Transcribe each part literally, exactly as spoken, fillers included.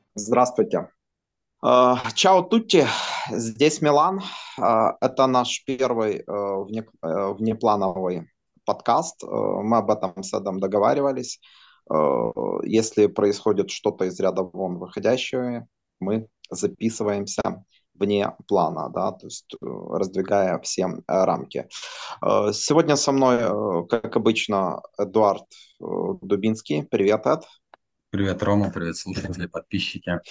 Здравствуйте. Э, Чао Тутти, здесь Милан. Э, Это наш первый э, вне- э, внеплановый подкаст. Э, Мы об этом с Эдом договаривались. Э, Если происходит что-то из ряда вон выходящее, мы записываемся вне плана, да, то есть э, раздвигая все э, рамки. Э, Сегодня со мной, э, как обычно, Эдуард э, Дубинский. Привет, Эд. Привет, Рома, привет, слушатели, подписчики.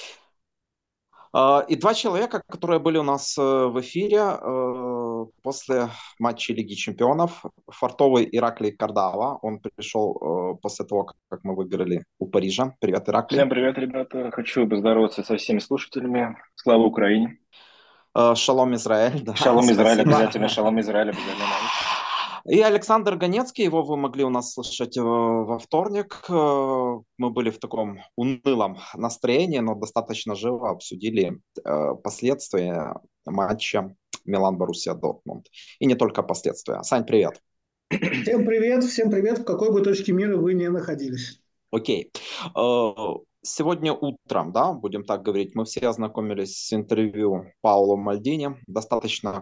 А, И два человека, которые были у нас э, в эфире э, после матча Лиги Чемпионов. Фартовый Ираклий Кардава. Он пришел э, после того, как как мы выиграли у Парижа. Привет, Ираклий. Всем привет, ребята. Хочу поздороваться со всеми слушателями. Слава Украине. Э, Шалом Израиль, да, Шалом Израиль спасибо. обязательно. Шалом Израиль обязательно надо. И Александр Ганецкий, его вы могли у нас слышать э, во вторник. Э, Мы были в таком унылом настроении, но достаточно живо обсудили э, последствия матча Милан-Боруссия Дортмунд. И не только последствия. Сань, привет. Всем привет, всем привет, в какой бы точке мира вы ни находились. Окей. Э, Сегодня утром, да, будем так говорить, мы все ознакомились с интервью Пауло Мальдини, достаточно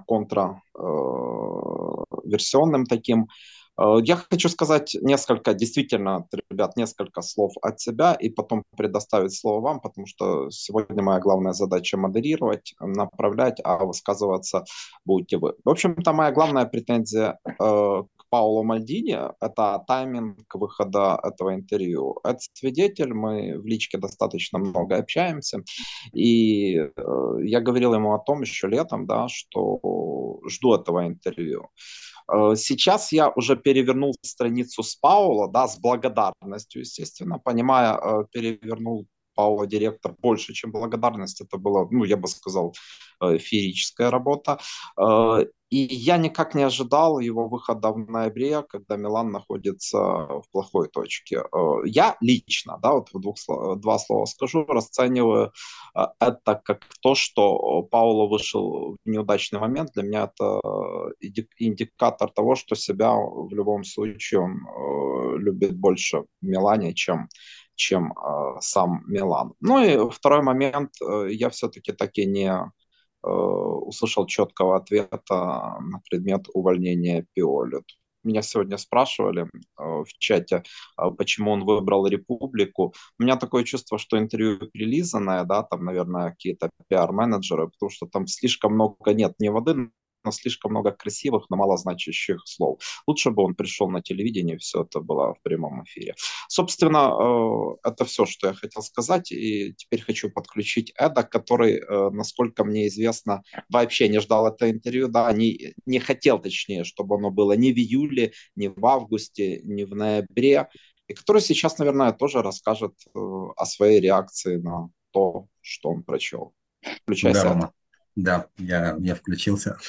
контроверсионным таким. Э, Я хочу сказать несколько, действительно, ребят, несколько слов от себя и потом предоставить слово вам, потому что сегодня моя главная задача модерировать, направлять, а высказываться будете вы. В общем-то, моя главная претензия э, Пауло Мальдини — это тайминг выхода этого интервью. Это свидетель, мы в личке достаточно много общаемся, и э, я говорил ему о том еще летом, да, что жду этого интервью. Э, Сейчас я уже перевернул страницу с Паула, да, с благодарностью, естественно, понимая, э, перевернул Паула директор больше, чем благодарность. Это была, ну, я бы сказал, э, феерическая работа. Э, И я никак не ожидал его выхода в ноябре, когда Милан находится в плохой точке. Э, Я лично, да, вот в двух, сло- два слова скажу, расцениваю э, это как то, что Пауло вышел в неудачный момент. Для меня это иди- индикатор того, что себя в любом случае он э, любит больше в Милане, чем чем э, сам Милан. Ну и второй момент, э, я все-таки таки не э, услышал четкого ответа на предмет увольнения Пиоли. Меня сегодня спрашивали э, в чате, э, почему он выбрал Републику. У меня такое чувство, что интервью прилизанное, да, там, наверное, какие-то пиар-менеджеры, потому что там слишком много, нет, не воды, но слишком много красивых, но малозначащих слов. Лучше бы он пришел на телевидение, и все это было в прямом эфире. Собственно, э, это все, что я хотел сказать. И теперь хочу подключить Эда, который, э, насколько мне известно, вообще не ждал это интервью, да, не, не хотел, точнее, чтобы оно было ни в июле, ни в августе, ни в ноябре, и который сейчас, наверное, тоже расскажет э, о своей реакции на то, что он прочел. Да, Включайся, Эд. Рома, да, я, я включился.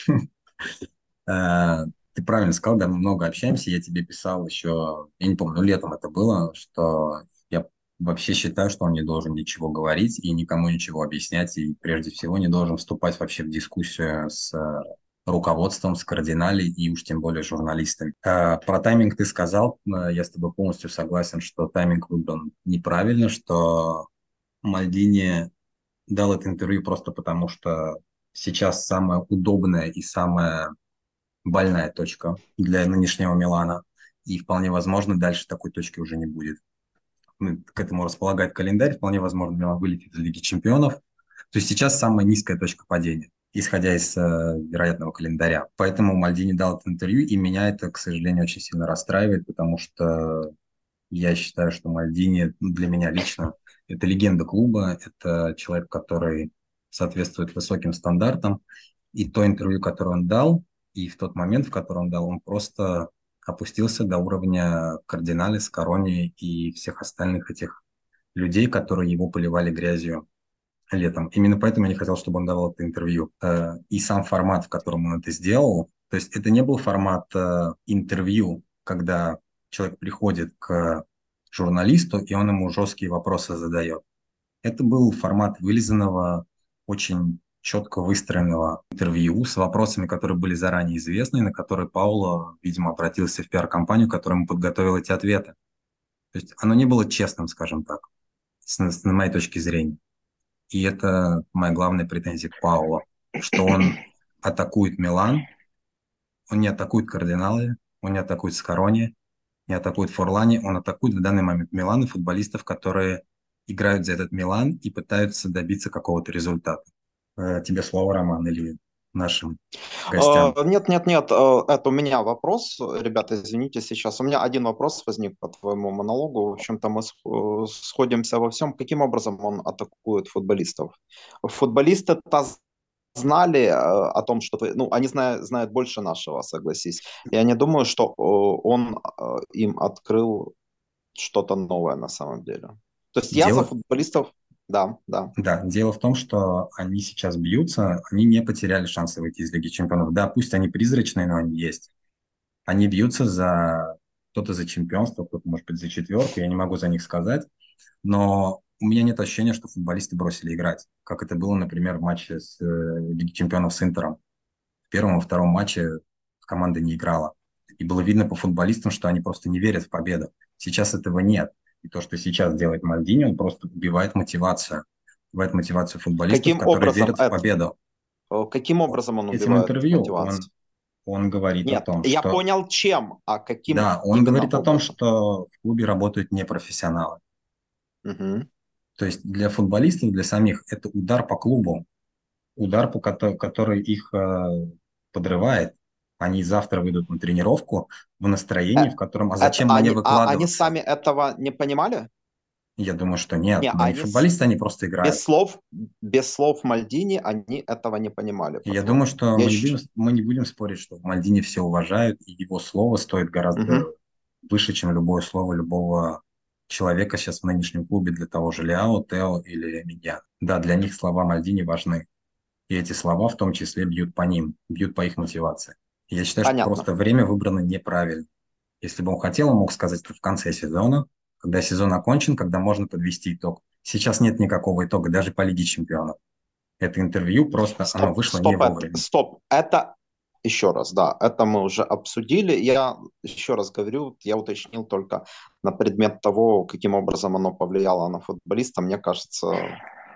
Э, Ты правильно сказал, да, мы много общаемся. Я тебе писал еще, я не помню, ну, летом это было, что я вообще считаю, что он не должен ничего говорить и никому ничего объяснять, и прежде всего не должен вступать вообще в дискуссию с э, руководством, с кардиналей и уж тем более журналистами. Э, Про тайминг ты сказал, э, я с тобой полностью согласен, что тайминг выбран неправильно, что Мальдини дал это интервью просто потому, что сейчас самая удобная и самая больная точка для нынешнего Милана. И вполне возможно, дальше такой точки уже не будет. Ну, к этому располагает календарь. Вполне возможно, Милан вылетит из Лиги Чемпионов. То есть сейчас самая низкая точка падения, исходя из э, вероятного календаря. Поэтому Мальдини дал это интервью, и меня это, к сожалению, очень сильно расстраивает, потому что я считаю, что Мальдини ну, для меня лично это легенда клуба, это человек, который соответствует высоким стандартам. И то интервью, которое он дал, и в тот момент, в который он дал, он просто опустился до уровня Кардинали, Скорони и всех остальных этих людей, которые его поливали грязью летом. Именно поэтому я не хотел, чтобы он давал это интервью. Э, И сам формат, в котором он это сделал, то есть это не был формат э, интервью, когда человек приходит к журналисту, и он ему жесткие вопросы задает. Это был формат вылизанного, очень четко выстроенного интервью с вопросами, которые были заранее известны, и на которые Пауло, видимо, обратился в пиар-компанию, которая ему подготовила эти ответы. То есть оно не было честным, скажем так, с, с моей точки зрения. И это моя главная претензия к Пауло, что он атакует Милан, он не атакует кардиналы, он не атакует Скарони, не атакует Форлани, он атакует в данный момент Милан и футболистов, которые играют за этот Милан и пытаются добиться какого-то результата. Э, Тебе слово, Роман, или нашим Э, гостям? Нет, нет, нет, э, это у меня вопрос. Ребята, извините, сейчас у меня один вопрос возник по твоему монологу. В общем-то, мы сх- э, сходимся во всем. Каким образом он атакует футболистов? Футболисты-то знали э, о том, что ты, ну, они знают, знают больше нашего, согласись. Я не думаю, что э, он э, им открыл что-то новое на самом деле. То есть я за Дело, футболистов, да, да. да, дело в том, что они сейчас бьются, они не потеряли шансы выйти из Лиги Чемпионов. Да, пусть они призрачные, но они есть. Они бьются за кто-то за чемпионство, кто-то, может быть, за четверку, я не могу за них сказать, но у меня нет ощущения, что футболисты бросили играть, как это было, например, в матче с э, Лиги Чемпионов с Интером. В первом и втором матче команда не играла. И было видно по футболистам, что они просто не верят в победу. Сейчас этого нет. И то, что сейчас делает Мальдини, он просто убивает мотивацию. Убивает мотивацию футболистов, Каким которые образом, верят в Эд, победу. э, каким образом он Этим убивает интервью он, мотивацию? он говорит о Нет, том, я что понял, чем, а каким да, он именно говорит о том, образом. что в клубе работают непрофессионалы. Мгм. То есть для футболистов, для самих, это удар по клубу, удар, по кото- который их э, подрывает. Они завтра выйдут на тренировку в Э, настроении, в котором «а Это зачем мне они, а они выкладываться?» сами этого не понимали? Я думаю, что нет, Не, но не они с- футболисты, они просто играют. без слов, без слов Мальдини они этого не понимали, И я думаю, по-твоему. что Я мы не будем, еще... мы не будем спорить, что в Мальдине все уважают, и его слово стоит гораздо Мгм. выше, чем любое слово любого человека сейчас в нынешнем клубе для того же Ляо, Тео или меня. Да, для них слова Мальдини важны. И эти слова в том числе бьют по ним, бьют по их мотивации. И я считаю, что Понятно. просто время выбрано неправильно. Если бы он хотел, он мог сказать это в конце сезона, когда сезон окончен, когда можно подвести итог. Сейчас нет никакого итога, даже по Лиге Чемпионов. Это интервью просто, оно Стоп, вышло не стоп, это, вовремя. стоп. Это еще раз, да, это мы уже обсудили. Я еще раз говорю, я уточнил только на предмет того, каким образом оно повлияло на футболиста. Мне кажется,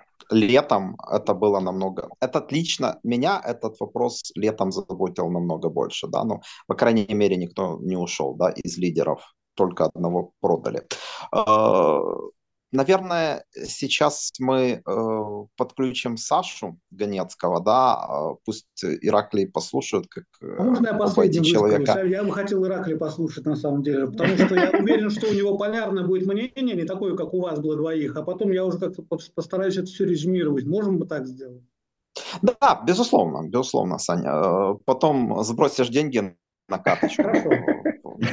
летом это было намного... Этот лично меня этот вопрос летом заботил намного больше, да, ну, по крайней мере, никто не ушел, да, из лидеров, только одного продали. Э, Наверное, сейчас мы э, подключим Сашу Ганецкого, да, э, пусть Ираклий послушают, как А э, можно я оба эти последним выскажусь? человека. А я бы хотел Иракли послушать на самом деле, потому что я уверен, что у него полярное будет мнение, не такое, как у вас было двоих, а потом я уже как-то постараюсь это все резюмировать. Можем мы так сделать? Да, безусловно, безусловно, Саня. Э, Потом сбросишь деньги на Хорошо. карточку.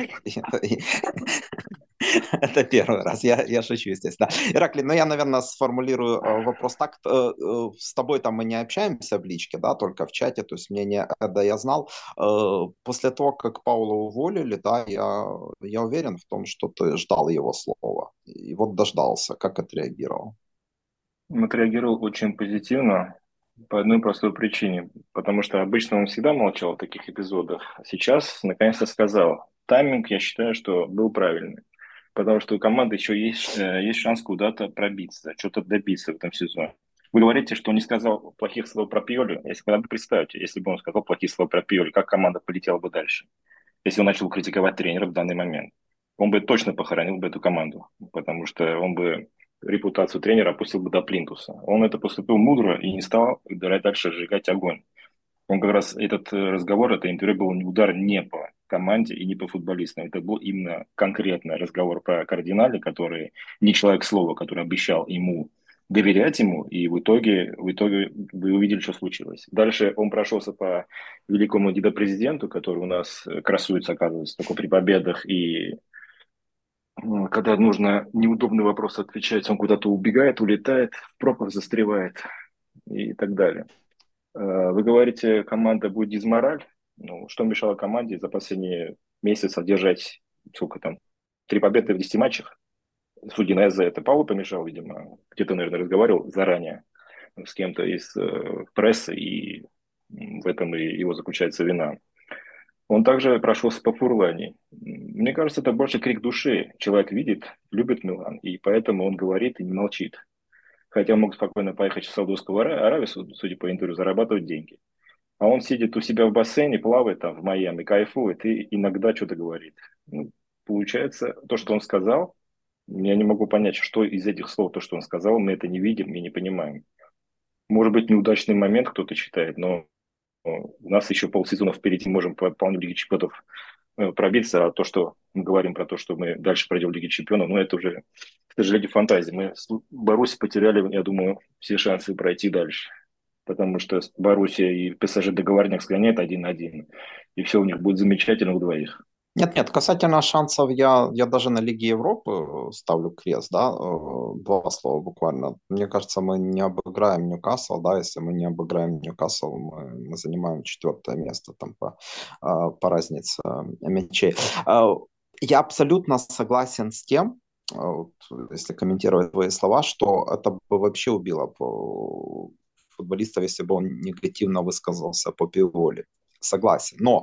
Это первый раз, я, я шучу, естественно. Ираклий, ну я, наверное, сформулирую э, вопрос так. Э, э, С тобой там мы не общаемся в личке, да, только в чате, то есть мнение Эда я знал. Э, После того, как Паула уволили, да, я, я уверен в том, что ты ждал его слова. И вот дождался. Как отреагировал? Он отреагировал очень позитивно по одной простой причине, потому что обычно он всегда молчал в таких эпизодах, а сейчас наконец-то сказал. Тайминг, я считаю, что был правильный, потому что у команды еще есть, э, есть шанс куда-то пробиться, что-то добиться в этом сезоне. Вы говорите, что он не сказал плохих слов про Пиолю. Если когда вы представьте, если бы он сказал плохие слова про Пиолю, как команда полетела бы дальше? Если он начал критиковать тренера в данный момент, он бы точно похоронил бы эту команду, потому что он бы репутацию тренера опустил бы до плинтуса. Он это поступил мудро и не стал дальше сжигать огонь. Он как раз, этот э, разговор, это интервью был не удар не по команде и не по футболистам. Это был именно конкретно разговор про кардинале, который не человек слова, который обещал ему доверять ему, и в итоге, в итоге вы увидели, что случилось. Дальше он прошелся по великому дедопрезиденту, который у нас э, красуется, оказывается, только при победах, и м, когда нужно неудобный вопрос отвечать, он куда-то убегает, улетает, в пробках застревает и так далее. Э, Вы говорите, команда будет дизмораль. Ну, что мешало команде за последние месяцы одержать, сколько там, три победы в десяти матчах? Судья за это Паулу помешал, видимо. Где-то, наверное, разговаривал заранее с кем-то из э, прессы, и м, в этом и его заключается вина. Он также прошелся по Фурлани. Мне кажется, это больше крик души. Человек видит, любит Милан, и поэтому он говорит и не молчит. Хотя он мог спокойно поехать в Саудовскую Ара- Аравию, суд- судя по интервью, зарабатывать деньги. А он сидит у себя в бассейне, плавает там в Майами, кайфует и иногда что-то говорит. Ну, получается, то, что он сказал, я не могу понять, что из этих слов, то, что он сказал, мы это не видим и не понимаем. Может быть, неудачный момент кто-то считает, но у нас еще полсезона впереди, можем по полной Лиге Чемпионов э, пробиться, а то, что мы говорим про то, что мы дальше пройдем в Лиге Чемпионов, ну, это уже, к сожалению, фантазия. Мы с Боруссией потеряли, я думаю, все шансы пройти дальше. Потому что Боруссия и ПСЖ договорняк сгоняет один-один, и все у них будет замечательно у двоих. Нет, нет, касательно шансов, я, я даже на Лиге Европы э, ставлю крест, да, э, два слова буквально. Мне кажется, мы не обыграем Ньюкасл, да, если мы не обыграем Ньюкасл, мы, мы занимаем четвертое место там по, э, по разнице э, мячей. Э, Я абсолютно согласен с тем, э, вот, если комментировать твои слова, что это бы вообще убило бы футболистов, если бы он негативно высказался по Пиоли. Согласен, но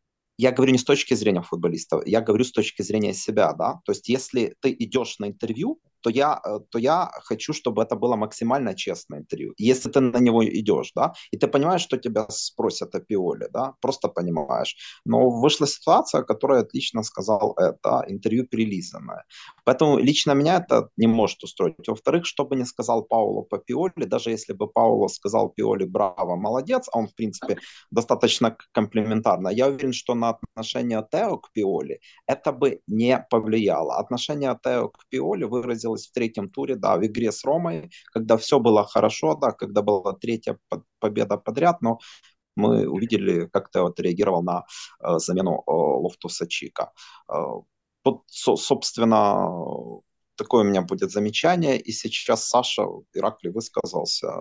я говорю не с точки зрения футболистов, я говорю с точки зрения себя, да. То есть, если ты идешь на интервью, то я, э, то я хочу, чтобы это было максимально честное интервью. Если ты на него идешь, да, и ты понимаешь, что тебя спросят о Пиоле, да, просто понимаешь. Но вышла ситуация, которая отлично сказал это, интервью перелизанное. Поэтому лично меня это не может устроить. Во-вторых, что бы ни сказал Пауло по Пиоле, даже если бы Пауло сказал Пиоле браво, молодец, а он, в принципе, достаточно комплементарно. Я уверен, что на отношение Тео к Пиоли это бы не повлияло. Отношение Тео к Пиоли выразилось в третьем туре, да, в игре с Ромой, когда все было хорошо, да, когда была третья победа подряд, но мы увидели, как Тео отреагировал на э, замену э, Лофтуса Чика. Э, вот, со, собственно, такое у меня будет замечание. И сейчас Саша Иракли высказался.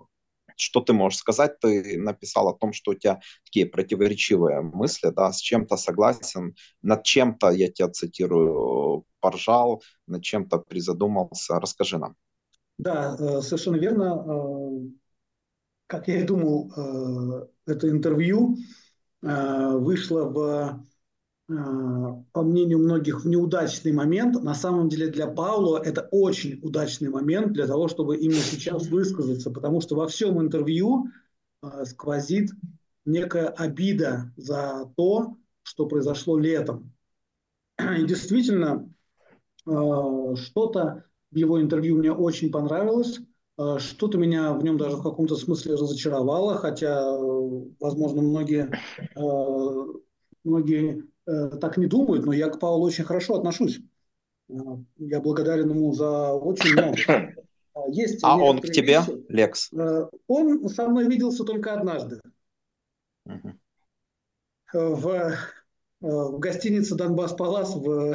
Что ты можешь сказать? Ты написал о том, что у тебя такие противоречивые мысли, да, с чем-то согласен, над чем-то, я тебя цитирую, поржал, над чем-то призадумался. Расскажи нам. Да, э, совершенно верно. Э, Как я и думал, э, это интервью э, вышло в, э, по мнению многих, в неудачный момент. На самом деле для Пауло это очень удачный момент для того, чтобы именно сейчас высказаться, потому что во всем интервью э, сквозит некая обида за то, что произошло летом. И действительно, э, что-то в его интервью мне очень понравилось, э, что-то меня в нем даже в каком-то смысле разочаровало, хотя, э, возможно, многие, э, многие э, так не думают, но я к Паулу очень хорошо отношусь. Э, Я благодарен ему за очень много. А Есть А он к некоторые тебе, вещи. Лекс? Э, Он со мной виделся только однажды Мгм. э, в, э, в гостинице «Донбасс Палас» в,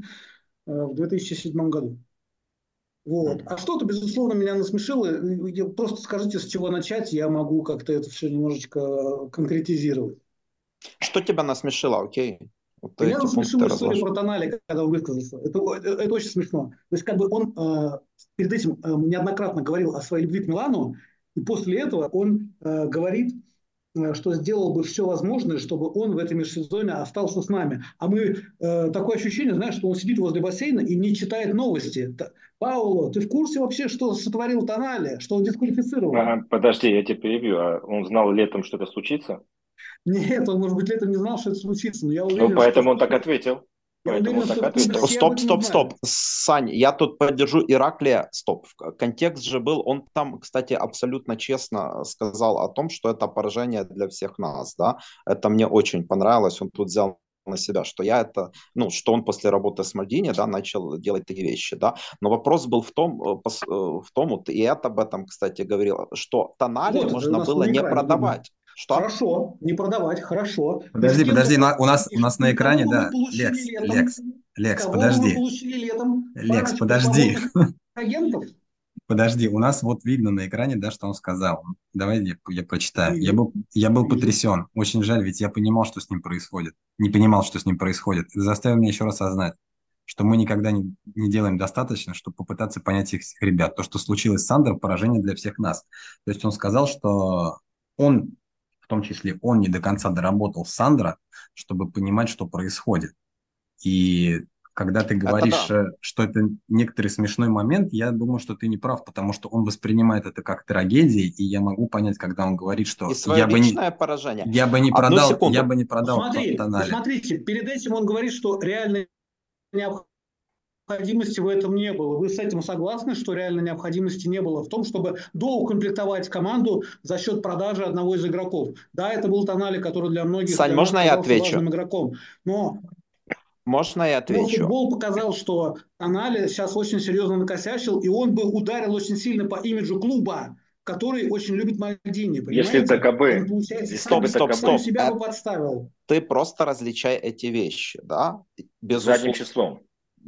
в две тысячи седьмом году. Вот. Мгм. А что-то, безусловно, меня насмешило. Просто скажите, с чего начать, я могу как-то это все немножечко конкретизировать. Что тебя насмешило, окей? Вот ты Меня эти пункты насмешила история разложил. про Тонали, когда он высказался. Это, это, это очень смешно. То есть, как бы он э, перед этим э, неоднократно говорил о своей любви к Милану, и после этого он э, говорит, э, что сделал бы все возможное, чтобы он в этом межсезонье остался с нами. А мы, э, такое ощущение, знаешь, что он сидит возле бассейна и не читает новости. Пауло, ты в курсе вообще, что сотворил Тонали, что он дисквалифицирован? Ага, подожди, я тебя перебью. А он знал летом, что это случится? Нет, он, может быть, летом не знал, что это случится, но я Ну, уверен, что поэтому он так в, ответил. я Поэтому уверен, он так что в клубе Стоп, ответил. все об стоп, этом стоп, знают. стоп. Сань, я тут поддержу Ираклия. Стоп. Контекст же был, он там, кстати, абсолютно честно сказал о том, что это поражение для всех нас, да. Это мне очень понравилось. Он тут взял на себя, что я это, ну, что он после работы с Мальдини, да, начал делать такие вещи, да. Но вопрос был в том, э, пос- э, в том, вот, и это об этом, кстати, говорил, что Тонали Вот, это у можно нас было на не экране видно. продавать. Что? Хорошо, не продавать, хорошо. И с Подожди, кем бы, подожди, на- у нас, и, у нас на и кого экране, бы мы да, получили Лекс, летом? Лекс, Лекс, Кого бы мы подожди, получили летом? Лекс, Парочку подожди, свободных агентов? подожди, у нас вот видно на экране, да, что он сказал. Давай я, я прочитаю. Я Вижу, был, я был вижу. потрясен, очень жаль, ведь я понимал, что с ним происходит, не понимал, что с ним происходит. Это заставил меня еще раз осознать, что мы никогда не, не делаем достаточно, чтобы попытаться понять их всех ребят. То, что случилось с Сандером, поражение для всех нас. То есть он сказал, что он, в том числе он не до конца доработал Сандра, чтобы понимать, что происходит. И когда ты Это говоришь, да. э, что это некоторый смешной момент, я думаю, что ты не прав, потому что он воспринимает это как трагедию, и я могу понять, когда он говорит, И что свое я бы не, личное поражение. я бы не Одну продал, я секунду. бы не продал Т- Смотри, Тонали. посмотрите, перед этим он говорит, что реальной необходимости в этом не было. Вы с этим согласны, что реальной необходимости не было в том, чтобы доукомплектовать команду за счет продажи одного из игроков? Да, это был Тонали, который для многих, Сань, для нас можно я казался отвечу? важным игроком. Но Можно я Но отвечу? футбол показал, что Тонали сейчас очень серьезно накосячил, и он бы ударил очень сильно по имиджу клуба, который очень любит Мальдини, Если понимаете? так бы, Он, получается, если Стоп, бы сам, так стоп, сам стоп. себя бы Это подставил. ты просто различай эти вещи, да? задним Безусловно. числом.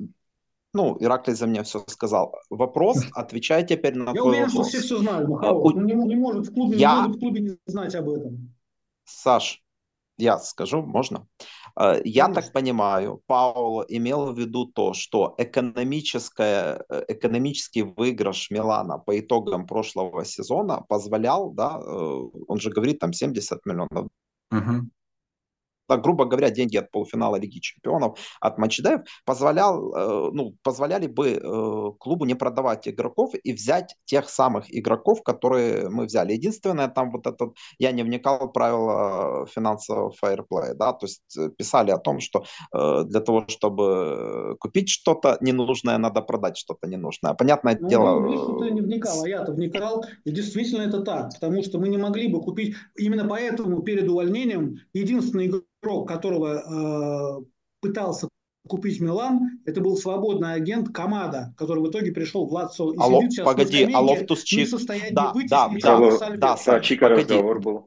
Ну, Ираклий за меня все сказал. Вопрос, отвечай теперь на Я твой уверен, что все вопрос. все знают, А, Махаос. у- Ну, не, не может в клубе, не Я, могут в клубе не знать об этом. Саш, я скажу, можно? Э, Я так Конечно. понимаю, Пауло имел в виду то, что экономическое, э, экономический выигрыш Милана по итогам прошлого сезона позволял, да, э, он же говорит там семьдесят миллионов, Мгм. да, грубо говоря, деньги от полуфинала Лиги Чемпионов, от матчдаев, позволял, э, ну, позволяли бы э, клубу не продавать игроков и взять тех самых игроков, которые мы взяли. Единственное, там вот этот, я не вникал в правила финансового фейерплея, да, то есть э, писали о том, что э, для того, чтобы купить что-то ненужное, надо продать что-то ненужное. Понятное Ну, вы, видишь, что ты не дело, э, вникал, а с- я-то вникал, и действительно это так, потому что мы не могли бы купить, именно поэтому перед увольнением единственный игрок, которого э, пытался купить Милан, это был свободный агент Камада, который в итоге пришел в Лацо и а сидит Ло- сейчас на погоди, а скамейке, не в Лофтус-Чик, состоянии да, выйти с да, мячом да, на Про, да, сальве. про Сань, Чика погоди. разговор был.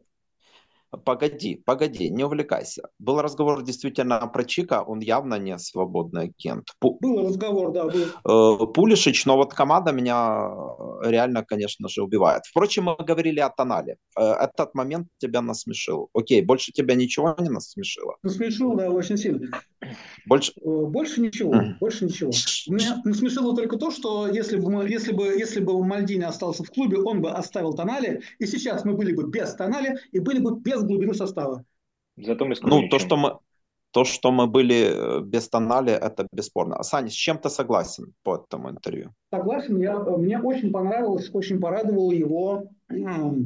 Погоди, погоди, не увлекайся. Был разговор действительно про Чика, он явно не свободный агент. Пу- Был разговор, да, был. э, Пулишич, но вот команда меня э, реально, конечно же, убивает. Впрочем, мы говорили о Тонале. Э, Этот момент тебя насмешил. Окей, больше тебя ничего не насмешило? Насмешил, да, очень сильно. Больше... Э, Больше ничего, Мгм. больше ничего. Ш- Меня ш- насмешило только то, что если бы, мы, если, бы, если бы Мальдини остался в клубе, он бы оставил Тонали, и сейчас мы были бы без Тонали и были бы без глубины состава. Зато мы с Ну, то, что Кулиничем. мы, то, что мы были э, без Тонали, это бесспорно. Саня, с чем ты согласен по этому интервью? Согласен, я, мне очень понравилось, очень порадовало его, э,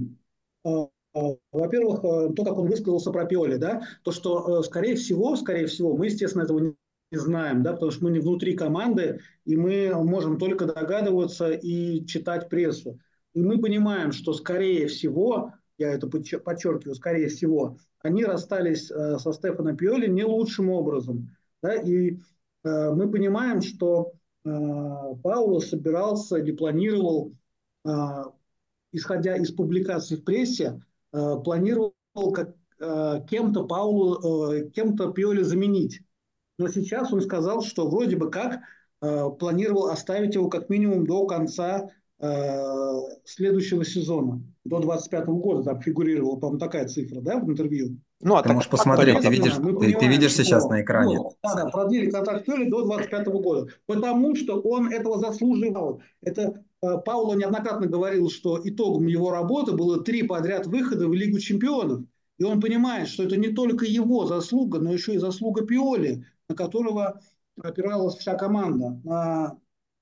э, во-первых, э, то, как он высказался про Пиоли, да, то, что, э, скорее всего, скорее всего, мы, естественно, этого не не знаем, да, потому что мы не внутри команды, и мы можем только догадываться и читать прессу. И мы понимаем, что, скорее всего, я это подчеркиваю, скорее всего, они расстались э, со Стефано Пиоли не лучшим образом. Да, и э, мы понимаем, что э, Пауло собирался или планировал, э, исходя из публикаций в прессе, э, планировал как, э, кем-то Паулу, э, кем-то Пиоли заменить. Но сейчас он сказал, что вроде бы как э, планировал оставить его как минимум до конца э, следующего сезона, до двадцать пятого года. Там фигурировала, по-моему, такая цифра, да, в интервью. Ну, Ты это можешь как посмотреть, ты видишь, политика. Соответственно, мы ты, ты понимаем, видишь сейчас на что экране, вот, да, да, Саня. продлили контракт Пиоли до двадцать пятого года, потому что он этого заслуживал. Это э, Пауло неоднократно говорил, что итогом его работы было три подряд выхода в Лигу чемпионов. И он понимает, что это не только его заслуга, но еще и заслуга Пиоли, на которого опиралась вся команда, на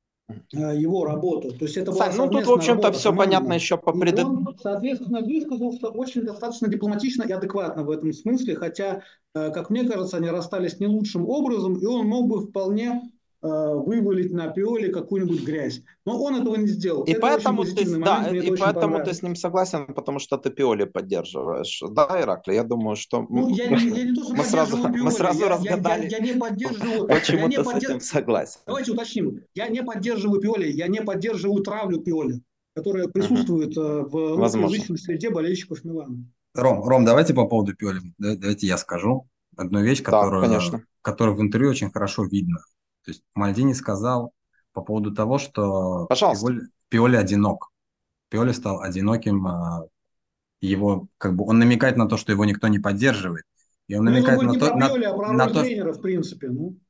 э, его работу. То есть это была Сань, ну тут, в совместная общем-то, работа все понятно командная. еще по И пред... он, соответственно, высказался очень достаточно дипломатично и адекватно в этом смысле, хотя, э, как мне кажется, они расстались не лучшим образом, и он мог бы вполне э, вывалить на Пиоли какую-нибудь грязь. Но он этого не сделал. И Это очень поэтому ты, позитивный момент, да, мне и это очень поэтому ты с понравилось. ним согласен, потому что ты Пиоли поддерживаешь. Да, Иракли, я думаю, что Ну, м, я не, я не то, что мы сразу, поддерживаю мы Пиоли, сразу я, я, я, разгадали, я не поддерживаю, я почему не ты с этим поддерживаю, согласен. давайте уточним, я не поддерживаю Пиоли, я не поддерживаю травлю Пиоли, которая Мгм. присутствует э, в Возможно. русскоязычной среде болельщиков Милана. Ром, Ром, давайте по поводу Пиоли, да- давайте я скажу одну вещь, Да, которую, конечно. которую в интервью очень хорошо видно. То есть Мальдини сказал по поводу того, что Пожалуйста. Пиоли, Пиоли одинок. Пиоли стал одиноким, а, его, как бы, он намекает на то, что его никто не поддерживает. И он Ну, это он намекает говорит на не то, про на, Пиоли, а про на роль то, тренера, в принципе. Ну,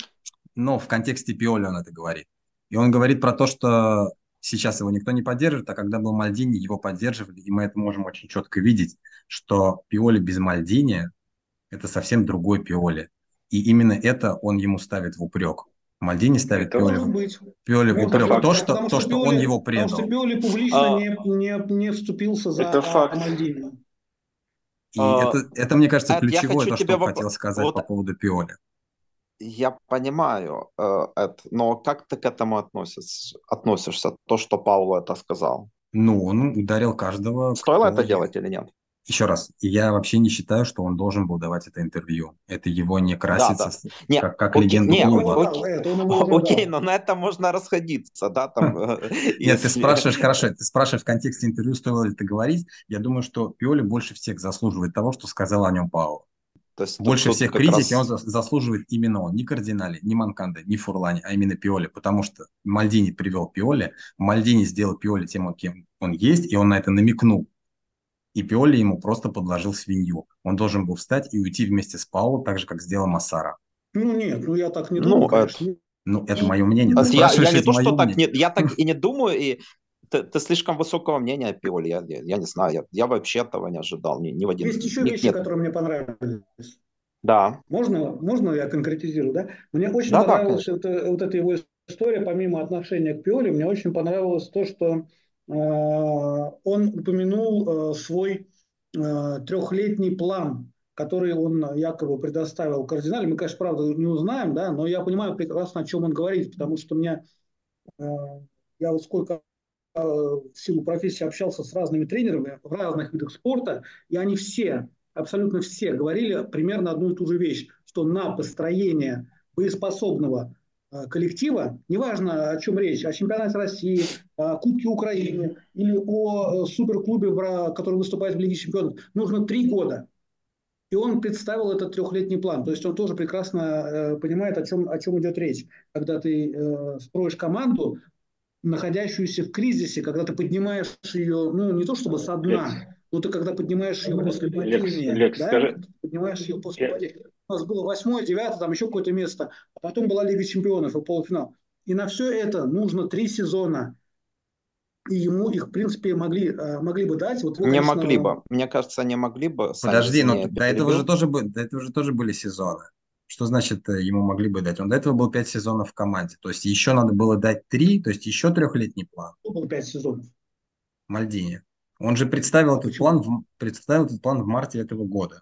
но в контексте Пиоли он это говорит. И он говорит про то, что сейчас его никто не поддерживает, а когда был Мальдини, его поддерживали, и мы это можем очень четко видеть, что Пиоли без Мальдини– это совсем другой Пиоли. И именно это он ему ставит в упрек. Мальдини ставит Это Пиоли, Может быть. Пиоли в Может это быть, упрек. факт. То, потому, что, потому то, что что он Пиоли, его потому что предал. Пиоли публично А, не, не, не вступился за Это а, факт. Мальдини. И а, это, это, мне кажется, Эд, я ключевое, хочу то, что тебе он воп- хотел сказать вот по поводу Пиоли. я понимаю, э, Эд, но как ты к этому относишься, относишься, то, что Пауло это сказал? Ну, он ударил каждого, Стоило кто... это делать или нет? Еще раз, я вообще не считаю, что он должен был давать это интервью. Это его не Да, красится да. с- Не, как, как окей, легенду не, Он ему о- клуба. дал, окей, это он ему уже окей, дал. но на это можно расходиться, да, там, э, Нет, ты если... спрашиваешь, хорошо, ты спрашиваешь в контексте интервью, стоило ли это говорить. Я думаю, что Пиоли больше всех заслуживает того, что сказал о нем Пауло. То есть тут, Больше тут всех как критики он раз... за- заслуживает именно он. Не Кардинали, не Манканде, не Фурлани, а именно Пиоли. Потому что Мальдини привел Пиоли, Мальдини сделал Пиоли тем, кем он есть, и он на это намекнул. И Пиоли ему просто подложил свинью. Он должен был встать и уйти вместе с Пауло, так же, как сделал Массара. Ну нет, ну я так не думаю, Ну, это, конечно. Ну, это Ну, мое мнение. Ты это я, я спрашиваешь не из то, что моего так мнения. не... Я так и не думаю, и ты, ты слишком высокого мнения о Пиоле. Я, я, я не знаю, я, я вообще этого не ожидал, ни, ни в один есть еще миг. вещи, Нет, которые мне понравились. да, Можно, можно я конкретизирую, да? Мне очень да, да, понравилась конечно. это, вот эта его история, помимо отношения к Пиоле, мне очень понравилось то, что э, он упомянул э, свой э, трехлетний план, который он якобы предоставил кардинале. Мы, конечно, правда не узнаем, да, но я понимаю прекрасно, о чем он говорит, потому что мне, э, я вот сколько э, в силу профессии общался с разными тренерами в разных видах спорта, и они все, абсолютно все говорили примерно одну и ту же вещь, что на построение боеспособного э, коллектива, неважно о чем речь, о чемпионате России, о Кубке Украины или о э, суперклубе, который выступает в Лиге чемпионов, нужно три года. И он представил этот трехлетний план. То есть он тоже прекрасно э, понимает, о чем, о чем идет речь. Когда ты э, строишь команду, находящуюся в кризисе, когда ты поднимаешь ее, ну, не то чтобы со Лекс, дна, но ты когда поднимаешь ее после Лекс, падения, Лекс, да, скажи, поднимаешь ее после я- падения. У нас было восьмое, девятое, там еще какое-то место, а потом была Лига чемпионов и полуфинал. И на все это нужно три сезона. И ему их, в принципе, могли, э, могли бы дать. Вот его, Не могли конечно, бы. Мне кажется, не могли бы. Саня, Подожди, но извини, я до этого же перебил. тоже, бы- до этого же тоже были сезоны. Что значит э, ему могли бы дать? Он до этого был пять сезонов в команде. То есть еще надо было дать три, то есть еще трехлетний план было пять сезонов. Мальдини. Он же представил А этот почему? план в, представил этот план в марте этого года.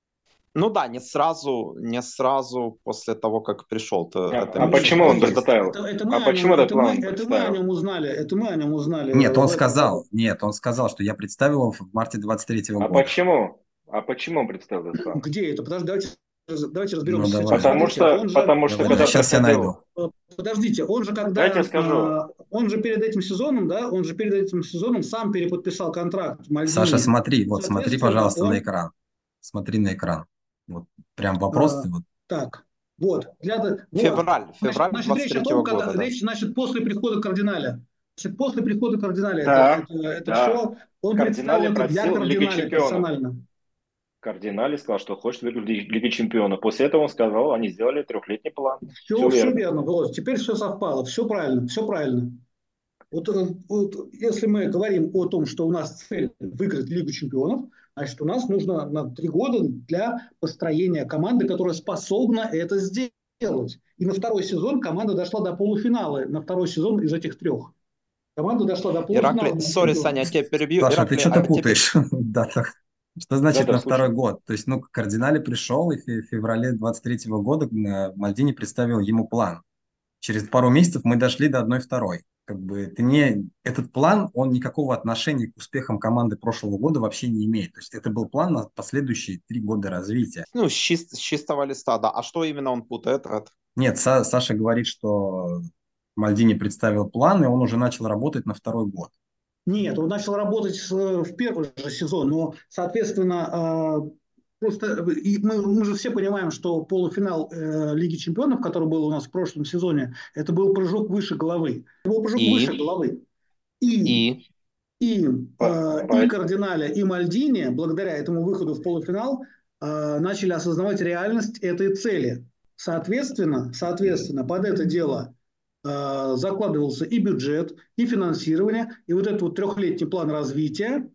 Ну да, не сразу, не сразу после того, как пришел. То а, это а Ну, месяц почему это он полтора. есть. представил? Это, это, А мы о нем, почему этот это, мы, план это мы о представил? нем узнали. Это мы о нем узнали Нет, он в этом году. сказал, нет, он сказал, что я представил его в марте двадцать третьего А года. почему? А почему он представил этот план? Где это? Подожди, давайте, давайте Ну, разберемся с этим. давай, Потому Смотрите, что, он же, потому что давай, он я когда же, сейчас я найду. приходил, э, подождите, он же когда, дайте я скажу, э, он же перед этим сезоном, да, он же перед этим сезоном сам переподписал контракт в Саша, Мальдине. смотри, вот смотри, Соответственно, пожалуйста, на он, экран. Смотри на экран. Вот прям э, вопрос. Вот. так, вот, для, вот, Февраль, значит, февраль значит, двадцать речь о том, третьего когда, года, да. речь, значит, после прихода кардиналя. Значит, после прихода кардиналя это, да, это, это да, все, он представил кардинале это для просил Лиги кардиналя Чемпионов. персонально. Кардинале сказал, что хочет выиграть Лиги Лиги Чемпионов. После этого он сказал, они сделали трехлетний план. Все, Все все верно. верно, вот, теперь все совпало, все правильно, все правильно. Вот, э, вот если мы говорим о том, что у нас цель выиграть Лигу чемпионов, значит, у нас нужно на три года для построения команды, которая способна это сделать. И на второй сезон команда дошла до полуфинала, на второй сезон из этих трех. Команда дошла до полуфинала Иракли, Лиги сори, Саня, чемпионов. я тебя перебью. Саша, ты Иракли, что-то а теперь... путаешь в датах. Что значит Да-да, на второй слушай. год? То есть, ну, к кардинале пришел, и в феврале двадцать третьего года э, Мальдини представил ему план. Через пару месяцев мы дошли до одной второй. Как бы ты не... Этот план, он никакого отношения к успехам команды прошлого года вообще не имеет. То есть это был план на последующие три года развития. Ну, с, чист- с чистого листа, да. А что именно он путает? Рад? Нет, Са- Саша говорит, что Мальдини представил план, и он уже начал работать на второй год. Нет, он начал работать с- в первый же сезон, но, соответственно, э, просто и мы, мы же все понимаем, что полуфинал э, Лиги Чемпионов, который был у нас в прошлом сезоне, это был прыжок выше головы. Это был прыжок выше И, головы. И, и, и, По- э, и по- Кардиналя, и Мальдини, благодаря этому выходу в полуфинал, э, начали осознавать реальность этой цели. Соответственно, соответственно, под это дело э, закладывался и бюджет, и финансирование, и вот этот вот трехлетний план развития,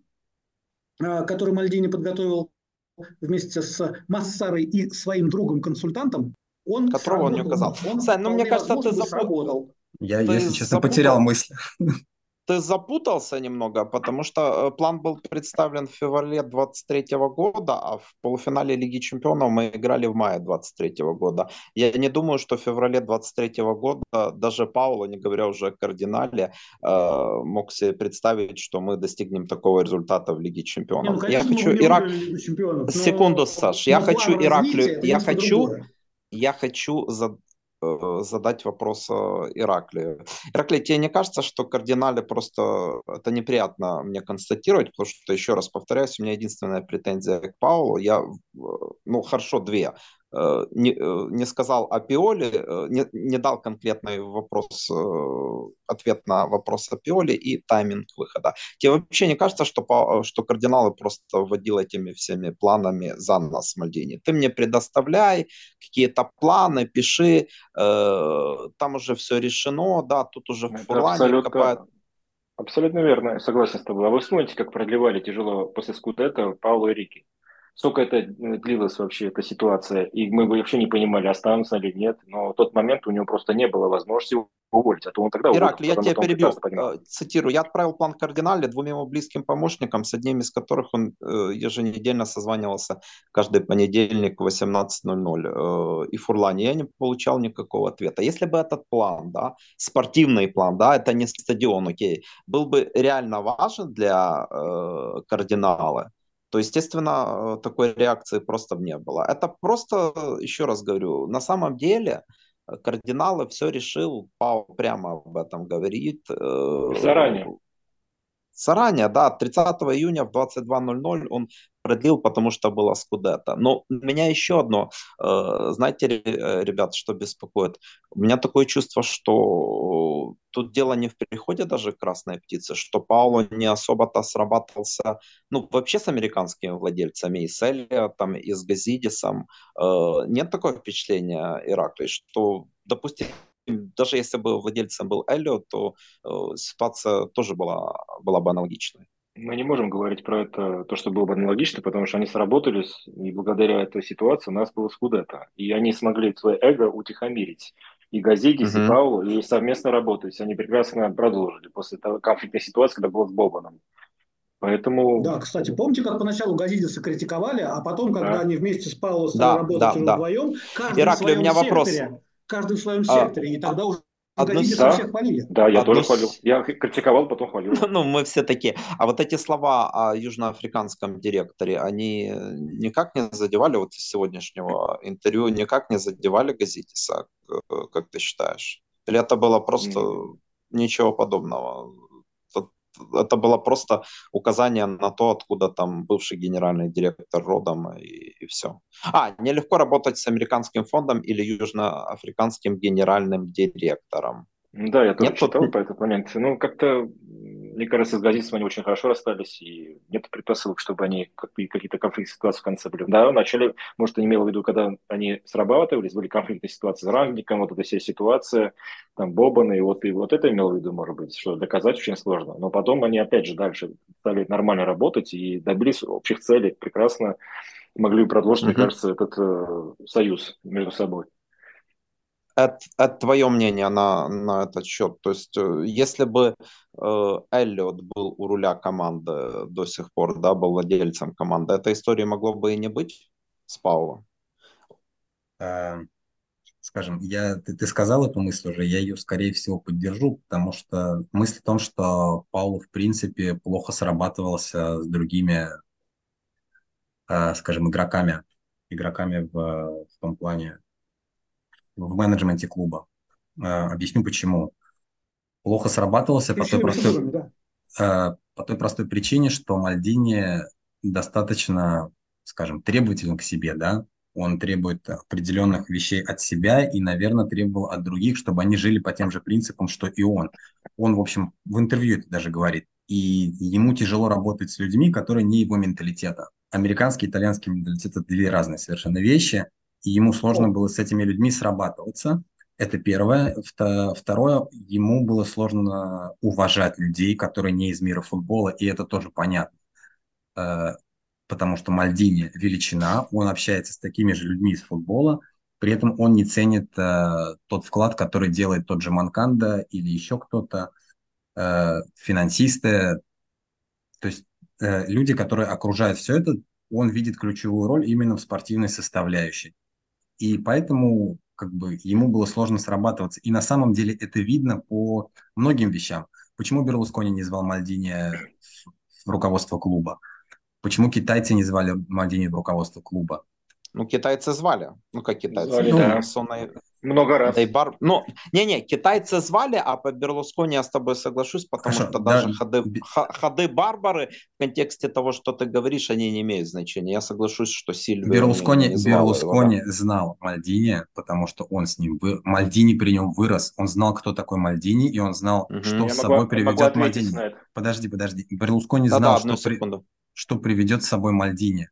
э, который Мальдини подготовил вместе с Массарой и своим другом-консультантом, он которого он не сработал бы. указал. Он Сань, ну мне вполне кажется, ты, возможно бы запу... сработал. Я, ты если честно, потерял запутал. мысль. Ты запутался немного, потому что э, план был представлен в феврале двадцать третьего года, а в полуфинале Лиги Чемпионов мы играли в мае двадцать третьего года. Я не думаю, что в феврале двадцать третьего года даже Пауло, не говоря уже о кардинале, э, мог себе представить, что мы достигнем такого результата в Лиге Не, ну, Чемпионов. Я конечно, мы хочу бы не Ирак... выиграли Лигу Чемпионов, Секунду, но, Саш. Я но хочу план развития – Ираклию... это Я несколько хочу... другое. Я хочу за- э, задать вопрос э, Ираклию. Ираклий, тебе не кажется, что кардинали просто... Это неприятно мне констатировать, потому что, еще раз повторяюсь, у меня единственная претензия к Паулу. Я, э, ну, хорошо, две. Э, Не, э, не сказал о Пиоле, э, не, не дал конкретный вопрос, э, ответ на вопрос о Пиоле и тайминг выхода. Тебе вообще не кажется, что, Па- что кардиналы просто вводил этими всеми планами за нас, Мальдини? Ты мне предоставляй какие-то планы, пиши, э, там уже все решено, да, тут уже Это Фурлани копает. абсолютно, абсолютно верно, я согласен с тобой. А вы вспомните, как продлевали тяжело после Скудетто Пауло и Рики? Сколько это э, длилась вообще эта ситуация, и мы бы вообще не понимали, останутся или нет. Но в тот момент у него просто не было возможности его уволить, а то он тогда уволил, Ираклий, я потому тебя что он прекрасно перебью. понимал. Э, Цитирую. Я отправил план кардинале двум его близким помощникам, с одним из которых он э, еженедельно созванивался каждый понедельник в восемнадцать ноль ноль. Э, И Фурлани. Я не получал никакого ответа. Если бы этот план, да, спортивный план, да, это не стадион, окей, был бы реально важен для э, кардинала, то, естественно, э, такой реакции просто бы не было. Это просто, э, еще раз говорю, на самом деле кардиналы все решил, Пау прямо об этом говорит. э, Заранее. Заранее, да, тридцатого июня в двадцать два ноль ноль он продлил, потому что было Скудетто. Но у меня еще одно, э, знаете, ре- э, ребят, что беспокоит? У меня такое чувство, что тут дело не в приходе даже красной птицы, что Пауло не особо-то срабатывался, ну, вообще с американскими владельцами, и с Эллиотом, и с Газидисом. Э, Нет такого впечатления, Ираклий, что, допустим, даже если бы владельцем был Эллиот, то э, ситуация тоже была, была бы аналогичной. Мы не можем говорить про это, то, что было бы аналогично, потому что они сработались, и благодаря этой ситуации у нас было Скудетто. И они смогли свое эго утихомирить. И Газидис, и Мгм. Пауло, и совместно работать. Они прекрасно продолжили после того конфликтной ситуации, когда было с Бобаном. Поэтому, Да, кстати, помните, как поначалу Газидиса критиковали, а потом, когда да. они вместе с Пауло стали Да, работать да, уже да. вдвоем, каждый в Ираклий, у своем меня вопрос. секторе, каждый в своем А, секторе, и а, тогда уже одну, Газидиса с- Да, всех полили. да, я тоже одну, хвалил. с- Я критиковал, потом хвалил. ну, мы все такие. А вот эти слова о южноафриканском директоре, они никак не задевали вот из сегодняшнего интервью, никак не задевали Газитиса, э, как ты считаешь? Или это было просто М, ничего подобного? Тут Это было просто указание на то, откуда там бывший генеральный директор родом, и, и все. А, нелегко работать с американским фондом или южноафриканским генеральным директором. Да, я тоже Нет тут... читал по этот момент. Ну, как-то, м, мне кажется, с Газисом они очень хорошо расстались, и нет предпосылок, чтобы они как- какие-то конфликтные ситуации в конце были. Да, вначале, может, он имел в виду, когда они срабатывались, были конфликтные ситуации с Рангником, вот эта вся ситуация, там, Бобана, и вот, и вот это имел в виду, может быть, что доказать очень сложно. Но потом они, опять же, дальше стали нормально работать и добились общих целей, прекрасно могли продолжить, мне Мгм. кажется, этот э, союз между собой. Это, это твое мнение на, на этот счет. То есть, э, если бы э, Эллиот был у руля команды до сих пор, да, был владельцем команды, этой истории могло бы и не быть с Паулом. Э, Скажем, я, ты, ты сказал эту мысль уже, я ее, скорее всего, поддержу, потому что мысль в том, что Пауло, в принципе, плохо срабатывался с другими, э, скажем, игроками, игроками в, в том плане, в менеджменте клуба. Э, Объясню почему. Плохо срабатывался по той Ключевыми простой, фигурами, да. э, по той простой причине, что Мальдини достаточно, скажем, требователен к себе, да, он требует определенных вещей от себя и, наверное, требовал от других, чтобы они жили по тем же принципам, что и он. Он, в общем, в интервью это даже говорит. И ему тяжело работать с людьми, которые не его менталитета. Американский и итальянский менталитет – это две разные совершенно вещи, и ему сложно О, было с этими людьми срабатываться. Это первое. Вто- Второе, ему было сложно уважать людей, которые не из мира футбола, и это тоже понятно. Э, Потому что Мальдини величина, он общается с такими же людьми из футбола, При этом он не ценит э, тот вклад, который делает тот же Манканда или еще кто-то, э, финансисты. То есть э, люди, которые окружают все это, он видит ключевую роль именно в спортивной составляющей. И поэтому как бы ему было сложно срабатываться. И на самом деле это видно по многим вещам. Почему Берлускони не звал Мальдини в руководство клуба? Почему китайцы не звали Мальдини в руководство клуба? Ну, китайцы звали. Ну, как китайцы? Звали, Ну, да. Сонной- Много раз. Дейбар... Ну, не-не, китайцы звали, а по Берлускони я с тобой соглашусь, потому хорошо, что да, даже ходы, б- х- ходы Барбары в контексте того, что ты говоришь, они не имеют значения. Я соглашусь, что Сильвио не, Берлускони, не звал его, да. Берлускони знал Мальдини, потому что он с ним вы... Мальдини при нем вырос. Он знал, кто такой Мальдини, и он знал, что Мгм. Я с могу, собой могу приведет ответить Мальдини. на это. Подожди, подожди. Берлускони Да-да, знал, одну что, при... секунду. что приведет с собой Мальдини.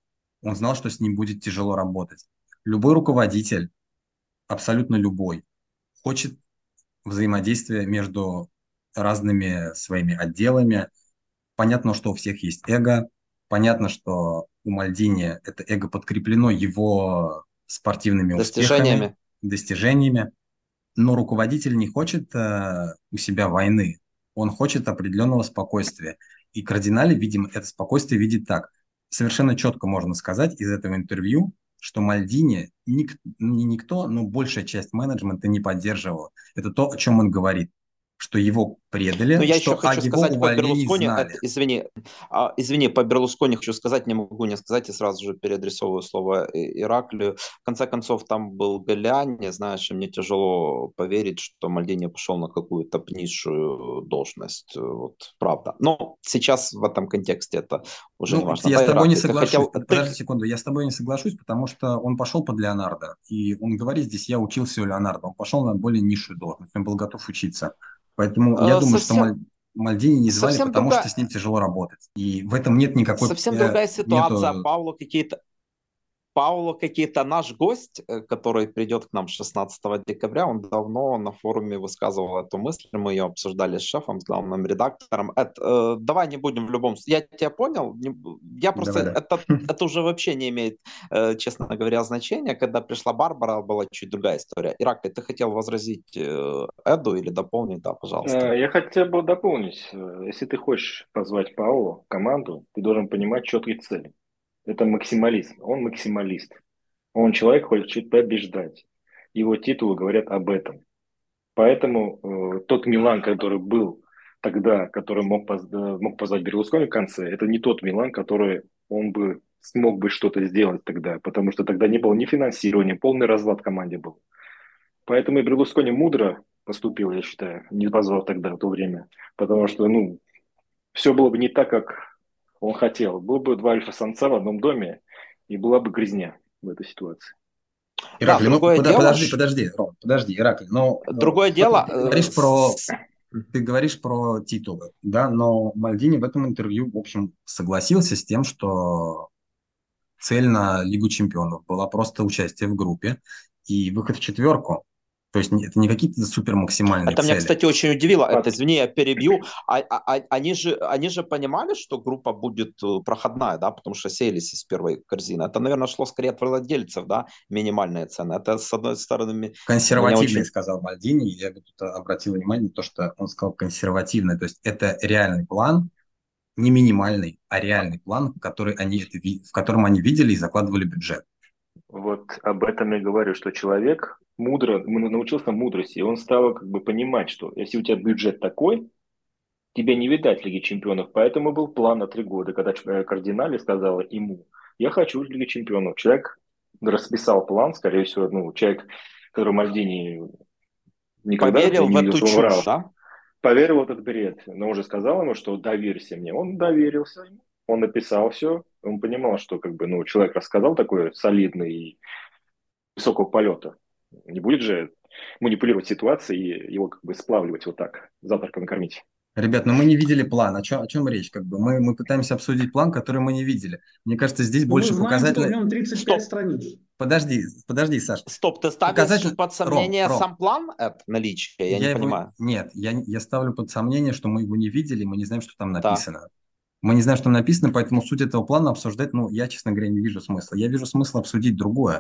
Он знал, что с ним будет тяжело работать. Любой руководитель, абсолютно любой, хочет взаимодействия между разными своими отделами. Понятно, что у всех есть эго. Понятно, что у Мальдини это эго подкреплено его спортивными успехами, Достижениями. достижениями. Но руководитель не хочет э, у себя войны. Он хочет определенного спокойствия. И Кардинали, видимо, это спокойствие видит так. Совершенно четко можно сказать из этого интервью, что Мальдини ник- не никто, но большая часть менеджмента не поддерживала. Это то, о чем он говорит, что его Но предали, я еще что о хочу его сказать по увольнении Берлускони, знали. это, извини, а, извини, по Берлускони хочу сказать, не могу не сказать, и сразу же переадресовываю слово И- Ираклию. В конце концов, там был Галиани, знаешь, и мне тяжело поверить, что Мальдини пошел на какую-то низшую должность, вот, правда. Но сейчас в этом контексте это уже не Ну, важно. я с Да, тобой не Ираклий, ты соглашусь. хотел, Под- ты, Подожди секунду, я с тобой не соглашусь, потому что он пошел под Леонардо. И он говорит здесь, я учился у Леонардо. Он пошел на более низшую должность, он был готов учиться. Поэтому я э, думаю, что совсем, Маль- Мальдини не звали, совсем потому что другая, с ним тяжело работать. И в этом нет никакой, совсем э, другая ситуация. нету. Пауло какие-то Пауло какие-то наш гость, э, который придет к нам шестнадцатого декабря, он давно на форуме высказывал эту мысль, мы ее обсуждали с шефом, с главным редактором. Это, э, давай не будем в любом случае. Я тебя понял. Не- я просто Давай, да. это это уже вообще не имеет, э, честно говоря, значения. Когда пришла Барбара, была чуть другая история. Ираклий, ты хотел возразить э, Эду или дополнить? Да, пожалуйста. Э, Я хотел бы дополнить. Э, Если ты хочешь позвать Пауло в команду, ты должен понимать четкие цели. Это максимализм. Он максималист. Он человек хочет побеждать. Его титулы говорят об этом. Поэтому э, тот Милан, который был тогда, который мог, поз- э, мог позвать Берлускони в конце, это не тот Милан, который он бы смог бы что-то сделать тогда, потому что тогда не было ни финансирования, полный разлад в команде был. Поэтому и Берлускони мудро поступил, я считаю, не позвал тогда, в то время, потому что, ну, все было бы не так, как он хотел. Было бы два альфа-самца в одном доме, и была бы грязня в этой ситуации. Да, Ираклий, ну другое пода- дело, подожди, ш- подожди, Ром, подожди, Ираклий, но э, другое вот дело. ты э, говоришь про, с- ты говоришь про титулы, да, но Мальдини в этом интервью, в общем, согласился с тем, что цель на Лигу чемпионов была просто участие в группе и выход в четверку. То есть не- это не какие-то супер максимальные Это меня, цели. кстати, очень удивило. Это, Под- извини, я перебью. А, а- а- они же, они же понимали, что группа будет э, проходная, да, потому что сеялись из первой корзины. Это, наверное, шло скорее от владельцев, да, минимальные цены. Это, с одной стороны, ми- меня Консервативный, очень... сказал Мальдини, и я бы тут обратил внимание на то, что он сказал консервативный. То есть это реальный план, не минимальный, а реальный план, который они это, ви- в котором они видели и закладывали бюджет. Вот об этом я говорю, что человек мудро, м- научился мудрости, и он стал как бы понимать, что если у тебя бюджет такой, тебе не видать Лиги Чемпионов. Поэтому был план на три года, когда э, Кардинали сказала ему, я хочу Лиги Чемпионов. Человек расписал план, скорее всего, ну, человек, который Мальдини никогда Поверил не в видел, эту что он чушь, врал. да? Поверил в этот бред, но уже сказал ему, что доверься мне. Он доверился ему, он написал все, он понимал, что как бы, ну, человек рассказал такой солидный и высокого полета. Не будет же манипулировать ситуацией и его как бы сплавливать вот так, завтраком накормить. Ребят, но мы не видели план. О чем, о чем речь? Как бы мы, мы пытаемся обсудить план, который мы не видели. Мне кажется, здесь Но мы больше знаем, что в показательно. нем тридцать пять Стоп, страниц. Подожди, подожди, Саш. стоп, ты ставишь Показательно. под Ром, сомнение Ром, сам план это наличие? Я не я его... понимаю. Нет, я, я ставлю под сомнение, что мы его не видели, мы не знаем, что там Так. написано. Мы не знаем, что там написано, поэтому суть этого плана обсуждать, ну, я, честно говоря, не вижу смысла. Я вижу смысл обсудить другое.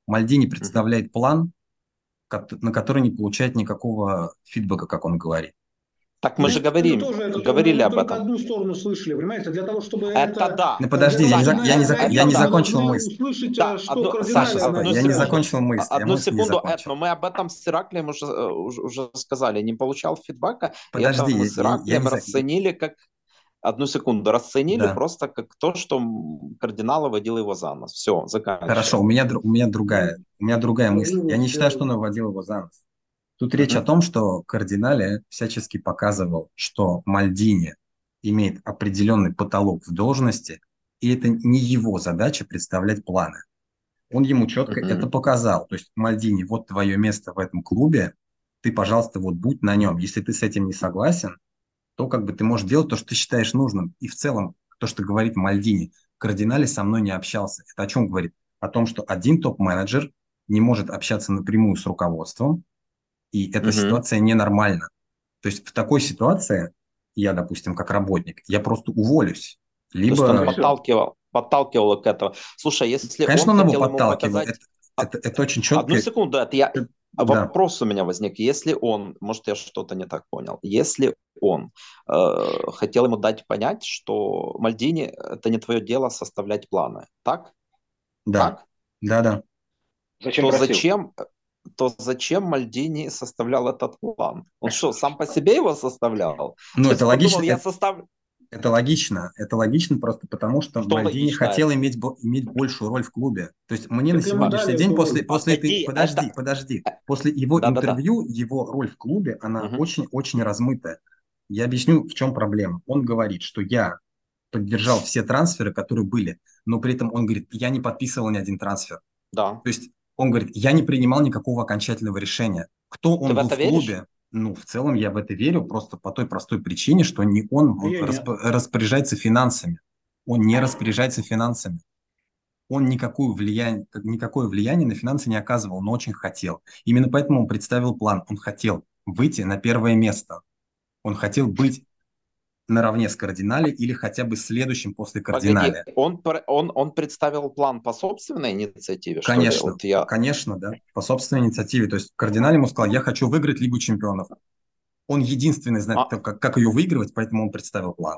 Мальдини Мгм. представляет план, кот- на который не получает никакого фидбэка, как он говорит. Так мы Ну, же это говорим, тоже, это тоже говорили вы об только этом. одну сторону слышали, понимаете? Для того, чтобы Это это, да. Ну для подожди, того, я не, Саня, зак- чтобы я не, это это, зак- я это не пройти, мы да. закончил должны мысль. услышать, Да, а, что одну, Саша, кардинали о Саша, стой, одну я нас не секунду. закончил А- мысль, я Одну мысль не секунду, Эд, закончил. но мы об этом с Ираклием уже, э, уже, уже сказали. Не получал фидбэка, и это Подожди, мы я, с я- я не Ираклием за... расценили как... Одну секунду. Расценили Да, просто как то, что м, кардинал водил его за нос. Все, хорошо, у заканчиваем. меня, дру- у меня другая, ну, у меня другая мысль. Я вывод не считаю, что сделали. он вводил его за нос. Тут речь о Мгм. том, что кардинале всячески показывал, что Мальдини имеет определенный потолок в должности, и это не его задача представлять планы. Он ему четко это Мгм. показал. То есть, Мальдини, вот твое место в этом клубе, ты, пожалуйста, вот будь на нем. Если ты с этим не согласен, то как бы ты можешь делать то, что ты считаешь нужным. И в целом, то, что говорит Мальдини, кардинале со мной не общался. Это о чем говорит? О том, что один топ-менеджер не может общаться напрямую с руководством, и эта Мгм. ситуация ненормальна. То есть в такой ситуации я, допустим, как работник, я просто уволюсь. То есть он Ну и Либо, все. подталкивал, подталкивал к этому. Слушай, если он конечно, он его хотел ему подталкивал. показать... Это, а, это, это очень Одну четко. секунду, это я... Это- да. Вопрос у меня возник. Если он, может, я что-то не так понял, если он э, хотел ему дать понять, что Мальдини, это не твое дело составлять планы, так? Да, Так? да, да. Зачем То просил? зачем, то зачем Мальдини составлял этот план? Он что, сам по себе его составлял? Ну, То это есть подумал, логично, я это, составлю... это логично. Это логично просто потому, что Что Мальдини логично? хотел иметь, бо- иметь большую роль в клубе. То есть мне на Так ему сегодняшний дали день эту после, роль. после этой... Погоди, Подожди, это... подожди. э, После его Да-да-да. интервью, его роль в клубе, она Мгм. очень-очень размытая. Я объясню, в чем проблема. Он говорит, что я поддержал все трансферы, которые были, но при этом он говорит, я не подписывал ни один трансфер. Да. То есть он говорит, я не принимал никакого окончательного решения. Кто Ты он в был это в веришь? клубе? Ну, в целом я в это верю, просто по той простой причине, что не он А в- я нет. расп- распоряжается финансами. Он не распоряжается финансами. Он никакое влияние, никакое влияние на финансы не оказывал, но очень хотел. Именно поэтому он представил план. Он хотел выйти на первое место. Он хотел быть наравне с кардинале или хотя бы следующим после Погоди, кардинале. он, пр- он, он представил план по собственной инициативе, что ли? Конечно, Вот я... конечно, да, по собственной инициативе. То есть кардинал ему сказал, я хочу выиграть Лигу чемпионов. Он единственный знает, А, как, как ее выигрывать, поэтому он представил план.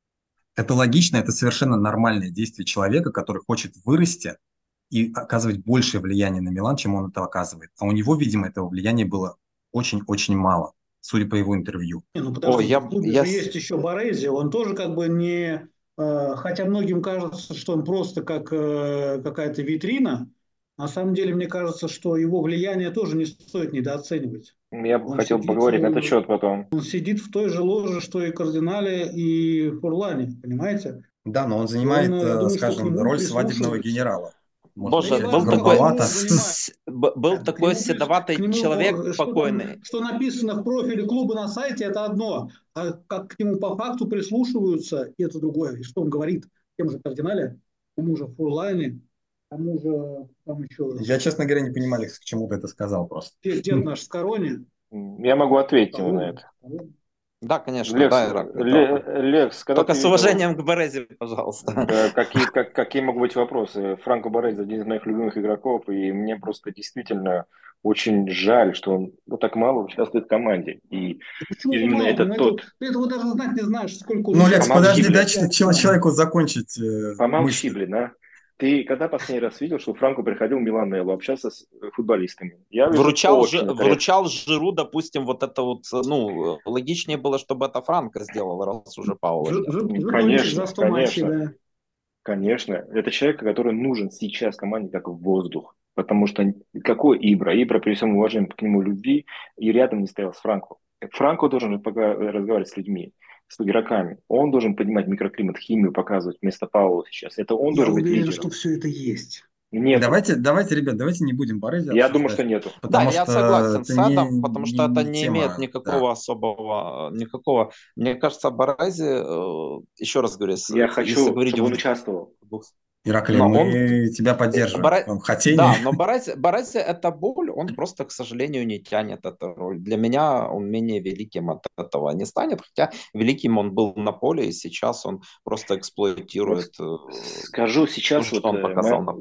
Это логично, это совершенно нормальное действие человека, который хочет вырасти и оказывать большее влияние на Милан, чем он это оказывает. А у него, видимо, этого влияния было очень-очень мало, судя по его интервью. Не, ну ой, подождите, в я, клубе я... же с- есть еще Борези, он тоже как бы не... э, хотя многим кажется, что он просто как э, какая-то витрина, на самом деле мне кажется, что его влияние тоже не стоит недооценивать. Я бы Он хотел сидит, поговорить на этот э, счет потом. он сидит в той же ложе, что и Кардинале, и Фурлане, понимаете? Да, но он И он, занимает, э, я э, думаю, что к скажем, нему роль свадебного прислушиваются. генерала. Может Да быть, Боже, это был неважно, какую такой, грубовато. роль он занимает. с- б- был К такой нему, прис- к седоватый нему, человек э, что там, покойный. что написано в профиле клуба на сайте, это одно, а как к нему по факту прислушиваются, это другое. И что он говорит тем же кардинале, тому же Фурлайне, тому же, там еще, Я, честно говоря, не понимаю, к чему ты это сказал просто. дед, дед наш Скорони, Я могу ответить ему на Скорони, это. Скорони. Да, конечно, Лекс, да, Ираклий, давай. Ле- Лекс, когда Только ты с видел, уважением к Березе, пожалуйста. да, какие, как, какие могут быть вопросы? Франко Барези один из моих любимых игроков, и мне просто действительно очень жаль, что он вот так мало участвует в команде. И И почему это именно мало, это понимаете, тот... вот ты этого даже знать не знаешь, сколько он Ну, Лекс, участвует. Помолчи, подожди, дай блин, ч- Я не чел- знаю. человеку закончить э, помолчи, мысль. блин, а. Ты когда последний раз видел, что Франко приходил в Миланелло общаться с э, футболистами? Я вижу Выручал, Жи- очень это редко. выручал Жиру, допустим, вот это вот, ну, логичнее было, чтобы это Франко сделал, раз уже Паула Жир- нет. жир- Жирновичек за Конечно, сто матчей, конечно. да. Конечно, это человек, который нужен сейчас команде как воздух. Потому что какой Ибра? Ибра, при всем уважении к нему любви, и рядом не стоял с Франко. Франко должен пога- разговаривать с людьми, с игроками. Он должен понимать микроклимат, химию показывать вместо Паула сейчас. Это он Я должен быть уверен, лидером. что все это есть. Нету. Давайте, давайте, ребят, давайте не будем Борези Я думаю, обсуждать, что нету. Да, потому я что согласен это с не, Эдом, потому не, что это не не имеет тема, да. никакого особого, никакого, мне кажется, Барази, э, еще раз говорю, с- Я если хочу, говорить чтобы он в участвовал. двух, Ираклий, но он, мы тебя э, поддерживаем в Бара- твоем хотении. да, но Барази, Барази это боль, он просто, к сожалению, не тянет эту роль. Для меня он менее великим от этого не станет, хотя великим он был на поле, и сейчас он просто Вот эксплуатирует э, скажу то, сейчас, что вот он э, показал мо- на поле.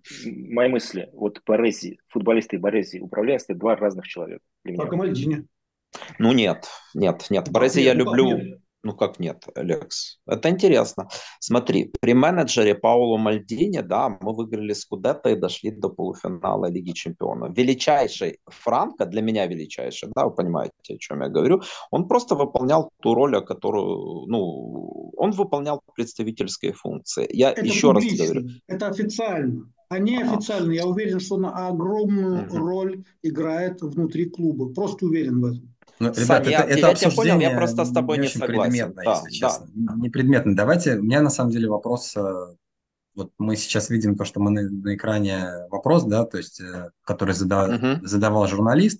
мои мысли. Вот Барези, футболисты и Барези, управленцы – это два разных человека для меня. Как и Мальдини. Ну нет, нет, нет. Ну как Барези я нет? Ну как люблю. нет? Ну как нет, Алекс? Это интересно. Смотри, при менеджере Пауло Мальдини, да, мы выиграли Скудетто и дошли до полуфинала Лиги Чемпионов. Величайший Франко, для меня величайший, да, вы понимаете, о чем я говорю, он просто выполнял ту роль, о которую, ну, он выполнял представительские функции. Я Это еще раз говорю. публично, это официально. А неофициально, я уверен, что он огромную Угу. роль играет внутри клуба. Просто уверен в этом. Ну, ребят, Саня, это, я, это я тебя понял, я обсуждение просто с тобой не не очень согласен. предметно, Да, если да. честно. Не предметно. Давайте, у меня на самом деле вопрос, э, вот мы сейчас видим то, что мы на, на экране вопрос, да, то есть, э, который зада- Угу. задавал журналист,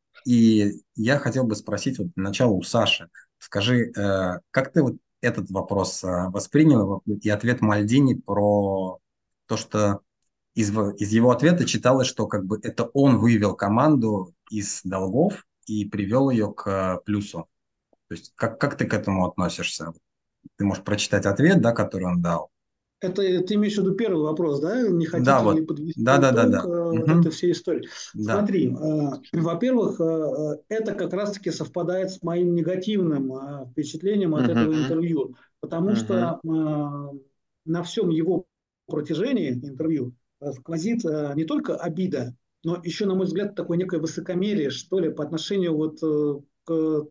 и я хотел бы спросить вот для начала у Саши. Скажи, э, как ты вот этот вопрос э, воспринял и ответ Мальдини про то, что из, в- из его ответа читалось, что как бы это он вывел команду из долгов и привел ее к э, плюсу. То есть как, как ты к этому относишься? Ты можешь прочитать ответ, да, который он дал. Это ты имеешь в виду первый вопрос, да? Не Да, хотите ли вот. подвести Да, да, да, итог да. э, этой Мгм. всей истории? Да. Смотри, э, во-первых, э, это как раз-таки совпадает с моим негативным э, впечатлением от этого Угу. интервью, потому Угу. что э, на всем его протяжении интервью э, сквозит э, не только обида, но еще, на мой взгляд, такое некое высокомерие, что ли, по отношению вот э, к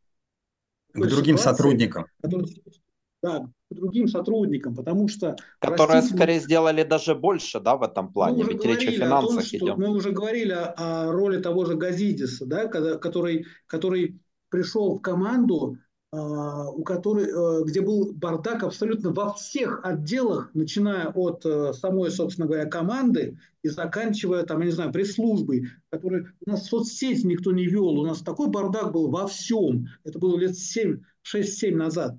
К такой другим ситуации, сотрудникам. которая, да, к другим сотрудникам, потому что, Которые простите, скорее сделали даже больше, да, в этом мы плане. уже Ведь речь о говорили о том, финансах что идет. мы уже говорили о, о роли того же Газидиса, да, когда, который, который пришел в команду, а, у которой, а, где был бардак абсолютно во всех отделах, начиная от а, самой, собственно говоря, команды и заканчивая, там, я не знаю, пресс-службой, который у нас соцсети никто не вел, у нас такой бардак был во всем. Это было лет семь, шесть-семь назад.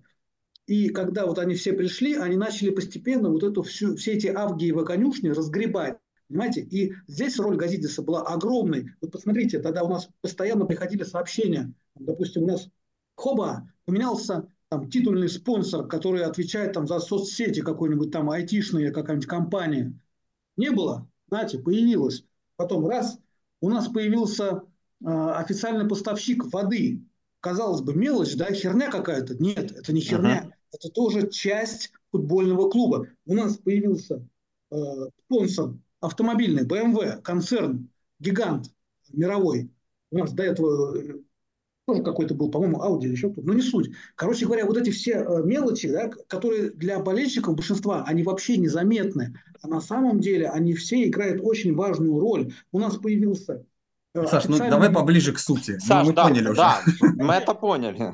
И когда вот они все пришли, они начали постепенно вот эту всю, все эти авгиевы конюшни разгребать. Понимаете? И здесь роль Газидиса была огромной. Вот посмотрите, тогда у нас постоянно приходили сообщения. Допустим, у нас хоба, поменялся там титульный спонсор, который отвечает там за соцсети какой-нибудь там айтишная какая-нибудь компания. Не было, знаете, появилось. Потом раз, у нас появился э, официальный поставщик воды. Казалось бы, мелочь, да, херня какая-то. Нет, это не Угу. херня. Это тоже часть футбольного клуба. У нас появился э, спонсор автомобильный, бэ эм вэ, концерн, гигант мировой. У нас до этого э, тоже какой-то был, по-моему, Audi или еще кто-то, но не суть. Короче говоря, вот эти все э, мелочи, да, которые для болельщиков большинства, они вообще незаметны. А на самом деле они все играют очень важную роль. У нас появился э, Саш, ну давай официальный... поближе к сути. Мы, Саш, мы да, поняли уже. да, мы это поняли.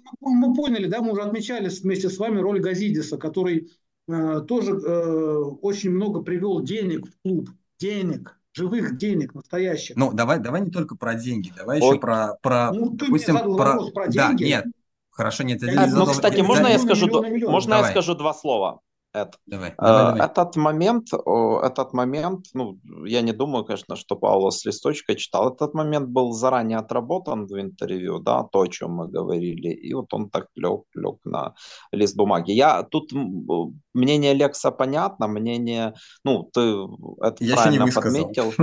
Мы поняли, да, мы уже отмечали вместе с вами роль Газидиса, который э, тоже э, очень много привел денег в клуб. Денег, живых денег, настоящих. Ну, давай, давай не только про деньги, давай еще Ой. про, про, Ну, ты мне допустим, задал про... вопрос про Да, деньги. нет, хорошо, нет, я Я не не Эд, ну, буду задал... кстати, я- говорить можно про я за- миллионы, скажу, д- миллионы, миллионы. можно я Давай, скажу два слова, Эд? давай, давай, Э, давай. Этот момент, о, этот момент, ну, я не думаю, конечно, что Пауло с листочка читал. Этот момент был заранее отработан в интервью, да, то, о чем мы говорили, и вот он так лег, лег на лист бумаги. Я тут м, мнение Лекса понятно, мнение, ну, ты это Я еще не правильно высказал. подметил.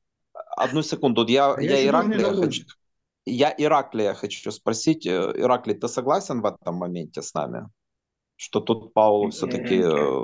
Одну секунду, я, А я я еще тоже не Ираклия хочу, закончил. я Ираклия хочу спросить. Э, Ираклий, ты согласен в этом моменте с нами? Что тут Пауло все-таки э,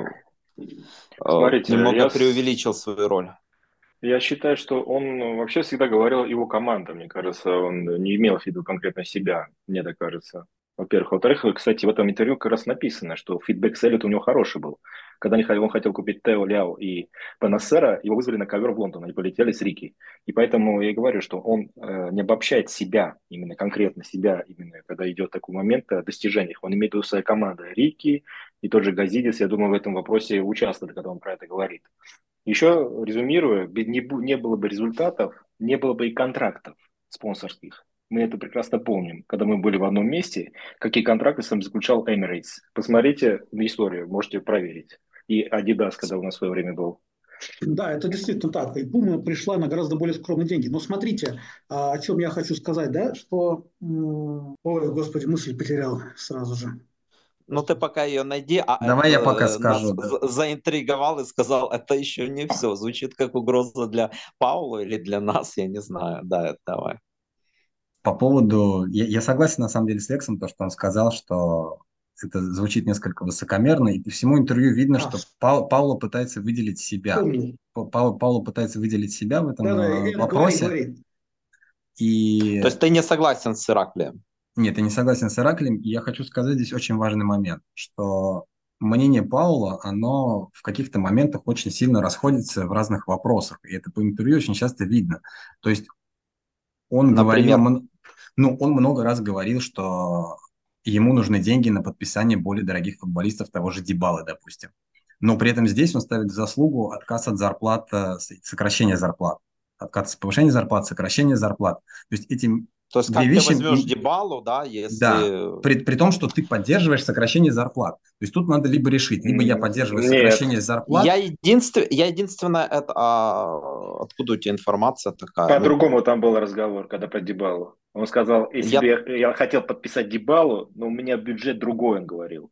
э, Смотрите, немного я, с- преувеличил свою роль. я считаю, что он вообще всегда говорил его команда. Мне кажется, он не имел в виду конкретно себя, мне так кажется. Во-первых. Во-вторых, кстати, в этом интервью как раз написано, что фидбэк с Эллиот у него хороший был. Когда они х- он хотел купить Тео, Ляо и Панасера, его вызвали на ковер в Лондон, они полетели с Рики. И поэтому я и говорю, что он э, не обобщает себя, именно конкретно себя, именно когда идет такой момент о достижениях. Он имеет в виду свою команду. Рики и тот же Газидис, я думаю, в этом вопросе участвовали, когда он про это говорит. Еще резюмируя, без- не, бу- не было бы результатов, не было бы и контрактов спонсорских. Мы это прекрасно помним, когда мы были в одном месте, какие контракты сам заключал Emirates. Посмотрите на историю, можете проверить. И Adidas, когда у нас в свое время был. Да, это действительно так. И Пума пришла на гораздо более скромные деньги. Но смотрите, а, о чем я хочу сказать, да, что... м, Ой, господи, мысль потерял сразу же. Ну, ты пока ее найди, а Давай я пока это нас скажу, да. за- заинтриговал и сказал, это еще не все. Звучит как угроза для Паула или для нас, я не знаю. Да, давай. По поводу... Я, я согласен, на самом деле, с Лексом, то, что он сказал, что это звучит несколько высокомерно, и по всему интервью видно, А, что Пау- Пауло пытается выделить себя. вспомнил. Па- Пау- Пауло пытается выделить себя в этом Да-да, э, Эд, говори, вопросе, говори. и... То есть ты не согласен с Ираклием? Нет, я не согласен с Ираклием, и я хочу сказать здесь очень важный момент, что мнение Паула, оно в каких-то моментах очень сильно расходится в разных вопросах, и это по интервью очень часто видно. То есть он говорил, Например, мон- ну, он много раз говорил, что ему нужны деньги на подписание более дорогих футболистов, того же Дибалы, допустим. Но при этом здесь он ставит в заслугу отказ от зарплат, э, с- сокращение зарплат. Отказ от повышения зарплат, сокращение зарплат. То есть эти то есть две как ты вещи, возьмешь м, Дибалу, да, да, если... при, при том, что ты поддерживаешь сокращение зарплат. То есть тут надо либо решить, либо я М, поддерживаю Нет, сокращение зарплат. Я, единствен... я единственное, это... а, откуда у тебя информация такая? Ну, по-другому там был разговор, когда про Дибалу. Он сказал, если бы я... я, я хотел подписать Дибалу, но у меня бюджет другой, он говорил.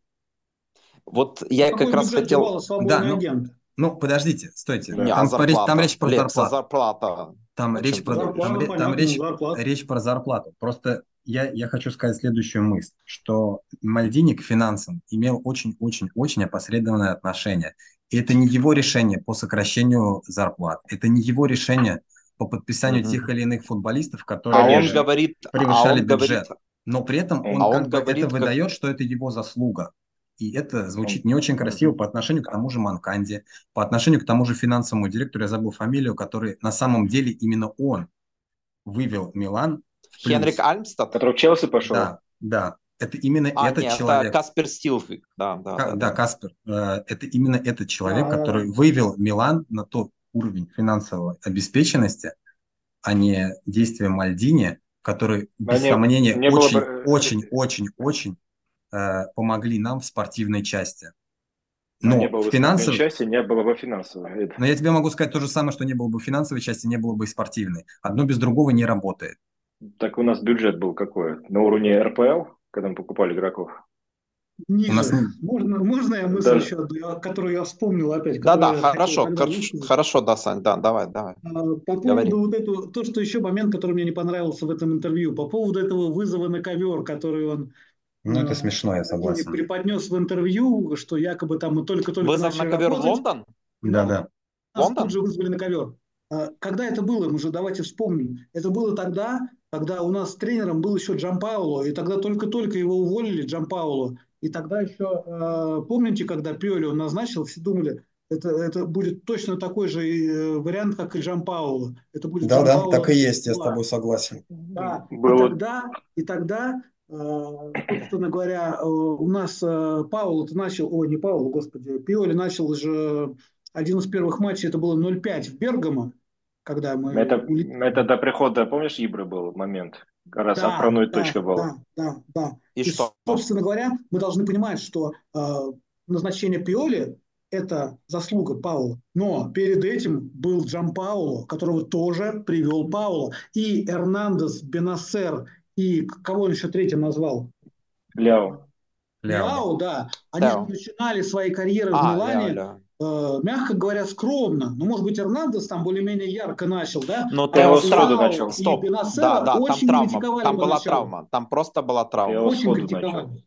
Вот А я как какой раз бюджет хотел... Дибала Да, свободный ну, агент? ну подождите, стойте. Не, Да. а Там, по речь- там зарплата? речь про Лекс, а зарплату. зарплата? Там О речь чем ты про, говоришь? там, Зарплата, ре- там понятно, речь, зарплата. речь про зарплату. Просто я, я хочу сказать следующую мысль, что Мальдини к финансам имел очень-очень-очень опосредованное отношение. И это не его решение по сокращению зарплат, это не его решение по подписанию тех Мгм. или иных футболистов, А которые он Конечно. говорит, а превышали он говорит, бюджет. Но при этом Он, он а он как бы это говорит, как... выдает, что это его заслуга. И это звучит он, не очень красиво Мгм. по отношению к тому же Манканде, по отношению к тому же финансовому директору, я забыл фамилию, который на самом деле именно он вывел Милан в Хенрик плюс. Альмстад? который в Челси пошел. Да, да, это именно А, этот нет, это человек, Каспер Стилвик. Да, да, Ка- да, да, да. Каспер, э, это именно этот человек, Да, который вывел Милан на тот уровень финансовой обеспеченности, а не действия Мальдини, которые, Но без не, сомнения, не было бы... очень, э, очень, очень, очень э, помогли нам в спортивной части. А не Но было в бы спортивной финансовой, части, не было бы финансовой. Это- но я тебе могу сказать то же самое, что не было бы в финансовой части, не было бы и спортивной. Одно без другого не работает. Так у нас бюджет был какой? На уровне эр пэ эл, когда мы покупали игроков? У нас ниже. не- Можно, можно я мысль Даже, еще, одну, я- которую я вспомнил опять, Да-да, которую я хотел хорошо, тогда хорошо, высказать? хорошо, да, Сань, да, давай, давай, А, По говори. поводу вот этого, то, что еще момент, который мне не понравился в этом интервью, по поводу этого вызова на ковер, который он Ну, это смешно, я Мальдини согласен. преподнес в интервью, что якобы там мы только-только Вызов на начали ковер в работать, Лондон? и нам Да-да. нас тут Лондон? же вызвали на ковер. А, Когда это было, мы же давайте вспомним. Это было тогда, когда у нас тренером был еще Джампауло, и тогда только-только его уволили, Джампауло. И тогда еще, э, помните, когда Пиоли он назначил, все думали, это, это будет точно такой же э, вариант, как и Джампауло. Это будет Да-да, так Джампауло и есть, я с два. тобой согласен. Да, и было, тогда, и тогда, э, собственно говоря, э, у нас э, Пауло начал, ой, не Пауло, господи, Пиоли начал же один из первых матчей, это было ноль пять в Бергамо, когда мы это, это улетели. до прихода, помнишь, Ибры был момент? Как раз Да, отправной да, точкой была. да, да, да. И И, что? собственно говоря, мы должны понимать, что э, назначение Пиоли – это заслуга Паула. Но перед этим был Джампауло, которого тоже привел Пауло. И Эрнандес, Бенасер, и кого он еще третьим назвал? Ляо. Ляо, да. Ляо, да. Они же Тео. начинали свои карьеры в А, ля, Милане, ля. э, мягко говоря, скромно. Ну, может быть, Эрнандес там более-менее ярко начал, да? Ну, Тео Тео А сходу сразу... Ляо начал. и Стоп. Да, Бенасера да, там очень травма. критиковали Там была поначалу. травма. Там просто была травма. Тео Очень сходу критиковали. начал.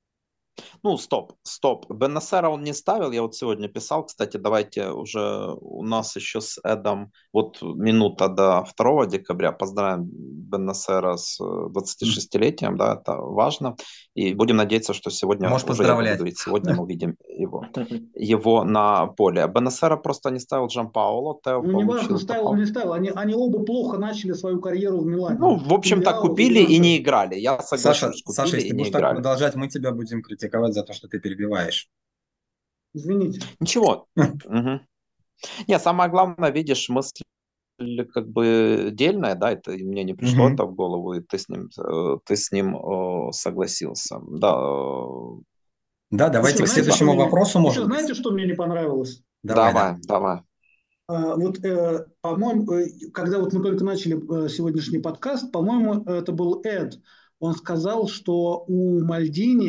Ну, стоп, стоп. Беннасера он не ставил. Я вот сегодня писал, кстати, давайте уже у нас еще с Эдом вот минута до второго декабря. Поздравим Беннасера с э, двадцатишестилетием, да, это важно. И будем надеяться, что сегодня, Можешь уже я буду поздравлять. говорить, сегодня мы увидим его, его на поле. Беннасера просто не ставил Джампауло, Тео Ну, неважно, получил ставил он такой. не ставил. Они, они оба плохо начали свою карьеру в Ну, Милане. в И общем-то, Ляо, и купили и Бенасер. не играли. Я Саша, соглашусь, Саша, купили если и ты не будешь так играли. продолжать, мы тебя будем критиковать за то, что ты перебиваешь. Извините. Ничего. Мгм. Не, самое главное, видишь, мысль как бы дельная, да, это и мне не пришло Мгм. это в голову, и ты с ним, э, ты с ним э, согласился. Да, э, Да, давайте Еще к знаете, что следующему мне, вопросу, еще может быть. знаете, что мне не понравилось? Давай, да. давай, давай. А, Вот, э, по-моему, э, когда вот мы только начали э, сегодняшний подкаст, по-моему, это был Эд. Он сказал, что у Мальдини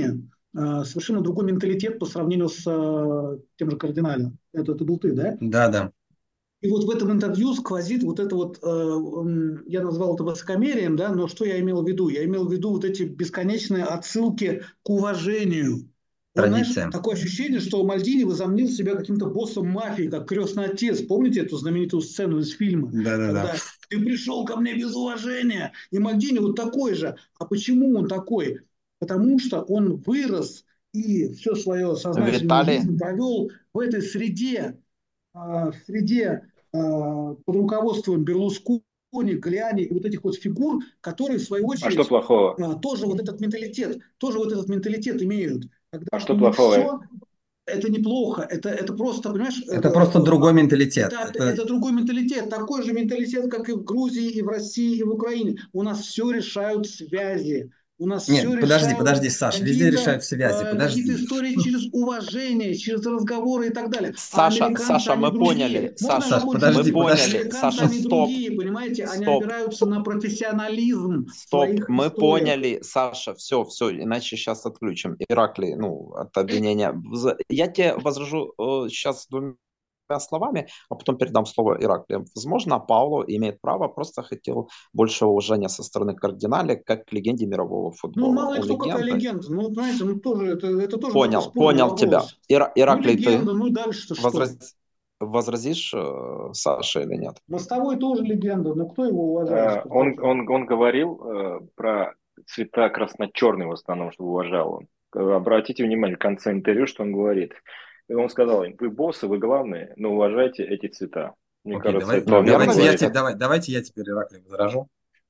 э, совершенно другой менталитет по сравнению с э, тем же кардиналем. Это, это был ты, да? Да, да. И вот в этом интервью сквозит вот это вот, э, я назвал это высокомерием, да, но что я имел в виду? Я имел в виду вот эти бесконечные отсылки к уважению. Он, знаешь, Традиция. такое ощущение, что Мальдини возомнил себя каким-то боссом мафии, как крестный отец. Помните эту знаменитую сцену из фильма? Да-да-да. Когда ты пришел ко мне без уважения. И Мальдини вот такой же. А почему он такой? Потому что он вырос и все свое сознательную Виталий, жизнь провел в этой среде, а, в среде а, под руководством Берлускони, Галиани и вот этих вот фигур, которые в свою А что очередь плохого? а, тоже вот этот менталитет, тоже вот этот менталитет имеют. А Когда что у них плохого? все, это неплохо, это, это просто, понимаешь, Это это, просто другой менталитет. это, Это... это другой менталитет, такой же менталитет, как и в Грузии, и в России, и в Украине. У нас все решают связи, у нас все Нет, подожди, решают подожди, Саш, везде какие-то решают связи, э, какие-то подожди. истории через уважение, через разговоры и так далее. А Саша, американцы, Саша, они мы поняли, другие. Можно я Саша, Саш, закончу мы подожди, мысль? подожди. поняли, Американцы, Саша, они стоп, другие, понимаете? Они стоп, опираются на профессионализм в стоп, своих мы историях. поняли, Саша, все, все, иначе сейчас отключим. Ираклий, ну, от обвинения. Вз- Я тебе возражу сейчас двумя словами, а потом передам слово Ираклию. Возможно, Пауло имеет право, просто хотел большего уважения со стороны кардинала, как к легенде мирового Ну, футбола. мало ли Он кто какая легенда. легенда. Ну, знаете, ну тоже это, это тоже такой Понял, спорный понял тебя. вопрос. Ира- Ну, Ираклий, ты легенда, ну и дальше-то что? возраз- возразишь э, Саше или нет? Мостовой тоже легенда, но кто его уважает, Э, Он, скажите? он, он говорил э, про цвета красно-черный в основном, что уважал он. Э, Обратите внимание, в конце интервью, что он говорит. И он сказал им, вы боссы, вы главные, но уважайте эти цвета. Мне Окей, кажется, давай, это Ну, о нем верно давайте, я ведь? говорит. тебе, Это... давай, давайте я теперь, Ираклий, возражу.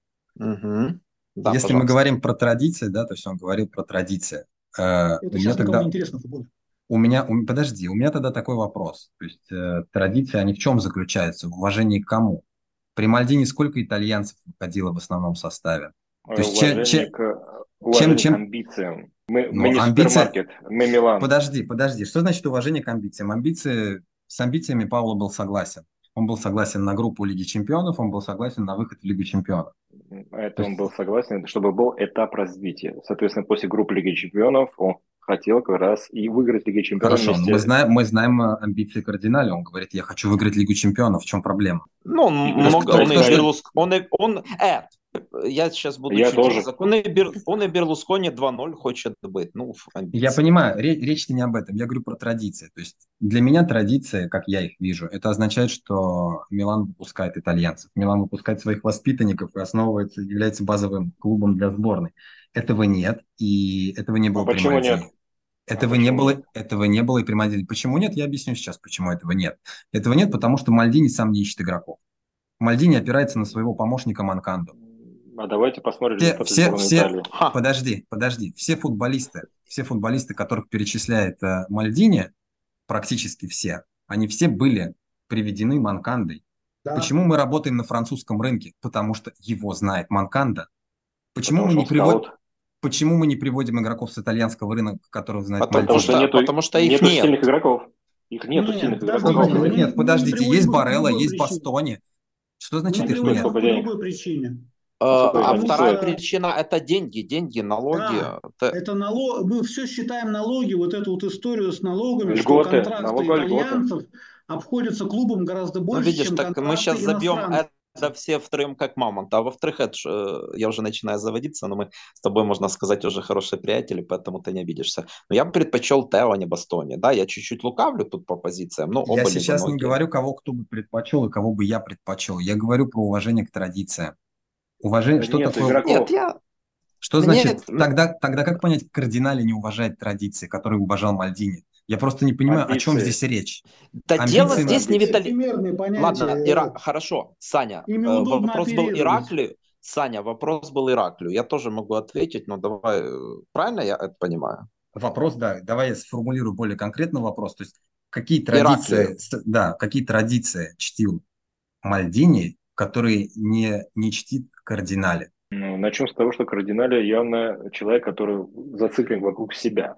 Мгм. Да, Если мы пожалуйста. говорим про традиции, да, то есть он говорил про традиции. Э, Это у меня сейчас никому не тогда, интересно в футболе. у меня, у- подожди, у меня тогда такой вопрос. То есть э, традиции, они в чем заключаются? В уважении к кому? При Мальдине сколько итальянцев выходило в основном составе? То Э, есть че- Уважение че- к, чем, уважение к чем, амбициям. Мы, мы ну, не амбиция, супермаркет, мы Милан. подожди, подожди, что значит уважение к амбициям? Амбиции, с амбициями Пауло был согласен. Он был согласен на группу Лиги Чемпионов, он был согласен на выход в Лигу Чемпионов. То Это он есть, был согласен, чтобы был этап развития. Соответственно, после группы Лиги Чемпионов он хотел как раз и выиграть Лигу Чемпионов хорошо, но мы вместе. знаем, мы знаем э, амбиции кардинала. Он говорит, я хочу выиграть Лигу Чемпионов. В чем проблема? Ну, он И То есть много, кто, кто, он и кто что... кстати, Берлуск, он и, он, э, я сейчас буду я чуть тоже. резок. Он и, Бер, он и Берлускони два ноль хочет быть, ну, в Я амбиции. понимаю, ре- речь-то не об этом. Я говорю про традиции. То есть для меня традиции, как я их вижу, это означает, что Милан выпускает итальянцев. Милан выпускает своих воспитанников и основывается, является базовым клубом для сборной. Этого нет, и этого не А было при почему нет? Мальдине. А Этого не почему нет? было, этого не было и при Мальдине. Почему нет? Я объясню сейчас, почему этого нет. Этого нет, потому что Мальдини сам не ищет игроков. Мальдини опирается на своего помощника Манканду. А давайте посмотрим Все, результаты все, сборной все, Италии. Ха, подожди, подожди, все футболисты, все футболисты, которых перечисляет э, Мальдини, практически все, они все были приведены Манкандой. Да. Почему мы работаем на французском рынке? Потому что его знает Манканда. Почему Потому мы что не он приводим, скаут. почему мы не приводим игроков с итальянского рынка, которых знает потому Потому что Мальдини? что, нету, потому что их нету нет. сильных игроков. Их нету Нет, сильных Что игроков. подождите, значит Италии. их мы, нет? мы не Подождите, приводим есть их по Барелла, другой есть причине. Бастони. Что Мы не значит их А приводим нет? их сколько по денег? другой причине. Э, А сколько А они Потому вторая стоят? что, причина – это деньги, деньги, налоги. да, Это- это налог, мы все считаем налоги, вот эту вот историю с налогами, что Льготы, контракты налоговая льгота. итальянцев обходятся клубам гораздо ну, больше, видишь, чем так мы сейчас контракты забьем иностранцев. это все втроем как мамонт. А во-вторых, это ж, э, я уже начинаю заводиться, но мы с тобой, можно сказать, уже хорошие приятели, поэтому ты не обидишься. Но я бы предпочел Тео, а не Бастони. Да, я чуть-чуть лукавлю тут по позициям, но Я оба сейчас не левоногие. говорю, кого кто бы предпочел и кого бы я предпочел. Я говорю про уважение к традициям. Уважение, Да что нету такое? Нет, игроков. я... Что Мне... значит, тогда, тогда как понять, кардинали не уважает традиции, которые уважал Мальдини? Я просто не понимаю, о чем Амбиции. здесь речь. Да дело Амбиции, Это здесь не амбиции. Витали... Эфемерные Ладно, Ира... понятия, хорошо, Саня, ими э, удобно вопрос был оперировать. Ираклию. Саня, вопрос был Ираклию. Я тоже могу ответить, но давай, э, правильно я это понимаю? вопрос, да, давай я сформулирую более конкретно вопрос. То есть, какие Ираклию. традиции, с- да, какие традиции чтил Мальдини, которые не, не чтит кардинали? Ну, начнем с того, что кардинале явно человек, который зациклен вокруг себя.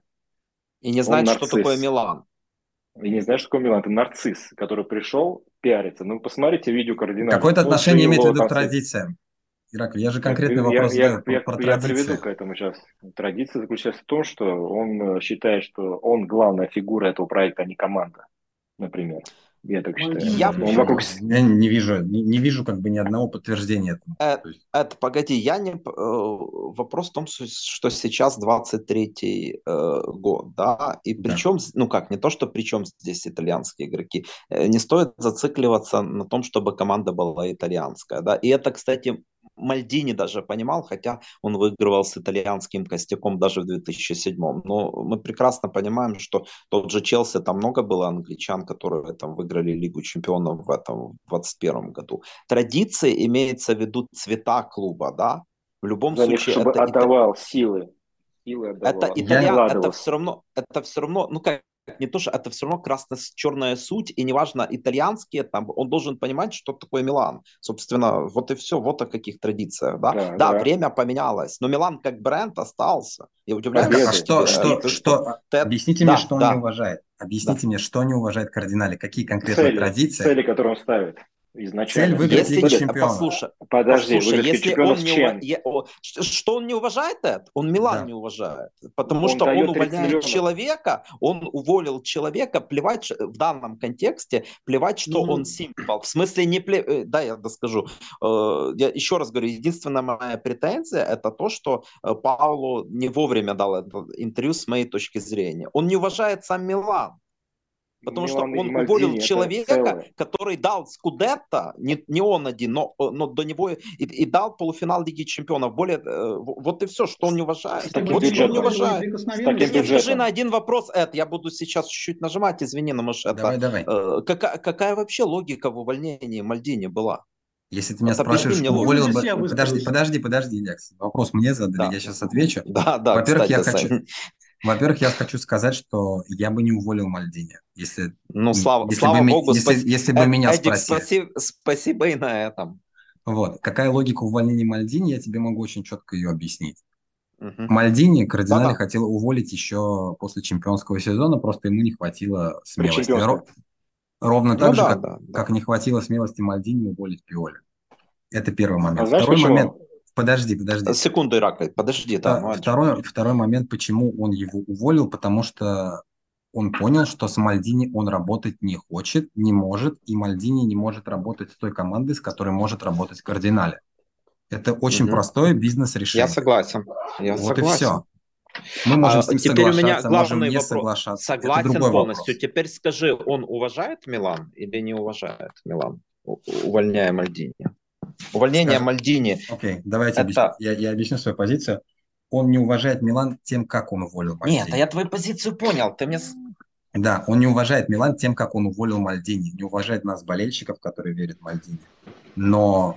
И не Он знает, что такое нарцисс. Милан. И не знаешь, что такое Милан. Это нарцисс, который пришел пиариться. Ну, посмотрите видео кардинала. Какое-то Вот отношение принял имеет в голос виду к нарцисс. традициям? Ираклий, я же Я, конкретный при- я, вопрос я, задаю про, я, про я приведу традиции. к этому сейчас. Традиция заключается в том, что он э, считает, что он главная фигура этого проекта, а не команда, например. Я так считаю. Мальдини Я, Он вокруг... отвечает. с- Я не вижу, не, не вижу как бы ни одного подтверждения этому. э, То есть, это, погоди, я не... п- э, Вопрос в том, что что сейчас двадцать третий э, год, да, и да. причем, ну как, не то, что причем здесь итальянские игроки, э, не стоит зацикливаться на том, чтобы команда была итальянская, да, и это, кстати, Мальдини даже понимал, хотя он выигрывал с итальянским костяком даже в две тысячи седьмом. Но мы прекрасно понимаем, что тот же Челси, там много было англичан, которые там выиграли Лигу чемпионов в этом в двадцать первом году. Традиции имеется в виду цвета клуба, да? В любом За них, случае, чтобы это, ита- отдавал силы. Силы это отдавал. Я, итальян, это Вкладывался. все равно, это все равно, ну как, не то, что это все равно красно-черная суть, и неважно, итальянские, там, он должен понимать, что такое Милан. Собственно, вот и все, вот о каких традициях, да. Да, Да, да. время поменялось, но Милан как бренд остался. Я удивляюсь а, а Победы, что, тебе, что, ты, традиции, что что, ты, объясните мне, да, что он не да, уважает. да. Объясните мне, что не уважает кардинали, какие конкретно цели, традиции. цели, которые он ставит Цель изначально. выиграть Ставит Лигу Если, цель. э, чемпионов. послушай, Подожди, послушай, выиграть Лигу если чемпионов он с не ува- чем? е- о, ш- что он не уважает это? Он Милан Да. не уважает, потому Он что он дает тридцать увольняет миллионов. человека, он уволил человека, плевать ш- в данном контексте, плевать, что Ну, он символ. В смысле не пле... э, да, я доскажу. Э, Я еще раз говорю, единственная моя претензия это то, что э, Паулу не вовремя дал это интервью с моей точки зрения. Он не уважает сам Милан. Потому что Милан и он уволил Мальдини это человека, целое. который дал Скудетто, не, не он один, но, но до него и, и дал полуфинал Лиги Чемпионов. Более, э, вот и все, что он не С уважает. таким Вот что он не бюджетом. правила уважает. С неприкосновенности. Ты таким мне скажи на бюджетом. один вопрос, Эд, я буду сейчас чуть-чуть нажимать, извини, но может Давай, это... давай. э, какая, какая вообще логика в увольнении Мальдини была? Если ты меня Вот объясни спрашиваешь, мне Можно логику. уволил здесь бы... я Подожди, высказываюсь? подожди, подожди, Лекс. Вопрос мне задали, Да, я сейчас отвечу. да, да, Во-первых, я кстати, хочу, Сань. во-первых, я хочу сказать, что я бы не уволил Мальдини, если, Ну, слава, если бы, слава ми- богу, если, спаси... если бы Эд, меня Эдик, спросили. спаси, спасибо и на этом. Вот. Какая логика увольнения Мальдини, я тебе могу очень четко ее объяснить. Мгм. Мальдини кардинали Да-да. хотел уволить еще после чемпионского сезона, просто ему не хватило При смелости. чемпионстве. Ро- ровно Ну так же, да, как, да, да. как не хватило смелости Мальдини уволить Пиоли. Это первый А момент. знаешь Второй момент. почему? Подожди, подожди. Секунду, Ираклий, подожди, да, Вта- ну один. Второй, второй момент, почему он его уволил, потому что он понял, что с Мальдини он работать не хочет, не может, и Мальдини не может работать с той командой, с которой может работать Кардинале. Это очень Мгм. простое Я бизнес-решение. согласен, я Вот и согласен. все. Мы можем А с ним теперь у меня соглашаться, можем главный не вопрос. соглашаться. Это Согласен другой полностью. вопрос. Теперь скажи, он уважает Милан или не уважает Милан, у- увольняя Мальдини? Увольнение Скажем, Мальдини окей, давайте объясню. это... Я, я объясню свою позицию. Он не уважает Милан тем, как он уволил Нет, а Мальдини. я твою позицию понял. Ты мне... с- Да, он не уважает Милан тем, как он уволил Мальдини. Не уважает нас, болельщиков, которые верят Мальдини. Но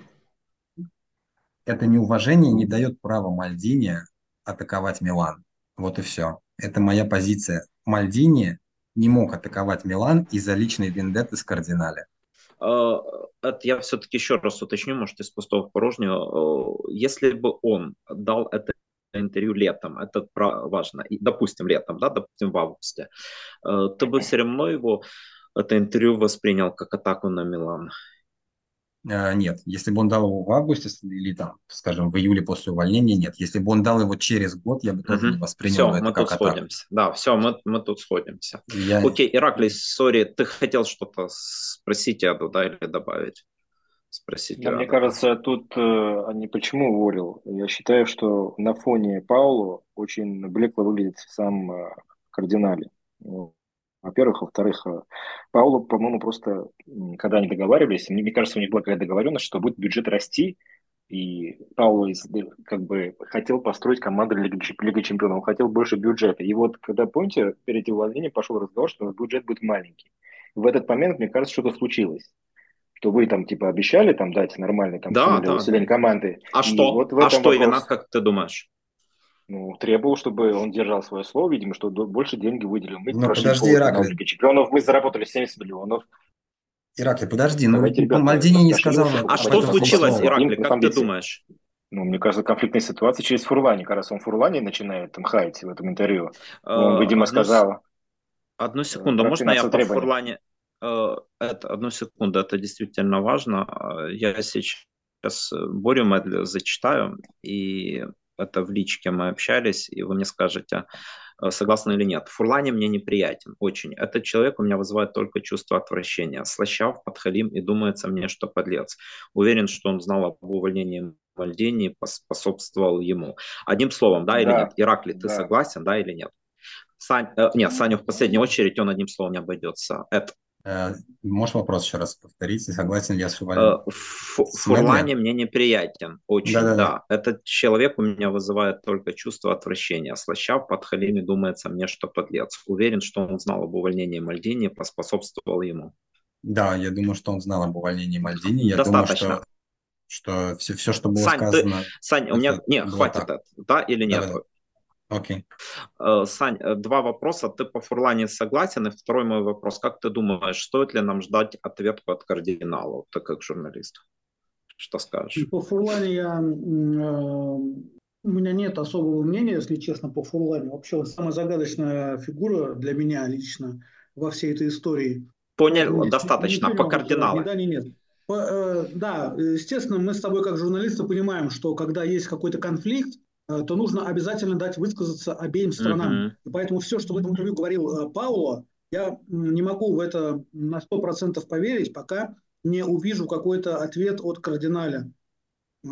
это неуважение не дает права Мальдини атаковать Милан. Вот и все. Это моя позиция. Мальдини не мог атаковать Милан из-за личной вендетты с Кардинале. Э, это я все-таки еще раз уточню, может, из пустого в порожнюю. Э, Если бы он дал это интервью летом, это про- важно, и, допустим, летом, да, допустим, в августе, э, ты бы все равно его, это интервью воспринял как атаку на Милан. Э, Нет, если бы он дал его в августе с- или там, скажем, в июле после увольнения, нет. Если бы он дал его через год, я бы тоже не воспринял Все, бы это мы тут как атаку. сходимся. Да, все, мы, мы тут сходимся. Я... Окей, Ираклий, сори, ты хотел что-то спросить Аду, да, или добавить? Спросить Да, мне Ада. кажется, тут э, они почему уволил? Я считаю, что на фоне Паулу очень блекло выглядит сам э, Кардинале. Ну, во-первых. Во-вторых, э, Паулу, по-моему, просто, м, когда они договаривались, мне, мне кажется, у них была какая-то договоренность, что будет бюджет расти, и Паулу из- э, как бы хотел построить команду Лиги, Чемп- Лиги Чемпионов, он хотел больше бюджета. И вот, когда, помните, перед этим увольнением пошел разговор, что бюджет будет маленький. В этот момент, мне кажется, что-то случилось. Что вы там типа обещали там дать нормальные там Да, суммы для да, усиления да. команды. А И что? вот в А этом что именно, вопрос. как ты думаешь? Ну, требовал, чтобы он держал свое слово, видимо, что до- больше деньги выделил. Мы Но прошли подожди, полуфинал Ираклий. Лиги Чемпионов, мы заработали семьдесят миллионов. Ираклий, подожди, ну Давайте, ребята, Мальдини не подошли сказал уже, А об что хватит этом ни случилось, расколбасывать. слова. Им, Ираклий, на как самом ты деле, думаешь? ну, мне кажется, конфликтная ситуация через Фурлани. Как раз он Фурлани начинает там хаять в этом интервью. Э, Он, видимо, Одну, с- сказал одну э, секунду, про можно я финансовые по требования. Фурлане? Э, это, одну секунду, это действительно важно. Э, Я сейчас сейчас Борю Медля зачитаю, и это в личке мы общались, и вы мне скажете, согласны или нет. Фурлани мне неприятен, очень. Этот человек у меня вызывает только чувство отвращения. Слащав, подхалим, и думается мне, что подлец. Уверен, что он знал об увольнении Мальдини, поспособствовал ему. Одним словом, да или нет? Да, Иракли, ты да. согласен, да или нет? Сань, э, нет, Саня в последнюю очередь, он одним словом не обойдется. Это Э, Можешь вопрос еще раз повторить? Согласен я с, Э, уволь... Фу- с Фурлани Медли? мне неприятен, очень, Да-да-да. да. Этот человек у меня вызывает только чувство отвращения. Слащав, под Халими, думается мне, что подлец. Уверен, что он знал об увольнении Мальдини, поспособствовал ему. Да, я думаю, что он знал об увольнении Мальдини. Я думаю, Достаточно. что, что все, все, что было Сань, ты, сказано, Сань, у меня, это не, было хватит так. это, да или нет? Да-да-да. Окей. Э, Сань, э, два вопроса. Ты по Фурлани согласен? И второй мой вопрос. Как ты думаешь, стоит ли нам ждать ответку от кардинала, ты как журналист? Что скажешь? По Фурлане я, м, э, у меня нет особого мнения, если честно, по Фурлане. Вообще, он самая загадочная фигура для меня лично во всей этой истории. Поэтому Понял, здесь достаточно. ничего не По могу сказать, ни кардиналу. да, ни нет. По- э, да, естественно, мы с тобой как журналисты понимаем, что когда есть какой-то конфликт, э, то нужно обязательно дать высказаться обеим сторонам. Мгм. И поэтому все, что в этом интервью говорил э, Пауло, я м, не могу в это на сто процентов поверить, пока не увижу какой-то ответ от кардиналя, э,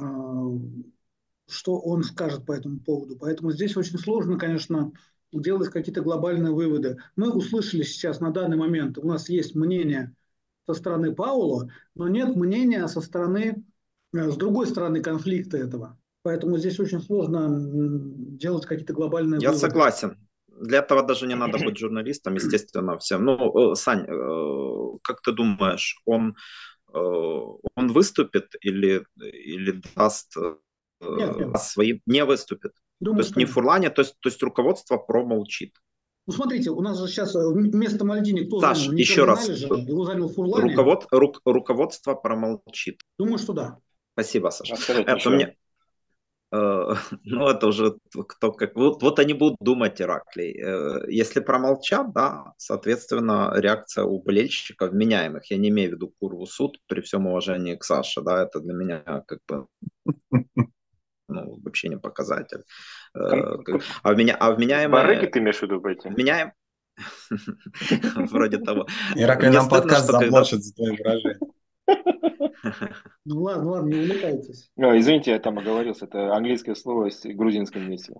что он скажет по этому поводу. Поэтому здесь очень сложно, конечно, делать какие-то глобальные выводы. Мы услышали сейчас на данный момент, у нас есть мнение со стороны Паула, но нет мнения со стороны, э, с другой стороны конфликта этого. Поэтому здесь очень сложно м, делать какие-то глобальные Я выводы. согласен. Для этого даже не надо быть журналистом, естественно, всем. Ну, э, Сань, э, как ты думаешь, он, э, он выступит или, или даст, Нет, э, нет, даст свои... Не выступит. То думаю, есть что не нет. Фурлане, то есть, то есть руководство промолчит. Ну, смотрите, у нас же сейчас вместо Мальдини кто занял? Саш, Не еще кардинали раз, же, его занял Фурлани. руковод, рук- руководство промолчит. Думаю, что да. Спасибо, Саша. А сказать Это ничего. мне, Э, ну, это уже кто как... Вот, вот они будут думать, Ираклий. Э, Если промолчат, да, соответственно, реакция у болельщиков вменяемых. Я не имею в виду Курву суд, при всем уважении к Саше, да, это для меня как бы ну, вообще не показатель. Кон- Э, как- к- А, вменя... а Барыги вменяемые... ты имеешь в виду, Бетти? Вменяем... Вроде того. Иракли Мне нам стыдно, подкаст что когда... заблочит за твои выражения. Ну ладно, ладно, не увлекайтесь. Ой, извините, я там оговорился. Это английское слово с грузинским вместе.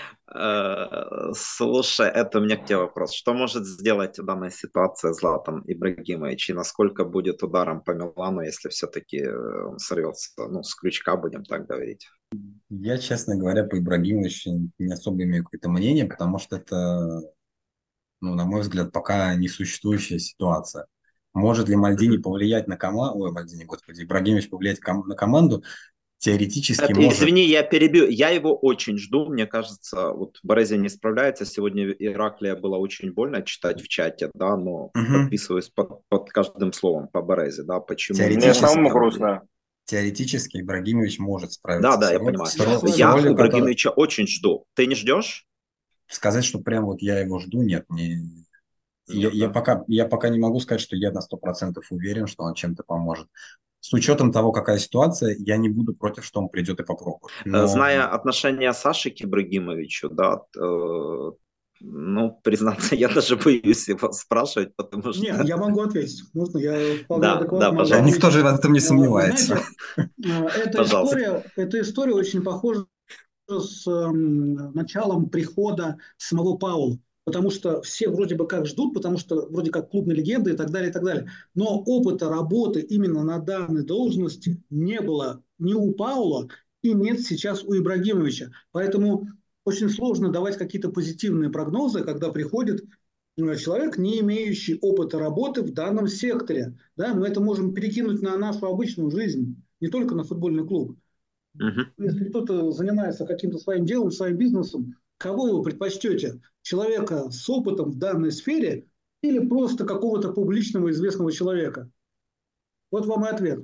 Э, Слушай, это у меня к тебе вопрос. Что может сделать в данной ситуации Златан Ибрагимович? И насколько будет ударом по Милану, если все-таки он сорвется, ну, с крючка, будем так говорить? Я, честно говоря, по Ибрагимовичу не особо имею какое-то мнение, потому что это, ну, на мой взгляд, пока несуществующая ситуация. Может ли Мальдини Мгм. повлиять на команду? Ой, Мальдини, господи, Ибрагимович повлиять ком- на команду? Теоретически Это, может. извини, я перебью. Я его очень жду. Мне кажется, вот Борезия не справляется. Сегодня Ираклия было очень больно читать в чате, да, но Мгм. подписываюсь под, под каждым словом по Борезе, да, почему Мне именно самому Теоретически, там. грустно. теоретически Ибрагимович может Да, справиться да, с, я роль- понимаю. с, Я ро- с с вами Я ролью, согласен. которая... Ибрагимовича очень жду. Ты не ждешь? Сказать, что прям вот я его жду, нет. Не... Я, Нет, я, да. пока, я пока не могу сказать, что я на сто процентов уверен, что он чем-то поможет. С учетом того, какая ситуация, я не буду против, что он придет и попробует. Э, Но Зная отношение Саши к Ибрагимовичу, да, э, ну, признаться, я даже боюсь его спрашивать, потому Не, что... я могу ответить. Можно, я вполне Да, да, адекватно могу да, никто пожалуйста, ответить. же в этом не Э, Вы сомневается. знаете, э, эта пожалуйста. история, эта история очень похожа с эм, началом прихода самого Паула. Потому что все вроде бы как ждут, потому что вроде как клубные легенды и так далее, и так далее. Но опыта работы именно на данной должности не было ни у Паула и нет сейчас у Ибрагимовича. Поэтому очень сложно давать какие-то позитивные прогнозы, когда приходит э, человек, не имеющий опыта работы в данном секторе. Да, мы это можем перекинуть на нашу обычную жизнь, не только на футбольный клуб. Мгм. Если кто-то занимается каким-то своим делом, своим бизнесом, кого вы предпочтете? Человека с опытом в данной сфере или просто какого-то публичного известного человека? Вот вам и ответ.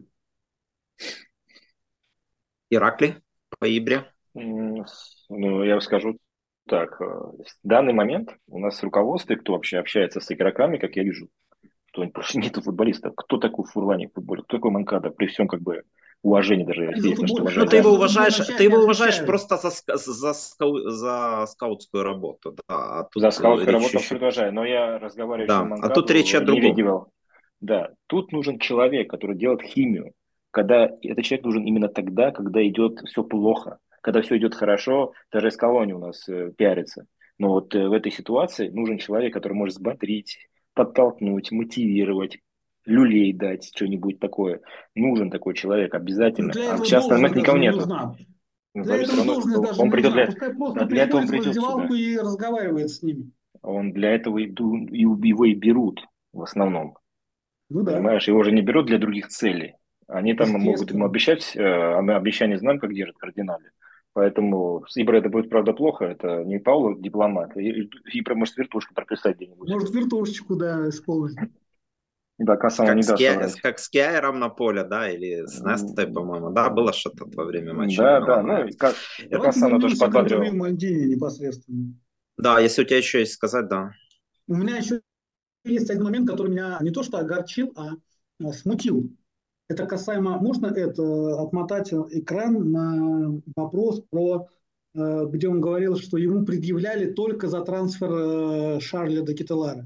Иракли по Ибре. М, с- Ну, я скажу так. э, В данный момент у нас руководство, и кто вообще общается с игроками, как я вижу, что просто нет футболистов. Кто такой Фурлани в футболе? Кто такой Манкада? При всем как бы уважение даже, Я естественно, что Ну, уважать. ты его за уважаешь, футбольную часть ты не его уважаешь отвечаю. просто за, ска- за, скау- за скаутскую работу, да, а тут За э, скаутскую речь работу еще... абсолютно уважаю, но я разговаривающего Да, а тут речь о Манкаду не другом. видел. Да, тут нужен человек, который делает химию. Когда этот человек нужен именно тогда, когда идет все плохо. Когда все идет хорошо, даже Скалони у нас э, пиарится. Но вот э, в этой ситуации нужен человек, который может взбодрить, подтолкнуть, мотивировать, люлей дать, что-нибудь такое. Нужен такой человек обязательно. Для А этого сейчас там должность даже никого не нету. нужна. Ну, Для значит, все этого равно должность даже он не придет нужна. для, Пускай просто да, для этого он приходит в придет раздевалку сюда. и разговаривает с ними. Он для этого иду, и у- его и берут в основном. Ну да, Понимаешь, его же не берут для других целей. Они там могут ему естественно. обещать, э, а мы обещания знаем, как держат кардиналы. Поэтому с Ибра это будет, правда, плохо. Это не Пауло дипломат. И- Ибра может вертушку прописать где-нибудь. Может, вертушечку, да, исполнить. Да, Касана не Как с, даст Кия- соврать. как с Киаером на поле, да, или с Нестой, по-моему, да, было что-то во время матча Да, да. Ну, Милана. и Ка- Это- Давайте Касана тоже вернемся к интервью подбадривал. Мальдини непосредственно. Да, если у тебя еще есть сказать, да. У меня еще есть один момент, который меня не то что огорчил, а а, смутил. Это касаемо, можно это отмотать экран на вопрос про, э, где он говорил, что ему предъявляли только за трансфер э, Шарля до Кетелара.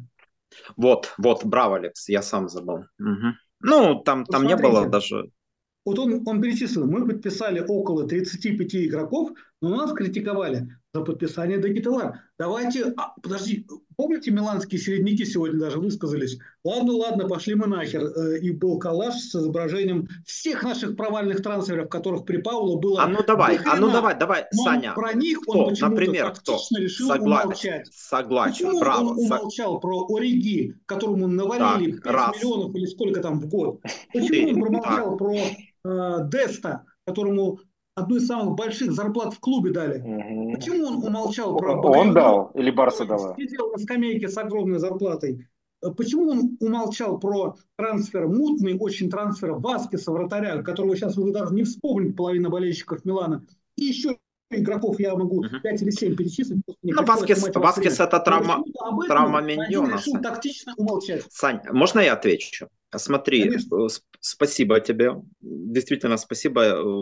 Вот, вот, браво, Алекс, я сам забыл. Мгм. Ну, там, Вот там не было смотрите, даже... вот он, он перечислил, мы подписали около тридцати пяти игроков, но нас критиковали за подписание Дагиталар. Давайте, а, подожди, помните, миланские середняки сегодня даже высказались? Ладно, ладно, пошли мы нахер. Э, И был коллаж с изображением всех наших провальных трансферов, которых при Пауло А было ну до давай, а ну давай, хрена. давай, Но Саня, про них он кто, почему-то например, кто? тактично решил Согласен, умолчать. согласен, Почему он браво. со- умолчал про Ориги, которому навалили Так, пять раз, миллионов или сколько там в год? Почему он четыре, так, промолчал про э, Деста, которому одну из самых больших зарплат в клубе дали? Мгм. Почему он умолчал про Он Багайоду, дал, или Барса который дала? сидел на скамейке с огромной зарплатой? Э, Почему он умолчал про трансфер, мутный очень трансфер Васкеса, вратаря, которого сейчас уже даже не вспомнит половина болельщиков Милана, и еще игроков я могу мгм. пять или семь перечислить, просто мне Ну, приходится Васкес, снимать ваше Васкес время. это Но травма, почему-то об травма этом Мальдини Миньона, решил Сань. тактично умолчать. Сань, можно я отвечу? Смотри, э, Конечно, сп- спасибо тебе, действительно спасибо.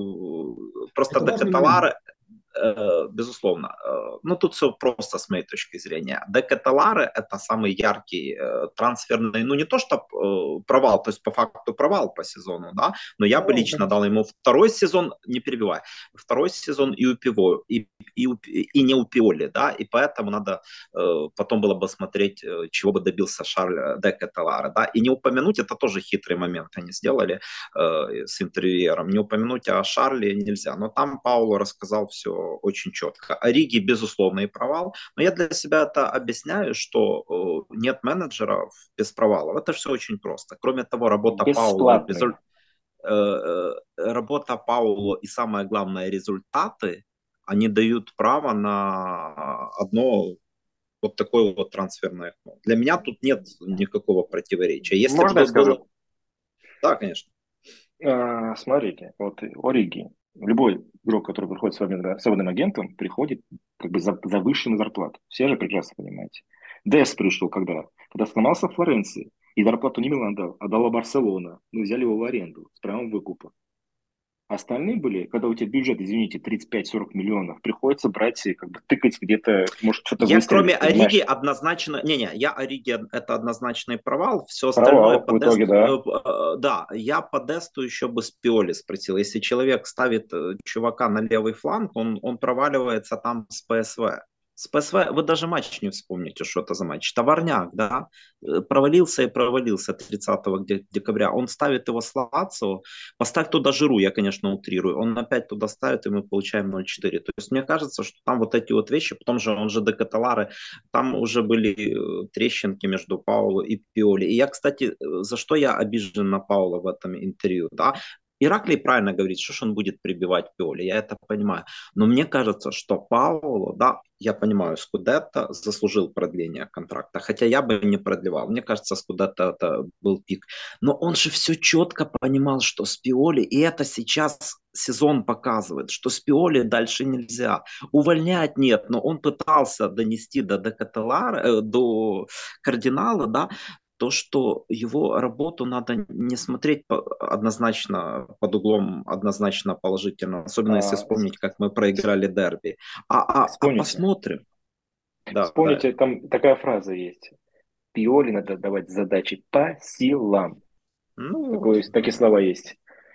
э, Просто это до важный момент. Каталары, э, безусловно, э, ну тут все просто с моей точки зрения. Де Кетеларе это самый яркий э, трансферный, ну не то что э, провал, то есть по факту провал по сезону, да, но я бы Провал, лично конечно. дал ему второй сезон, не перебивай, второй сезон и у Пиво, и, и, у- и не у Пиоли, да, и поэтому надо э, потом было бы смотреть, э, чего бы добился Шарль де Кетеларе, да, и не упомянуть, это тоже хитрый момент они сделали э, с интервьюером, не упомянуть о Шарле нельзя, но там Пауло рассказал все очень четко. О Риге, безусловный провал, но я для себя это объясняю, что э, нет менеджеров без провалов. Это все очень просто. Кроме того, работа Пауло, резуль... Бесплатный. э, э, работа Пауло и самое главное результаты, они дают право на одно вот такое вот трансферное окно. Для меня тут нет никакого противоречия. Если Можно я бы было... скажу? Да, конечно. А, смотрите, вот Ориги, любой игрок, который приходит свободным, свободным агентом, приходит как бы за завышенную зарплату. Все же прекрасно понимаете. Дес пришел когда? Когда сломался в Флоренции. И зарплату не Милан дал, а дала Барселона. Мы взяли его в аренду с правом выкупа. Остальные были, когда у тебя бюджет, извините, тридцать пять сорок миллионов, приходится брать и как бы тыкать где-то, может что-то Я кроме выстрелит, Ориги понимаешь? однозначно... Не-не, я Ориги это однозначный провал. Все остальное Провал по в итоге, Десту... да. э, э, Да, я по Десту еще бы с Пиоли спросил. Если человек ставит э, чувака на левый фланг, он, он проваливается там с ПСВ. С ПСВ вы даже матч не вспомните, что это за матч. Товарняк, да, э, провалился и провалился тридцатого де- декабря. Он ставит его с Лацио, поставь туда Жиру, я, конечно, утрирую. Он опять туда ставит, и мы получаем ноль четыре. То есть мне кажется, что там вот эти вот вещи, потом же он же до Каталары, там уже были э, трещинки между Пауло и Пиоли. И я, кстати, э, за что я обижен на Паула в этом интервью, да, Ираклий правильно говорит, что ж он будет прибивать Пиоли, я это понимаю. Но мне кажется, что Пауло, да, я понимаю, Скудетто заслужил продление контракта, хотя я бы не продлевал. Мне кажется, Скудетто это был пик. Но он же все четко понимал, что с Пиоли, и это сейчас сезон показывает, что с Пиоли дальше нельзя. Увольнять нет, но он пытался донести до, до Каталара, э, до кардинала, да, то, что его работу надо не смотреть по- однозначно под углом однозначно положительно, особенно если А, вспомнить, как мы проиграли дерби, а, а, а вспомните, посмотрим. Да, да. вспомните, там такая фраза есть. Пиоли надо давать задачи по силам. Ну вот. Такое, такие слова есть.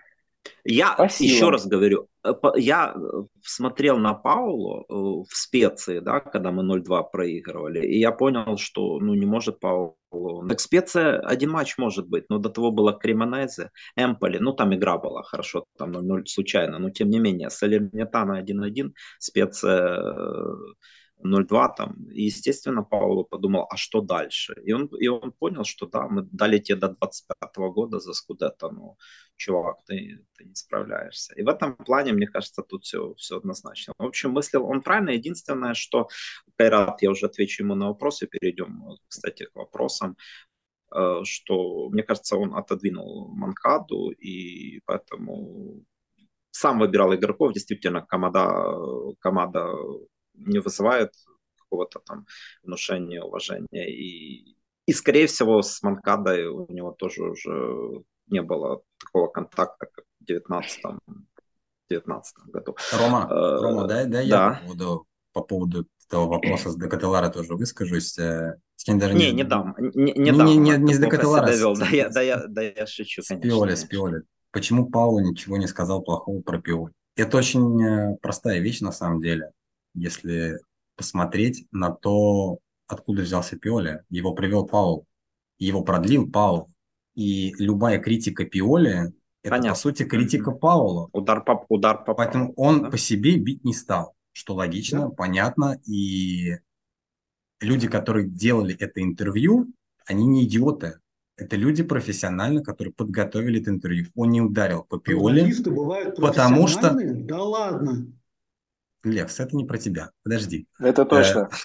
Я По еще силам. раз говорю, э, по- я э, смотрел на Пауло э, в специи, да, когда мы ноль два проигрывали, и я понял, что ну, не может Пауло. Так специя один матч может быть, но до того было Кремонезе, Эмполи, ну там игра была хорошо, там ноль ноль случайно, но тем не менее, Салернитана один один, специя э, ноль два там, и естественно Пауло подумал, а что дальше? И он, и он понял, что да, мы дали тебе до двадцать пятого года за Скудетто, ну, чувак, ты, ты не справляешься. И в этом плане, мне кажется, тут все, все однозначно. В общем, мыслил он правильно. Единственное, что, Кайрат, я уже отвечу ему на вопросы, перейдем, кстати, к вопросам, э, что, мне кажется, он отодвинул Манкаду, и поэтому сам выбирал игроков. Действительно, команда, команда не вызывает какого-то там внушения, уважения. И, и, скорее всего, с Манкадой у него тоже уже не было такого контакта, как в девятнадцатом девятнадцатом году. Рома, Рома, Э, дай, дай я по да. поводу, по поводу этого вопроса с Декателара тоже выскажусь. Э, Точнее, даже не, Не, не не, дам. Не, не не, дам. не, А не ты с плохо себя Декателара, с, вел. Да, я, с, да, я, да, я шучу, с конечно, Пиоли, с конечно. Пиоли. Почему Пауло ничего не сказал плохого про Пиоли? Это очень э, простая вещь на самом деле, если посмотреть на то, откуда взялся Пиоли. Его привел Паул, его продлил Паул. И любая критика Пиоли– это, по Понятно. сути, критика Мгм. Паула. Удар по, удар по Поэтому праву. он Да? по себе бить не стал, что логично, Да. понятно. И люди, которые делали это интервью, они не идиоты. Это люди профессионально, которые подготовили это интервью. Он не ударил по Пиоле, Журналисты бывают потому что... профессиональные? Да ладно. Лекс, это не про тебя. Подожди. Это Э, точно.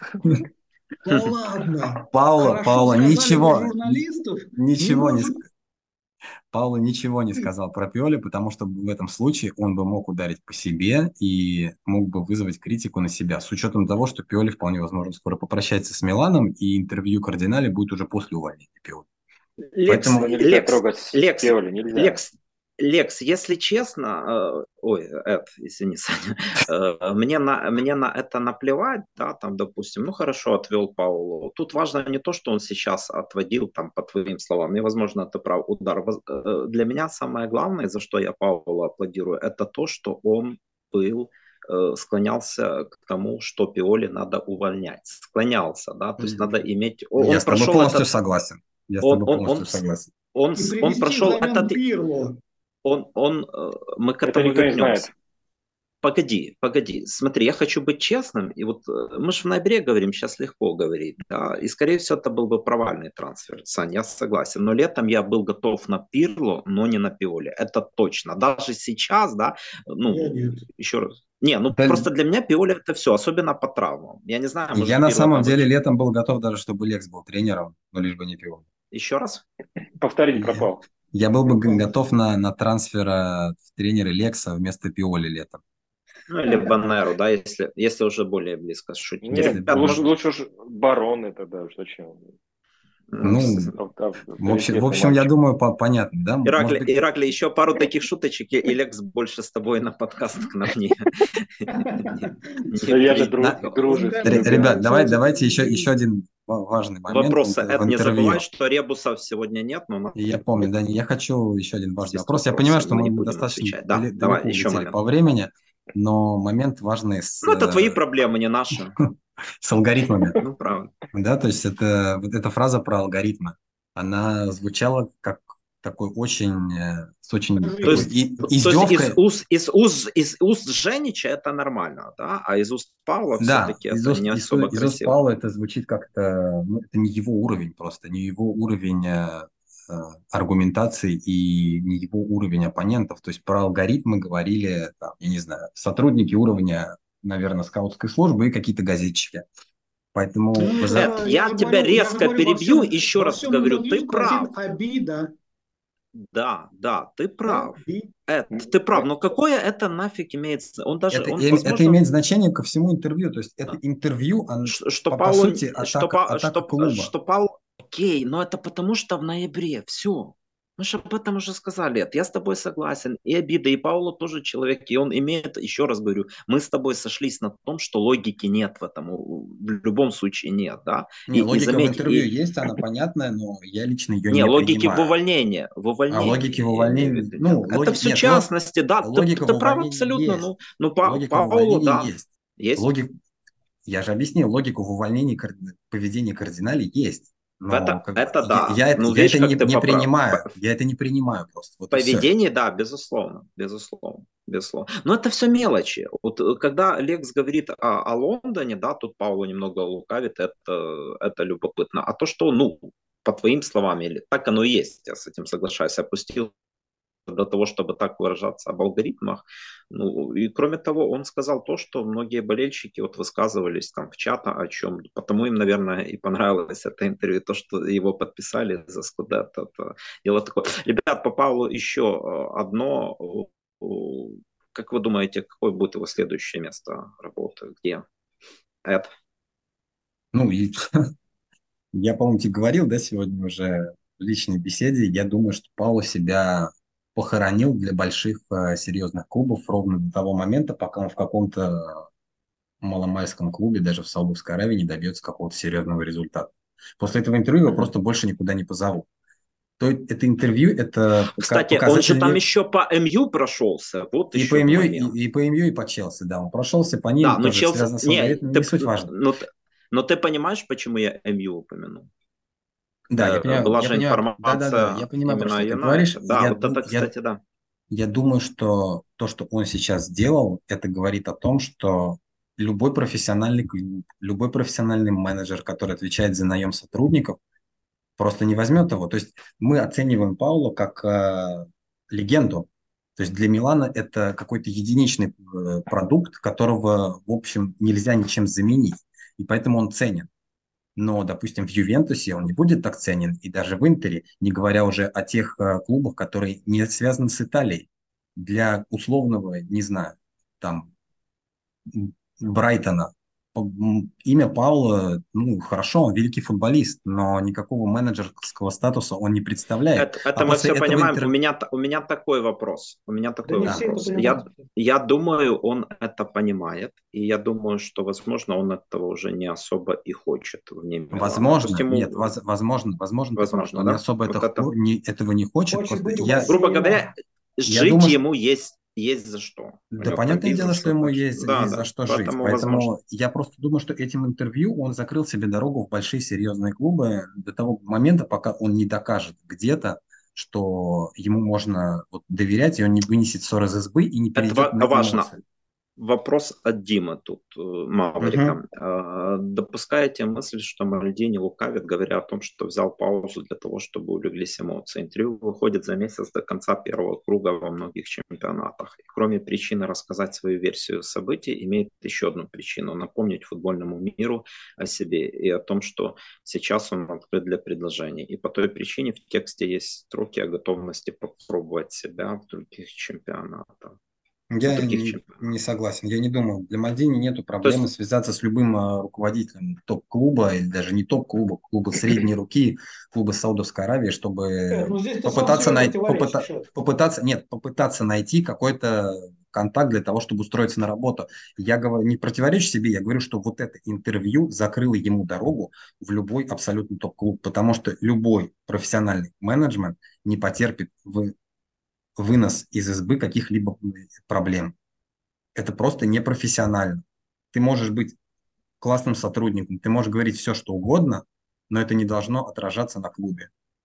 Да ладно. Паула, Хорошо Паула сказали про ничего, ни- журналистов? Не ничего не, может ск- Паула ничего не быть. сказал про Пиоли, потому что в этом случае он бы мог ударить по себе и мог бы вызвать критику на себя, с учетом того, что Пиоли вполне возможно скоро попрощается с Миланом, и интервью кардинале будет уже после увольнения Пиоли. Лекс, Но Поэтому нельзя Лекс, трогать Лекс, Пиоли, нельзя. Лекс, Лекс, если честно, э, ой, Эд, извини, Саня, э, мне на, мне на это наплевать, да, там, допустим, ну хорошо, отвел Паулу. Тут важно не то, что он сейчас отводил, там, по твоим словам, невозможно, это прав удар. Воз- э, Для меня самое главное, за что я Паулу аплодирую, это то, что он был э, склонялся к тому, что Пиоли надо увольнять. Склонялся, да, то есть надо Мгм. иметь... я Он с тобой прошел полностью этот... согласен. Я с Он, тобой он, он, полностью согласен. он, И он привести прошел взамен этот... Пирло. Он, он, э, мы к Это этому никто не вернемся. знает. Погоди, погоди, смотри, я хочу быть честным, и вот э, мы же в ноябре говорим, сейчас легко говорить, да, и скорее всего это был бы провальный трансфер, Сань, я согласен, но летом я был готов на Пирло, но не на Пиоле, это точно, даже сейчас, да, Я ну, нет. еще раз, не, ну Да, просто для меня Пиоли это все, особенно по травмам, я не знаю, я может на Пирло самом там деле вообще, летом был готов даже, чтобы Лекс был тренером, но лишь бы не Пиоли. еще раз, Повторить Я, пропал. я был бы г- Пропал. готов на, на трансфер э, в тренеры Лекса вместо Пиоли летом. ну или Баннеру, да, если, если уже более близко шутить, Нет, Если, ребят, лучше, может, лучше уж бароны тогда, что чем. ну, ну, в общем, в Авторитетный общем, я мальчик. думаю, по- понятно, да? Может Иракли, быть, Иракли, еще пару таких шуточек, и и Лекс больше с тобой на подкаст к нам не, не, Да не я же придет. друг, на- Он дружит с р- каждый ребят. ребят, день давай, шутит. давайте еще, еще один ва- важный момент в, Вопросы, ин- в Эд, не забывай, интервью. что ребусов сегодня нет, но у нас И я помню, да, я хочу еще один важный есть вопрос. Я понимаю, вопросы, что мы мы, не мы будем достаточно отвечать. Да, дале- далеко давай, еще улетели момент. по времени, но момент важный с, Ну, это твои э, проблемы, не наши. с алгоритмами. Ну, правда. Да, то есть это вот эта фраза про алгоритмы, она звучала как такой очень, э, с очень То такой Скажи, есть, и- то есть из издевкой. уст, из уст, из уст Женича это нормально, да, а из уст Павла Да, все-таки из это уст, не из, особо из уст красиво. Паула это звучит как-то, ну, это не его уровень просто, не его уровень э, э, аргументации и не его уровень оппонентов. То есть про алгоритмы говорили, там, я не знаю, сотрудники уровня, наверное, скаутской службы и какие-то газетчики. Поэтому ну, вы за- Эд, это, я я же тебя говорю, я же резко говорю, во перебью, всем, еще во раз всем говорю, ты интервью сквозит прав. обида. Да, да, ты Да? прав. И Эд, ты прав, но какое это нафиг имеет? с- Он даже, это, он, им- это возможно, имеет значение ко всему интервью. То есть это интервью, он, ш- что по, по Паулу, сути, что, атака, Па- атака что, клуба. что Паул, окей, но это потому что в ноябре, все. Мы же об этом уже сказали. Я с тобой согласен. И обида, и Пауло тоже человек, и он имеет, еще раз говорю, мы с тобой сошлись на том, что логики нет в этом. В любом случае нет, да. Не, И, и логика в заметь, интервью и, есть, она понятная, но я лично ее не, не логики в принимаю. увольнении, в А логики в увольнении, я имею в увольнении, виду, нет. ну, Это логи... все нет, лог... частности, да, ты, логика в ты прав увольнении абсолютно, есть. ну, ну Па- Логика в Пауло, увольнении да, есть. есть. Логик... Я же объяснил, логику в увольнении кар- поведения кардинале есть. Но Это, как бы это я, да. я это, Ну, я видишь, это не, как ты не поправ. принимаю. Я это не принимаю просто. Вот и все. Поведение, да, безусловно, безусловно, безусловно. Но это все мелочи. Вот э, когда Лекс говорит о, о Лондоне, да, тут Пауло немного лукавит, это, это любопытно. А то, что, ну, по твоим словам, или так оно и есть, я с этим соглашаюсь, опустил до того, чтобы так выражаться об алгоритмах. Ну, и кроме того, он сказал то, что многие болельщики вот высказывались там в чатах о чем. Потому им, наверное, и понравилось это интервью, то, что его подписали за Скудетто. Это дело такое. Ребят, по Павлу еще э, одно. Э, Как вы думаете, какое будет его следующее место работы? Где? Эд? Ну, и я, по-моему, тебе говорил, да, сегодня уже в личной беседе, я думаю, что Пауло себя похоронил для больших э, серьезных клубов ровно до того момента, пока он в каком-то маломальском клубе, даже в Саудовской Аравии, не добьется какого-то серьезного результата. После этого интервью его просто больше никуда не позовут. То есть это интервью, это пока- Кстати, он же показатель там не- еще по эм ю прошелся. Вот и по еще МЮ, момент. и, и по МЮ, и по Челси, да, он прошелся по Да, ним, ну тоже Челси... связано с Не, алгоритмом, не ты, суть важно. но, ты- но ты понимаешь, почему я эм ю упомянул? Да, я Э, понимаю, Была я же понимаю, да-да-да, я информация понимаю, про именно о что ты говоришь. Юнайтед. Да, Я, вот ду- это, я, кстати, да. я думаю, что то, что он сейчас сделал, это говорит о том, что любой профессиональный клуб, любой профессиональный менеджер, который отвечает за наем сотрудников, просто не возьмет его. То есть мы оцениваем Пауло как э, легенду. То есть для Милана это какой-то единичный э, продукт, которого, в общем, нельзя ничем заменить. И поэтому он ценен. Но, допустим, в Ювентусе он не будет так ценен, и даже в Интере, не говоря уже о тех э, клубах, которые не связаны с Италией. Для условного, не знаю, там, м, Брайтона. П- м, Имя Паула, ну, хорошо, он великий футболист, но никакого менеджерского статуса он не представляет. Это, А это мы после все этого понимаем. У интервью... меня, т- у меня такой вопрос. У меня Да такой не все Да. это вопрос. понимают. Я, я думаю, он это понимает. И я думаю, что, возможно, он этого уже не особо и хочет вне Милана. То есть Возможно, нет, ему, воз- возможно, возможно, ты прав, что возможно, он не да? особо это, Вот это, хо- не, этого не хочет. Хочет Просто быть у я, грубо бассейна. говоря, я жить думаю, что ему есть, есть за что. У да, него там понятное дело, бизнес, что все ему так. есть, Да, есть за да. что жить. Поэтому, возможно. Поэтому я просто думаю, что этим интервью он закрыл себе дорогу в большие серьезные клубы до того момента, пока он не докажет где-то, что ему можно вот доверять, и он не вынесет ссор из избы и не Это перейдет ва- на важно. эмоции. Вопрос от Димы тут, э, Мгм. Маврика. Э, Допускаете мысль, что Мальдини лукавит, говоря о том, что взял паузу для того, чтобы улеглись эмоции? Интервью выходит за месяц до конца первого круга во многих чемпионатах. И кроме причины рассказать свою версию событий, имеет еще одну причину – напомнить футбольному миру о себе и о том, что сейчас он открыт для предложений. И по той причине в тексте есть строки о готовности попробовать себя в других чемпионатах. В Я других н- не чемпионатах. согласен. Я не думаю, для Мальдини нету То проблемы есть связаться с любым а, руководителем топ-клуба, или даже не топ-клуба, клуба средней руки, клуба Саудовской Аравии, Э, чтобы ну здесь ты сам попытаться себе найти, противоречишь. попыта- Чё? попытаться, нет, попытаться найти какой-то контакт для того, чтобы устроиться на работу. Я говорю, не противоречу себе, я говорю, что вот это интервью закрыло ему дорогу в любой абсолютно топ-клуб, потому что любой профессиональный менеджмент не потерпит в- вынос из избы каких-либо проблем. Это просто непрофессионально. Ты можешь быть классным сотрудником, ты можешь говорить все, что угодно, но это не должно отражаться на клубе.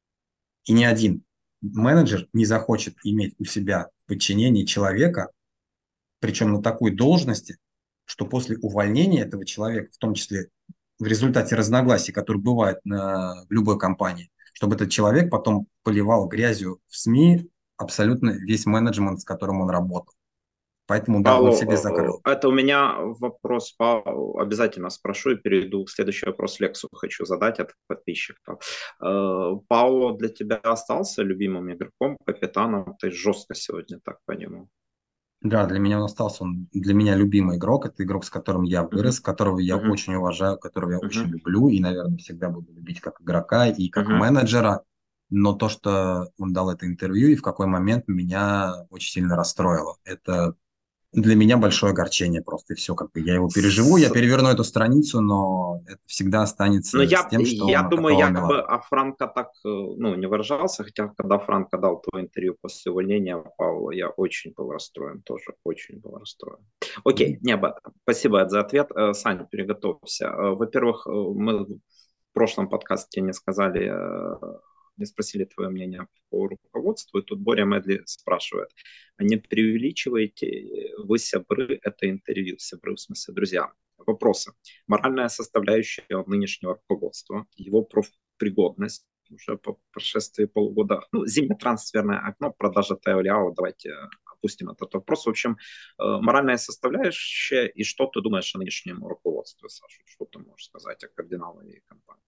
И ни один менеджер не захочет иметь у себя в подчинении человека, причем на такой должности, что после увольнения этого человека, в том числе в результате разногласий, которые бывают на, в любой компании, чтобы этот человек потом поливал грязью в СМИ абсолютно весь менеджмент, с которым он работал. Поэтому да, он себе Павлу, закрыл. э, это у меня вопрос, Павлу, обязательно спрошу и перейду к следующий вопрос Лексу хочу задать от подписчиков. Э, Пауло для тебя остался любимым игроком, капитаном? Ты жестко сегодня так по нему. Да, для меня он остался, он для меня любимый игрок. Это игрок, с которым я Мгм. вырос, которого я Мгм. очень уважаю, которого я очень Мгм. люблю и, наверное, всегда буду любить как игрока и как Мгм. менеджера. Но то, что он дал это интервью и в какой момент меня очень сильно расстроило. Это для меня большое огорчение просто, и все, как бы я его переживу, я С- переверну эту страницу, но это всегда Ну, останется с я, тем, что я он думаю, атаковал якобы Милан. о Франко так, э, ну, не выражался, хотя когда Франко дал то интервью после увольнения Павла, я очень был расстроен, тоже очень был расстроен. Окей, не об этом. Спасибо за ответ. Э, Саня, переготовься. Э, Во-первых, э, мы в прошлом подкасте не сказали, э, не спросили твое мнение по руководству, и тут Боря Медли спрашивает, а не преувеличиваете вы, сябры, это интервью, сябры в смысле друзья? Вопросы. Моральная составляющая нынешнего руководства, его профпригодность уже по прошествии полугода, ну, зимнее трансферное окно, продажа Тео Ляо, давайте опустим этот вопрос. В общем, э, моральная составляющая, и что ты думаешь о нынешнем руководстве, Саша? Что ты можешь сказать о кардинале и компании?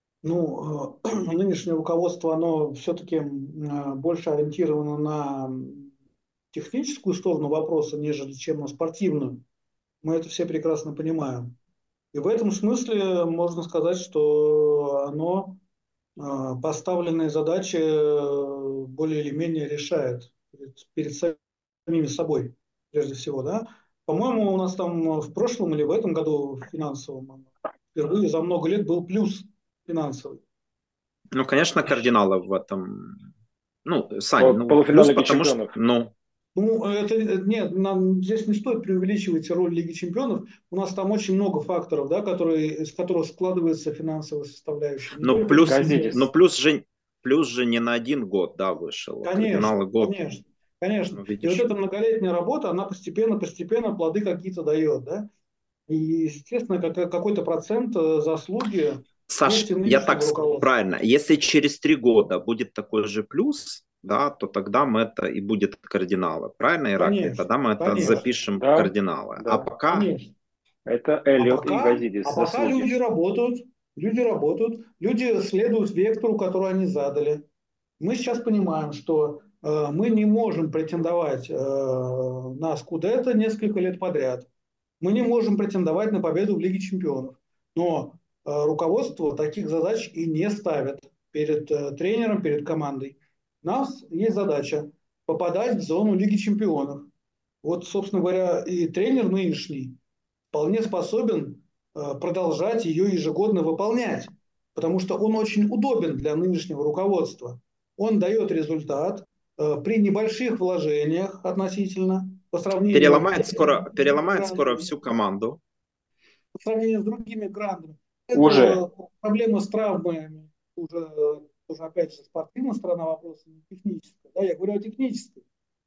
Ну, э, нынешнее руководство, оно все-таки больше ориентировано на техническую сторону вопроса, нежели чем на спортивную. Мы это все прекрасно понимаем. И в этом смысле можно сказать, что оно э, поставленные задачи э, более или менее решает перед, перед самими собой, прежде всего. Да? По-моему, у нас там в прошлом или в этом году в финансовом впервые за много лет был плюс финансовый. Ну, конечно, кардиналы в этом... Ну, Сань, Пол- ну, Полуфинал плюс Лиги потому что... Чемпионов. Ну, Ну, это нет, нам здесь не стоит преувеличивать роль Лиги Чемпионов. У нас там очень много факторов, да, которые, из которых складывается финансовая составляющая. Не но только плюс, Казидис. но плюс же, плюс же не на один год, да, вышел. Конечно, Кардиналы год, конечно, конечно. ну, И вот видишь. эта многолетняя работа, она постепенно-постепенно плоды какие-то дает, да. И, естественно, как- какой-то процент э, заслуги есть Саш, и я так... нынешнего с- руководства. Правильно. Если через три года будет такой же плюс, да, то тогда мы это и будет кардиналы. Правильно, Ираклий? Конечно, Тогда мы это конечно, запишем в Да, кардиналы. А да. пока... конечно. Это А Эллиот и пока, Газидис а пока заслуги. люди работают, люди работают, люди следуют вектору, который они задали. Мы сейчас понимаем, что э, мы не можем претендовать э, на Скудетто несколько лет подряд. Мы не можем претендовать на победу в Лиге Чемпионов. Но э, руководство таких задач и не ставит перед э, тренером, перед командой. У нас есть задача попадать в зону Лиги Чемпионов. Вот, собственно говоря, и тренер нынешний вполне способен э, продолжать ее ежегодно выполнять, потому что он очень удобен для нынешнего руководства. Он дает результат э, при небольших вложениях относительно по сравнению Переломает с другими скоро, переломает скоро грандами. всю команду. По сравнению с другими грандами. Уже. Это проблема с травмами, уже, уже опять же спортивная сторона вопроса, не техническая. Да, я говорю о технической.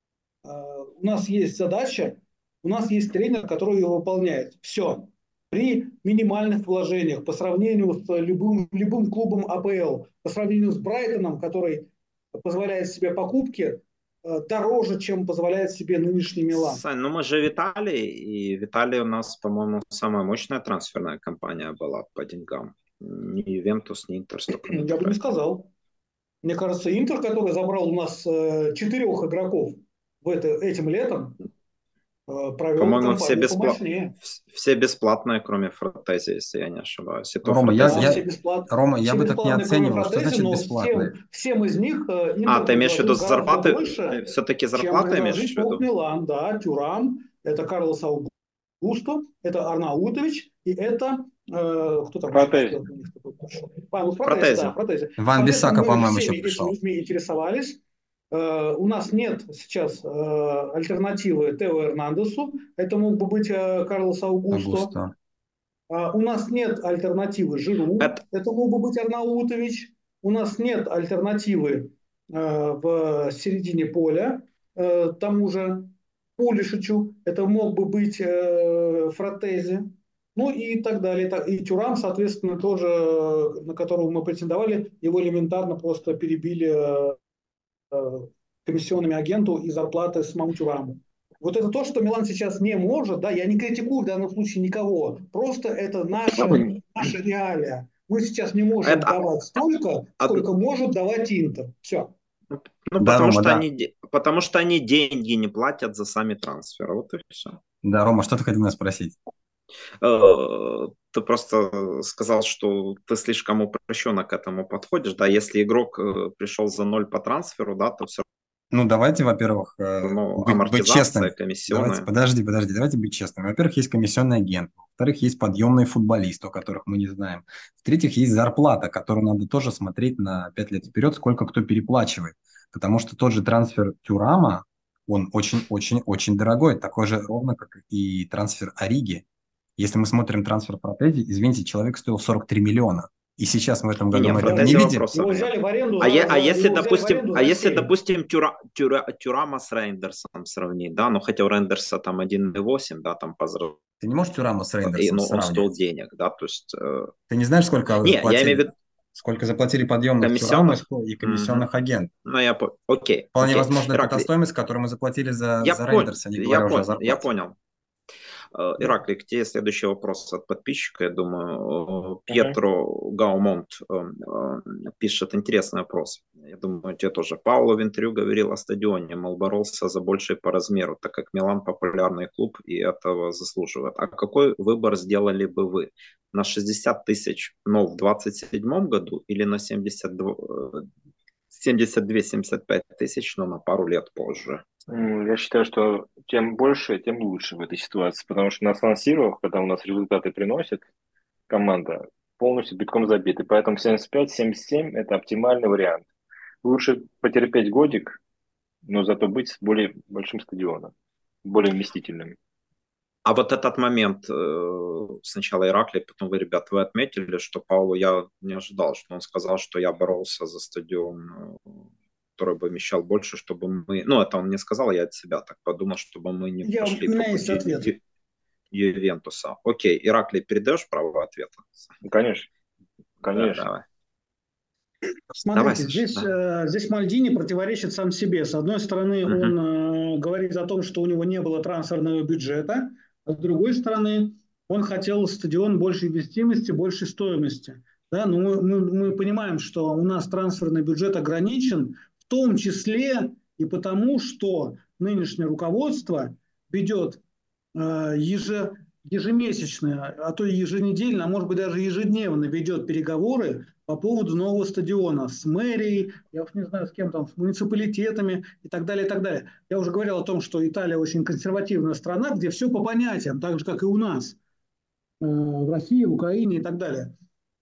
У нас есть задача, у нас есть тренер, который ее выполняет. Все. При минимальных вложениях по сравнению с любым, любым клубом АПЛ, по сравнению с Брайтоном, который позволяет себе покупки э, дороже, чем позволяет себе нынешний Милан. Сань, ну мы же Виталий, и Виталий у нас, по-моему, самая мощная трансферная компания была по деньгам. Ни Ювентус, ни Интер столько не Я бы не потратили. сказал. Мне кажется, Интер, который забрал у нас э, четырех игроков в это, этим летом, э, провел По-моему, все, кампанию беспла... помощнее. все бесплатные, кроме Фратези, если я не ошибаюсь. И то Рома, я, Да, Фратези... все, я, бесплат... Рома, я все бы так не бесплатные, кроме оценивал. Что Фратези, значит но бесплатные? всем, всем из них э, А, Интер ты имеешь в виду предложил гораздо зарплаты? Ты больше, все-таки чем зарплаты имеешь предложить в мог виду? Милан. Да, Тюрам, это Карлос Аугусто, это Арнаутович, и это э, кто там еще Протези. четвертый у них такой большой? А, ну, Фратези, да, Фратези. Фратези. Ван Соответственно, Бисака, мы по-моему, еще всеми этими пришел. людьми интересовались. Э, у нас нет сейчас э, альтернативы Тео Эрнандесу, это мог бы быть э, Карлос Аугусто. Августа. А, у нас нет альтернативы Жиру, Это... это мог бы быть Арнаутович. У нас нет альтернативы э, в середине поля э, тому же Пулишичу, это мог бы быть э, Фратези. Ну и так далее. И Тюрам, соответственно, тоже, на которого мы претендовали, его элементарно просто перебили э, комиссионными агенту и зарплаты самому Тюраму. Вот это то, что Милан сейчас не может, да, я не критикую в данном случае никого, просто это наша, наша реалия. Мы сейчас не можем это... давать столько, сколько может давать Интер. Все. Ну, Да, потому Рома, что да. они, де- потому что они деньги не платят за сами трансферы. Вот и все. Да, Рома, что ты хотел меня спросить? Э, Ты просто сказал, что ты слишком упрощенно к этому подходишь. Да, если игрок э, пришел за ноль по трансферу, да, то все Ну, давайте, во-первых, э, равно быть, быть амортизация, честными. Давайте, комиссионная. подожди, подожди, давайте быть честными. Во-первых, есть комиссионный агент. Во-вторых, есть подъемные футболисты, о которых мы не знаем. В-третьих, есть зарплата, которую надо тоже смотреть на пять лет вперед, сколько кто переплачивает. Потому что тот же трансфер Тюрама, он очень-очень-очень дорогой. Такой же ровно, как и трансфер Ориги. Если мы смотрим трансфер Протези, извините, человек стоил сорок три миллиона. И сейчас в этом году Не-не, мы этого Ну, не протезе видим. вопросов его нет. взяли в аренду А, е- за, а за если, его взяли в допустим, аренду а за если, семь. допустим, Тюра, Тюра, Тюрама с Рейндерсом сравнить, да, ну хотя у Рейндерса там один и восемь, да, там позр... Ты не можешь Тюрама с и, Рейндерсом ну, он стоил сравнивать. денег, да, то есть... э, Ты не знаешь, сколько Не, я имею в заплатили, виду сколько заплатили подъемных Тюрама и комиссионных. ско- и Мгм. комиссионных агентов? Ну, я понял. Окей, Вполне окей. возможно, это та Ираклий, стоимость, которую мы заплатили за, я за понял, Рейндерса, не я говоря уже о понял, я зарплате. понял. Э, Ираклий, к тебе следующий вопрос от подписчика, я думаю. Э, Мгм. Пьетро Гаумонт э, э, пишет интересный вопрос. Я думаю, тебе тоже. Пауло в интервью говорил о стадионе, мол, боролся за больший по размеру, так как Милан популярный клуб и этого заслуживает. А какой выбор сделали бы вы? На шестьдесят тысяч, но в двадцать седьмом году или на семьдесят два, э, семьдесят два семьдесят пять тысяч, но на пару лет позже? М, Я считаю, что чем больше, тем лучше в этой ситуации, потому что на Сан-Сиро, когда у нас результаты приносит команда, полностью битком забиты, поэтому семьдесят пять семьдесят семь это оптимальный вариант. Лучше потерпеть годик, но зато быть с более большим стадионом, более вместительным. А вот этот момент, э, сначала Ираклий, потом вы, ребят, вы отметили, что Паулу я не ожидал, что он сказал, что я боролся за стадион, э, который бы вмещал больше, чтобы мы... Ну, это он не сказал, я от себя так подумал, чтобы мы не Я, у пошли по меня есть пути ответ. Ю- Ювентуса. Окей, Ираклий, передаешь право ответа? Ну, конечно, Да, конечно. давай. Давай, Смотрите, Саша, здесь, да. э, здесь Мальдини противоречит сам себе. С одной стороны, Мгм. он э, говорит о том, что у него не было трансферного бюджета, а с другой стороны, он хотел стадион большей вместимости, большей стоимости. Да, но мы, мы, мы понимаем, что у нас трансферный бюджет ограничен, в том числе и потому, что нынешнее руководство ведет э, еже, ежемесячно, а то и еженедельно, а может быть даже ежедневно ведет переговоры по поводу нового стадиона с мэрией, я уж не знаю с кем там, с муниципалитетами и так далее, и так далее. Я уже говорил о том, что Италия очень консервативная страна, где все по понятиям, так же, как и у нас, э, в России, в Украине и так далее.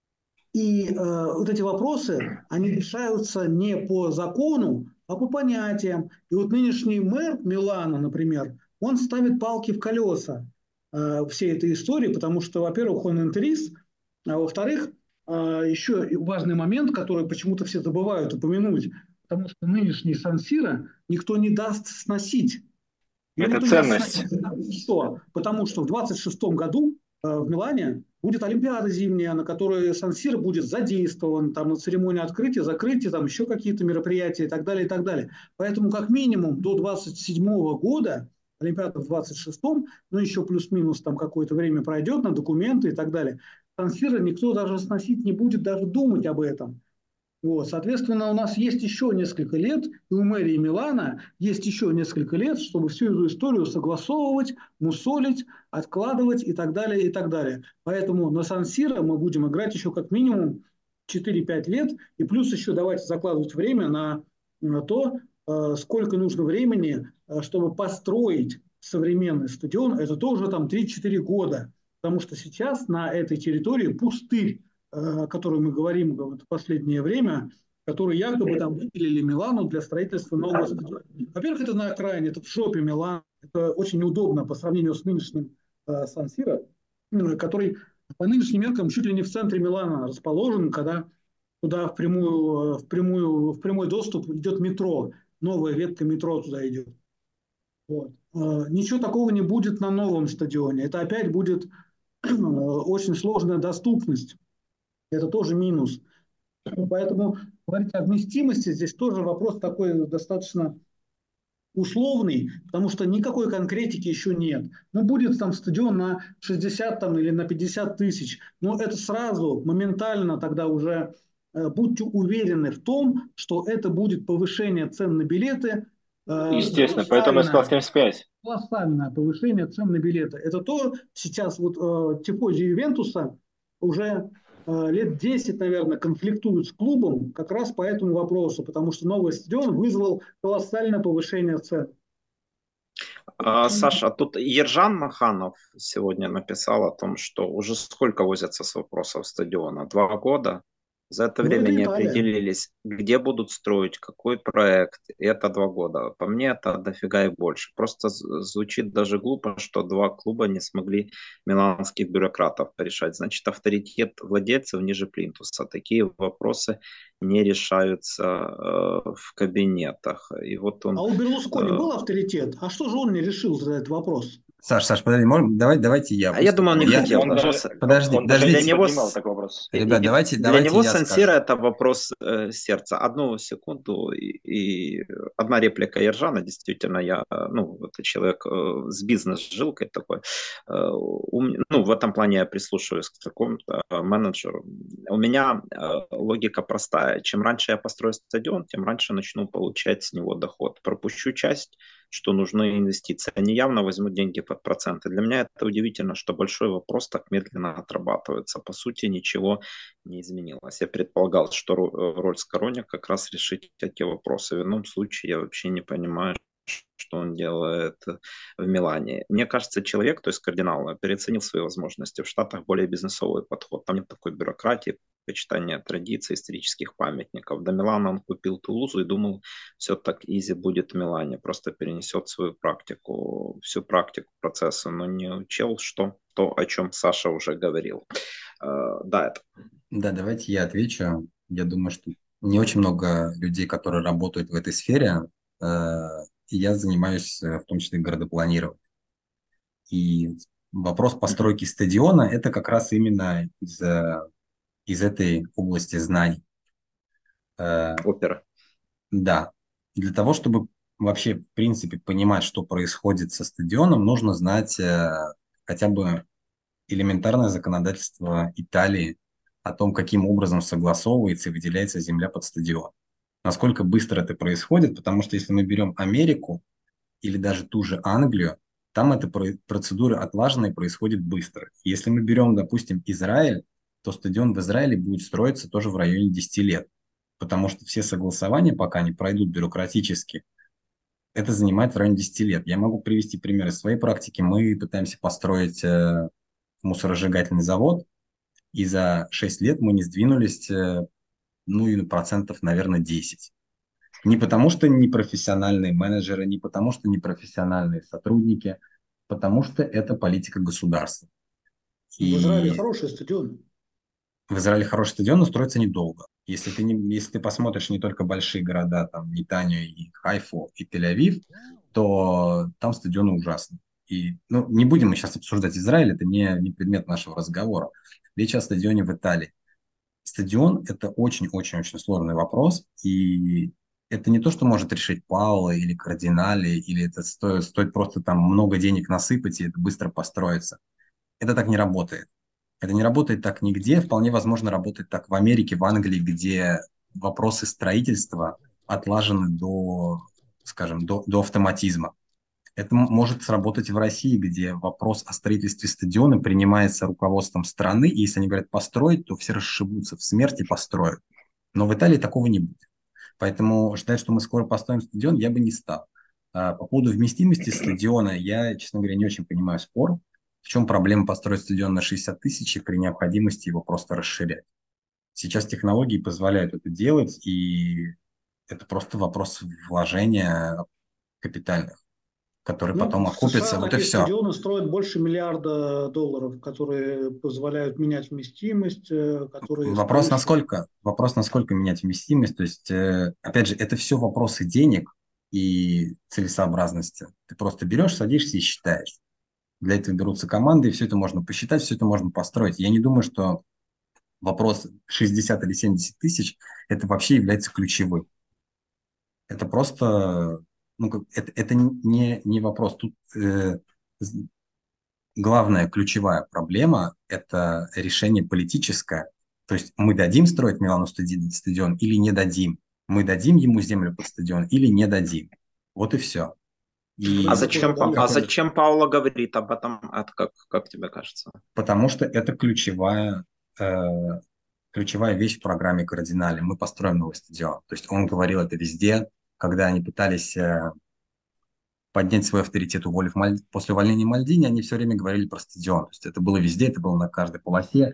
И э, вот эти вопросы, они решаются не по закону, а по понятиям. И вот нынешний мэр Милана, например, он ставит палки в колеса э, всей этой истории, потому что, во-первых, он интерист, а во-вторых, э, еще важный момент, который почему-то все забывают упомянуть, потому что нынешний Сан-Сиро никто не даст сносить. Его Это никто не даст ценность. сносить. Что? Потому что в двадцать шестом году э, в Милане будет Олимпиада зимняя, на которой Сан-Сиро будет задействован, там на церемонии открытия, закрытия, там еще какие-то мероприятия и так далее, и так далее. Поэтому как минимум до двадцать седьмого года, Олимпиада в двадцать шестом, ну еще плюс-минус там какое-то время пройдет на документы и так далее, Сан-Сиро никто даже сносить не будет, даже думать об этом. Вот, соответственно, у нас есть еще несколько лет, и у мэрии Милана есть еще несколько лет, чтобы всю эту историю согласовывать, мусолить, откладывать и так далее, и так далее. Поэтому на Сан-Сиро мы будем играть еще как минимум четыре-пять лет, и плюс еще давайте закладывать время на, на то, э, сколько нужно времени, э, чтобы построить современный стадион. Это тоже там три-четыре года, потому что сейчас на этой территории пустырь, о которой мы говорим в последнее время, которые якобы там выделили Милану для строительства нового стадиона. Во-первых, это на окраине, это в шопе Милана. Это очень удобно по сравнению с нынешним э, Сан-Сиро, который по нынешним меркам чуть ли не в центре Милана расположен, когда туда в, прямую, в, прямую, в прямой доступ идет метро, новая ветка метро туда идет. Вот. Ничего такого не будет на новом стадионе. Это опять будет очень сложная доступность. Это тоже минус. Поэтому говорить о вместимости здесь тоже вопрос такой достаточно условный, потому что никакой конкретики еще нет. Ну, будет там стадион на шестьдесят там, или на пятьдесят тысяч, но это сразу, моментально тогда уже будьте уверены в том, что это будет повышение цен на билеты, Естественно, поэтому я сказал колоссальное, семьдесят пять. колоссальное повышение цен на билеты. Это то, сейчас вот э, тифози Ювентуса уже э, лет десять, наверное, конфликтуют с клубом как раз по этому вопросу, потому что новый стадион вызвал колоссальное повышение цен. А, Саша, а тут Ержан Маханов сегодня написал о том, что уже сколько возятся с вопросом стадиона? Два года. За это Ну, время это не Италия. определились, где будут строить, какой проект. И это два года. По мне это дофига и больше. Просто з- звучит даже глупо, что два клуба не смогли миланских бюрократов порешать. Значит, авторитет владельцев ниже плинтуса. Такие вопросы не решаются э, в кабинетах. И вот А он у Берлускони э, был авторитет? А что же он не решил за этот вопрос? Саш, Саш, подожди, можем, давай, давайте я А я думаю, он не выступлю. Я, хотел Он даже. даже, С- подожди, он даже Для не подождите. него, поднимал с- такой вопрос. и- Ребят, и- давайте, для давайте него я Сан-Сиро скажу. это вопрос э, сердца. Одну секунду. И, и одна реплика Ержана. Действительно, я, э, ну, это человек э, с бизнес-жилкой такой. Э, ум- ну, в этом плане я прислушиваюсь к такому э, менеджеру. У меня э, логика простая. Чем раньше я построю стадион, тем раньше начну получать с него доход. Пропущу часть, что нужны инвестиции. Они явно возьмут деньги под проценты. Для меня это удивительно, что большой вопрос так медленно отрабатывается. По сути, ничего не изменилось. Я предполагал, что роль Скороня как раз решить эти вопросы. В ином случае я вообще не понимаю, что он делает в Милане. Мне кажется, человек, то есть кардинал, переоценил свои возможности. В Штатах более бизнесовый подход. Там нет такой бюрократии, почитания традиций, исторических памятников. До Милана он купил Тулузу и думал, все так изи будет в Милане. Просто перенесет свою практику, всю практику процесса, но не учел, что то, о чем Саша уже говорил. Э, Да, это Да, давайте я отвечу. Я думаю, что не очень много людей, которые работают в этой сфере. Э, и я занимаюсь э, в том числе городопланированием. И вопрос постройки стадиона – это как раз именно из, э, из этой области знаний. Э, опера. Да. Для того, чтобы вообще, в принципе, понимать, что происходит со стадионом, нужно знать э, хотя бы элементарное законодательство Италии о том, каким образом согласовывается и выделяется земля под стадион. Насколько быстро это происходит, потому что если мы берем Америку или даже ту же Англию, там эта про- процедура отлажена и происходит быстро. Если мы берем, допустим, Израиль, то стадион в Израиле будет строиться тоже в районе десяти лет, потому что все согласования, пока не пройдут бюрократически, это занимает в районе десяти лет. Я могу привести пример из своей практики. Мы пытаемся построить э, мусоросжигательный завод, и за шесть лет мы не сдвинулись, э, ну, и на процентов, наверное, десять. Не потому, что непрофессиональные менеджеры, не потому, что непрофессиональные сотрудники, потому что это политика государства. В Израиле И хороший стадион. в Израиле хороший стадион, но строится недолго. Если ты, не, если ты посмотришь не только большие города, там, Нетанию, и Хайфу, и Тель-Авив, то там стадионы ужасны. И, ну, не будем мы сейчас обсуждать Израиль, это не, не предмет нашего разговора. Речь о стадионе в Италии. Стадион – это очень-очень-очень сложный вопрос, и это не то, что может решить Паула или Кардинали, или это стоит, стоит просто там много денег насыпать, и это быстро построится. Это так не работает. Это не работает так нигде. Вполне возможно, работает так в Америке, в Англии, где вопросы строительства отлажены до, скажем, до, до автоматизма. Это м- может сработать в России, где вопрос о строительстве стадиона принимается руководством страны, и если они говорят построить, то все расшибутся в смерти и построят. Но в Италии такого не будет. Поэтому ждать, что мы скоро построим стадион, я бы не стал. А по поводу вместимости стадиона, я, честно говоря, не очень понимаю спор. В чем проблема построить стадион на шестьдесят тысяч и при необходимости его просто расширять? Сейчас технологии позволяют это делать, и это просто вопрос вложения капитальных, которые Ну, потом в США окупятся, вот и такие все. стадионы строят больше миллиарда долларов, которые позволяют менять вместимость, э, которые Вопрос, строишь. насколько, вопрос, насколько менять вместимость. То есть, э, опять же, это все вопросы денег и целесообразности. Ты просто берешь, садишься и считаешь. Для этого берутся команды, и все это можно посчитать, все это можно построить. Я не думаю, что вопрос шестьдесят или семьдесят тысяч это вообще является ключевым. Это просто, ну, как- это, это не, не вопрос. Тут э, главная ключевая проблема – это решение политическое То есть мы дадим строить Милану стадион или не дадим? Мы дадим ему землю под стадион или не дадим? Вот и все. А И зачем, Па- а никакой... зачем Пауло говорит об этом? Это как, как тебе кажется? Потому что это ключевая, э, ключевая вещь в программе «Кардинале». Мы построим новый стадион. То есть он говорил это везде, когда они пытались э, поднять свой авторитет уволив Маль... после увольнения Мальдини, они все время говорили про стадион. То есть это было везде, это было на каждой полосе.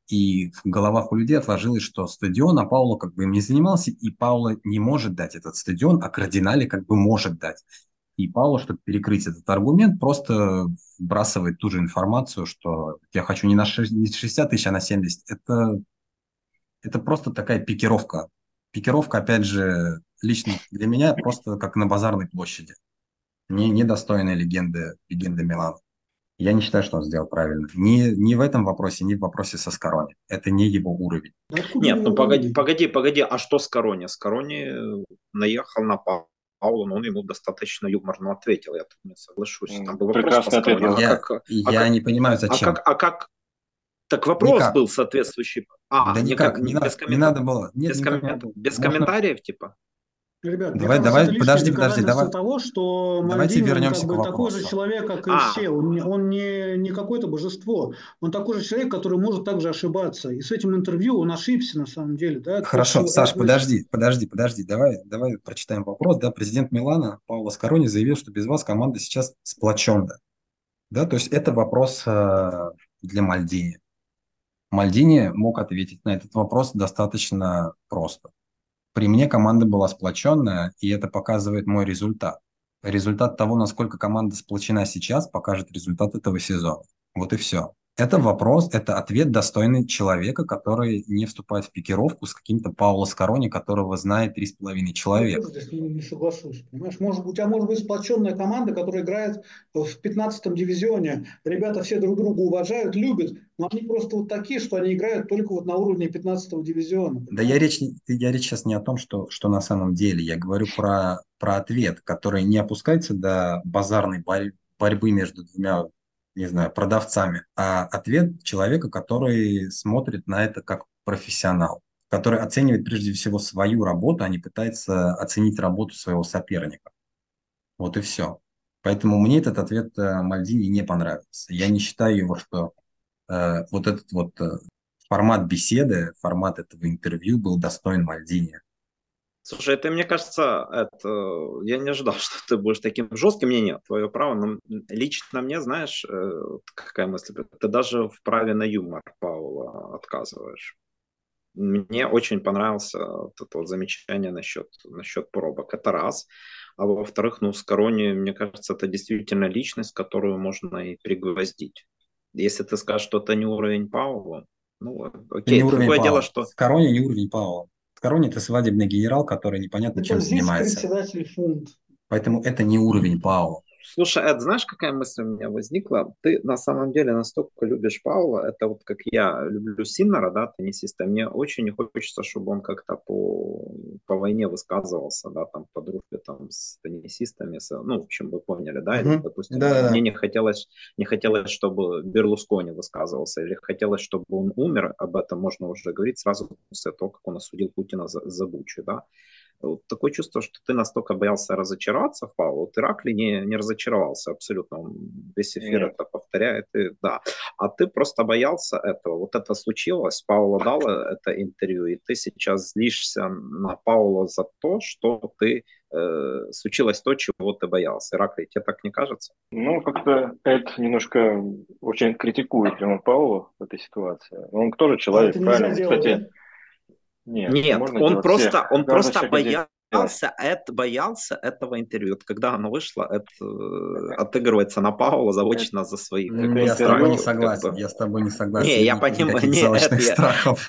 И в головах у людей отложилось, что стадион, а Пауло как бы им не занимался, и Пауло не может дать этот стадион, а Кардинале как бы может дать. И Пауло, чтобы перекрыть этот аргумент, просто вбрасывает ту же информацию, что я хочу не на шестьдесят тысяч, а на семьдесят. Это, это просто такая пикировка. Пикировка, опять же, лично для меня просто как на базарной площади. Не, недостойная легенды, легенды Милана. Я не считаю, что он сделал правильно. Ни, ни в этом вопросе, ни в вопросе со Скорони. Это не его уровень. Да откуда у Нет, него ну погоди, уровень? погоди, погоди, а что Скорони? Скорони наехал на Па- Пауло, но он ему достаточно юморно ответил, я тут не соглашусь. Там М, был вопрос по Прекрасный ответ. Скорони, а Я, как, а я как, не понимаю, а зачем. как, а как, так вопрос Никак. был соответствующий. А, Да не, никак. Не, не- без надо, не комментариев, надо было. Нет, без, никак не надо коммент, было. без Можно... комментариев, типа? Ребят, мне Давай, кажется, это давай, лишнее подожди, подожди, доказательство давай. того, что Давайте Мальдини, он вернемся как к бы такой же вопросу. человек, как и А, все. Он, не, он не, не какое-то божество. Он такой же человек, который может также ошибаться. И с этим интервью он ошибся на самом деле. Да? То, Хорошо, что, э, Саш, подожди, подожди, подожди. Давай, давай прочитаем вопрос. Да, президент Милана Пауло Скорони заявил, что без вас команда сейчас сплоченная. Да, то есть это вопрос э, для Мальдини. Мальдини мог ответить на этот вопрос достаточно просто. При мне команда была сплоченная, и это показывает мой результат. Результат того, насколько команда сплочена сейчас, покажет результат этого сезона. Вот и все. Это вопрос, это ответ достойный человека, который не вступает в пикировку с каким-то Пауло Скорони, которого знает три с половиной я человека. тоже здесь не, не соглашусь. Понимаешь? Может, у тебя может быть сплоченная команда, которая играет в пятнадцатом дивизионе. Ребята все друг друга уважают, любят, но они просто вот такие, что они играют только вот на уровне пятнадцатого дивизиона. Да я Понимаешь? речь, не- я речь сейчас не о том, что, что на самом деле. Я говорю про, про ответ, который не опускается до базарной борь- борьбы между двумя, не знаю, продавцами, а ответ человека, который смотрит на это как профессионал, который оценивает прежде всего свою работу, а не пытается оценить работу своего соперника. Вот и все. Поэтому мне этот ответ э, Мальдини не понравился. Я не считаю его, что э, вот этот вот э, формат беседы, формат этого интервью был достоин Мальдини. Слушай, это, мне кажется, это, я не ожидал, что ты будешь таким жестким. Не, нет, твое право. Но лично мне, знаешь, э, вот какая мысль? Ты даже в праве на юмор Паула отказываешь. Мне очень понравился вот это вот замечание насчет, насчет пробок. Это раз. А во-вторых, ну, Скорони, мне кажется, это действительно личность, которую можно и пригвоздить. Если ты скажешь, что это не уровень Паула, ну, Это не окей. уровень Другое дело, Паула. что Скорони не уровень Паула. Скорони – это свадебный генерал, который непонятно Это чем здесь занимается. председатель фонд. Поэтому это не уровень Паула. Слушай, Эд, знаешь, какая мысль у меня возникла? Ты на самом деле настолько любишь Паула, это вот как я люблю Синнера, да, теннисиста, мне очень не хочется, чтобы он как-то по, по войне высказывался, да, там, по дружбе там с теннисистами, с, ну, в общем, вы поняли, да, или, Мгм. допустим, мне Да-да-да. не хотелось, не хотелось, чтобы Берлускони высказывался, или хотелось, чтобы он умер, об этом можно уже говорить сразу после того, как он осудил Путина за, за Бучу, да. Вот такое чувство, что ты настолько боялся разочароваться в Павлу, вот Иракли не, не разочаровался абсолютно, он весь эфир Нет. это повторяет, и, да. А ты просто боялся этого, вот это случилось, Пауло дал это интервью, и ты сейчас злишься на Пауло за то, что ты э, случилось то, чего ты боялся. Иракли, тебе так не кажется? Ну, как-то Эд немножко очень критикует прямо Паула в этой ситуации. Он тоже А человек, это нельзя правильно? делать, Кстати, да? нет, Нет, можно он делать всех. просто, он Каждый просто человек отдельно. боялся, это, боялся этого интервью. Вот когда оно вышло, это э, отыгрывается на Паула Это, заочно за свои М, это как бы, Я с тобой не страхи. интервью, Вот, как согласен. бы. Я с тобой не согласен. Не, Нет я ни- понимаю, никаких не, это заочных я, страхов.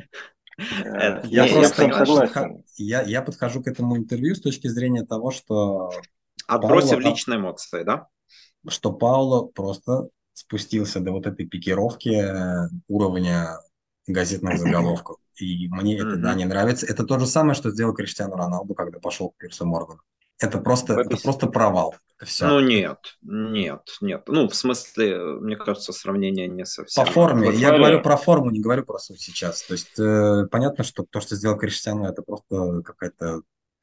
э, это, Я не, я, я я с тобой просто понимаю, что подха- согласен. я, я подхожу к этому интервью с точки зрения того, что отбросив Пауло, личные эмоции, да? что Пауло просто спустился до вот этой пикировки э, уровня газетных заголовков. И мне это, да, Мгм. не нравится. Это то же самое, что сделал Криштиану Роналду, когда пошел к Пирсу Моргану. Это просто, В это этой, просто провал. Это все. Ну нет, нет, нет. Ну, в смысле, мне кажется, сравнение не По совсем. форме. вот Я говорю смотри, про форму, не говорю про суть сейчас. То есть э, понятно, что то, что сделал Криштиану, это просто какая-то...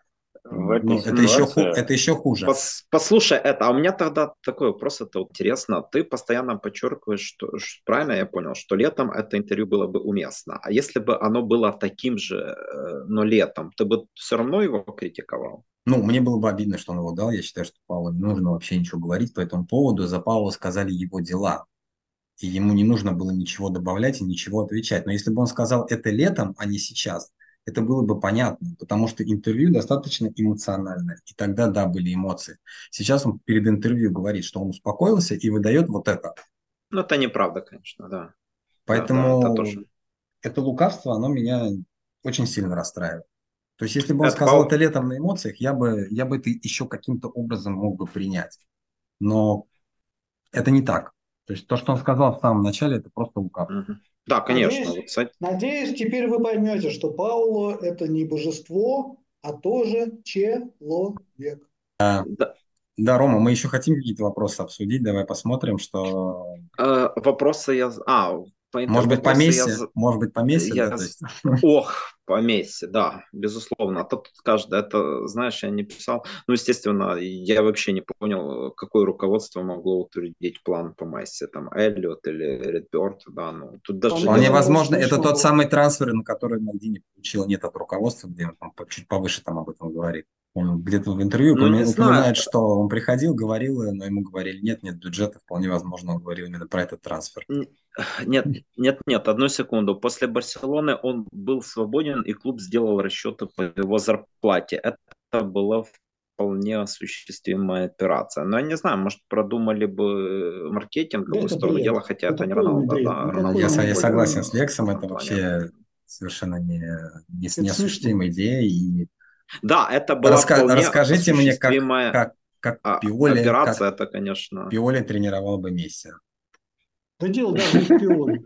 в этой Ну, это еще, ху- ситуации, это еще хуже. Пос- Послушай это, а у меня тогда такой вопрос, это вот интересно. Ты постоянно подчеркиваешь, что, ш- правильно я понял, что летом это интервью было бы уместно. А если бы оно было таким же, э, но летом, ты бы все равно его критиковал? Ну, мне было бы обидно, что он его дал. Я считаю, что Павлу не нужно вообще ничего говорить по этому поводу. За Павла сказали его дела. И ему не нужно было ничего добавлять и ничего отвечать. Но если бы он сказал это летом, а не сейчас, это было бы понятно, потому что интервью достаточно эмоциональное. И тогда, да, были эмоции. Сейчас он перед интервью говорит, что он успокоился и выдает вот это. Ну, это неправда, конечно, да. Да, да, это Поэтому тоже. это лукавство, оно меня очень сильно расстраивает. То есть, если бы он Это сказал это Павел. летом на эмоциях, я бы, я бы это еще каким-то образом мог бы принять. Но это не так. То есть, то, что он сказал в самом начале, это просто лукавство. Мгм. Да, конечно. Надеюсь, Вот, кстати, надеюсь, теперь вы поймете, что Пауло – это не божество, а тоже человек. да, Да, Рома, мы еще хотим какие-то вопросы обсудить. Давай посмотрим, что... э, вопросы я... з- А, по интер... Может быть, по вопросы я... Месси? з- Может быть, по Месси, да? я... То з- есть... Ох, по Месси, да, безусловно. А то тут каждый, это, знаешь, я не писал. Ну, естественно, я вообще не понял, какое руководство могло утвердить план по Месси. Там Эллиот или Редберт, да, ну, тут даже Вполне Вполне нет... возможно, это достаточно тот было. самый трансфер, на который Мальдини получил нет от руководства, где он там по- чуть повыше там об этом говорит. Он где-то в интервью Ну, упомя- не знаю. упоминает, что он приходил, говорил, но ему говорили, нет, нет бюджета, вполне возможно, он говорил именно про этот трансфер. Н- Нет, нет, нет, одну секунду. После Барселоны он был свободен, и клуб сделал расчеты по его зарплате. Это была вполне осуществимая операция. Но я не знаю, может, продумали бы Да маркетинговую это сторону бред. дела, хотя Это это не полный Роналдо, бред. да, Никакой Я, Роналдо со- не, я более согласен никакой. с в Лексом, это этом плане. вообще совершенно не, не, не Это смешно. осуществимая идея. И Да, это была раска- вполне расскажите мне, как, осуществимая как, как а, Пиоли, как операция, это, конечно. Пиоли тренировал бы Месси. Да дело даже не в Пиоле.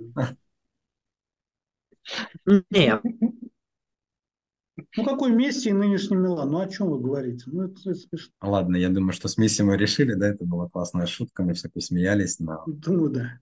Нет, Ну какой Месси и нынешний Милан? Ну о чем вы говорите? Ну это, это смешно. Ладно, я думаю, что с Месси мы решили, да, это была классная шутка, мы все посмеялись, но... Думаю, да.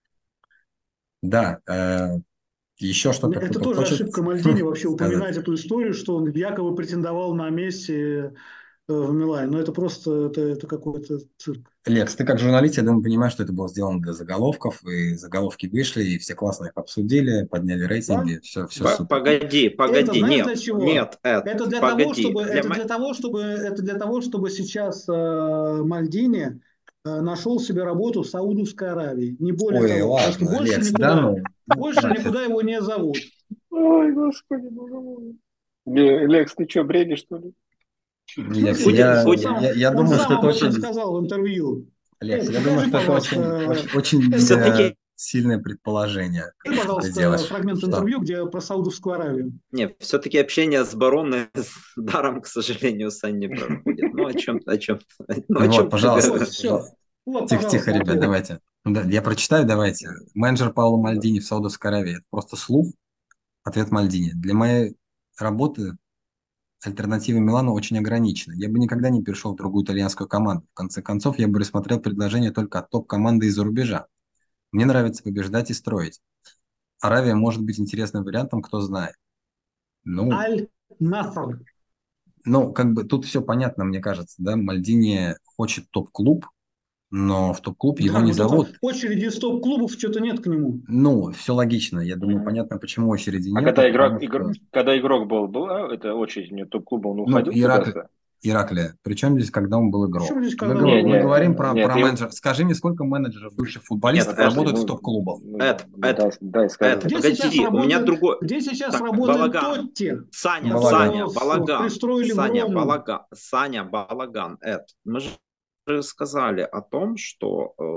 Да, э, еще что-то Это кто-то тоже хочет ошибка Мальдини вообще сказать? упоминать эту историю, что он якобы претендовал на Месси э, в Милане. Но это просто это, это какой-то цирк. Лекс, ты как журналист, я думаю, понимаешь, что это было сделано для заголовков, и заголовки вышли, и все классно их обсудили, подняли Да? рейтинги, все, все П- супер. погоди, Это погоди, знаешь нет, для чего? нет, Эд, Это для того, погоди. чтобы Для, это мо- для того, чтобы это для того, чтобы сейчас э, Мальдини э, нашел себе работу в Саудовской Аравии. Не более Ой, того, потому что ладно, больше Лекс, да никуда, ну, ну, больше хватит. никуда его не зовут. ой, господи, боже мой. Ле- Лекс, ты что, бредишь, что ли? В Лекс, смысле, Будет, я, Лекс? Он будет. сам, я, я он думаю, что сам это об этом очень, сказал в интервью. Лекс, Лекс, я думаю, покажи, что это очень, пожалуйста, очень, очень э, этот, сильное предположение, покажи, что ты пожалуйста, делаешь. фрагмент Что? интервью, где про Саудовскую Аравию. Не, все-таки общение с бароной с даром, к сожалению, Сань не проходит. Ну, о чем, о чем, ну, о Вот, чем ты пожалуйста, Вот, говоришь? все. пожалуйста. Вот, Тихо, тихо, пожалуйста, ребят, ответ. давайте. Да, я прочитаю, давайте. Менеджер Пауло Да. Мальдини в Саудовской Аравии. Это просто слух, ответ Мальдини. Для моей работы альтернатива Милану очень ограничена. Я бы никогда не перешел в другую итальянскую команду. В конце концов, я бы рассмотрел предложение только от топ-команды из-за рубежа. Мне нравится побеждать и строить. Аравия может быть интересным вариантом, кто знает. Ну, Аль-Наср. ну, как бы тут все понятно, мне кажется, да. Мальдини хочет топ-клуб, но в топ-клуб его Да, не но только зовут. очереди из топ-клубов что-то нет к нему. Ну, все логично. Я думаю, Мгм. понятно, почему очереди А нету, когда игрок, потому игр- что, когда игрок был, была эта очередь, у него топ-клуба, он ну, уходил Ирак, куда-то? Ираклия, причем здесь, когда он был Причем игрок? здесь, Мы, когда он гов- Не, был мы не, говорим игроком? про, нет, про я, менеджера. Скажи мне, сколько менеджеров, бывших Нет, футболистов Эд, подожди, работают в ну, топ-клубах? ну, Эд, Эд, дай, дай Эд, сказать. Где сейчас погоди, у меня работает, другой... где сейчас Так, работает Балаган. Тотти, Саня, Балаган. Саня, которого в- Балаган. пристроили в Саня, Рому? Балаган. Саня, Балаган. Эд, мы же сказали о том, что э,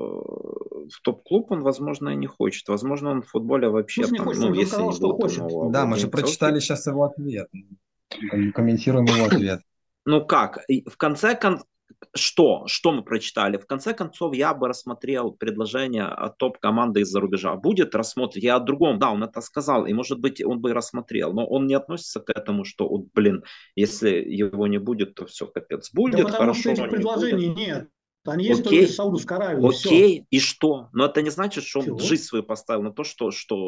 в топ-клуб он, возможно, и не хочет. Возможно, он в футболе В вообще смысле не там, хочет, ну, он же если сказал, не что будет там хочет. нового Да, мы же владельца, прочитали окей. сейчас его ответ. Как бы комментируем его ответ. Ну как, и в конце кон- что? Что мы прочитали? В конце концов, я бы рассмотрел предложение от топ-команды из-за рубежа. Будет рассмотреть? Я о другом. Да, он это сказал, и, может быть, он бы и рассмотрел. Но он не относится к этому, что, вот, блин, если его не будет, то все, капец. Да Будет, потому что хорошо, этих не будет. предложений нет. Они есть только из Окей, Саудовской Аравии, все. окей, и что? Но это не значит, что он Все. жизнь свою поставил на то, что,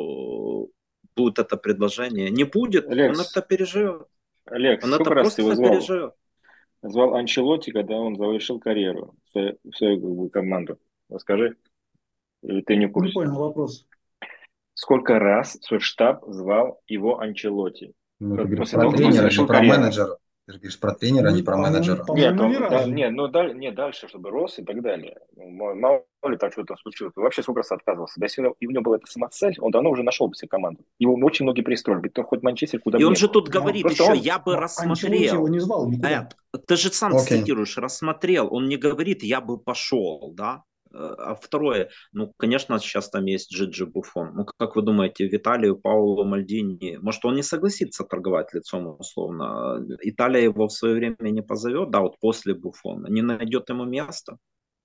что будет это предложение. Не будет, он Алекс, это переживет. Алекс, Он это сколько раз ты его просто звал? переживет. Звал Анчелотти, когда он завершил карьеру в свою, в свою как бы, команду. Расскажи, или ты не в Не курсе? понял вопрос. Сколько раз свой штаб звал его Анчелотти? Ну, ты Как говоришь после про того, как он тренера, не завершил про карьеру. менеджера. Ты же говоришь про тренера, а не Ну, про по-моему, менеджера. Нет, по-моему, ни он, да, разу. нет, ну, даль- не дальше, чтобы рос и так далее. Ну, мо- мало ли там что-то случилось. Он вообще сколько раз отказывался. Да, если у него и у него была эта самоцель, он давно уже нашел бы себе команду. Его очень многие пристроили, ведь то хоть Манчестер, куда И бы он не же был. тут Но, говорит Просто еще, он, я бы но Анчелотти его рассмотрел. не звал никуда. Эд, ты же сам Окей. цитируешь, рассмотрел. Он не говорит, я бы пошел, да? Э, А второе, ну, конечно, сейчас там есть Джиджи Буфон. Ну, как вы думаете, Виталию Паулу Мальдини, может, он не согласится торговать лицом условно? Италия его в свое время не позовет, да, вот после Буфона, не найдет ему места.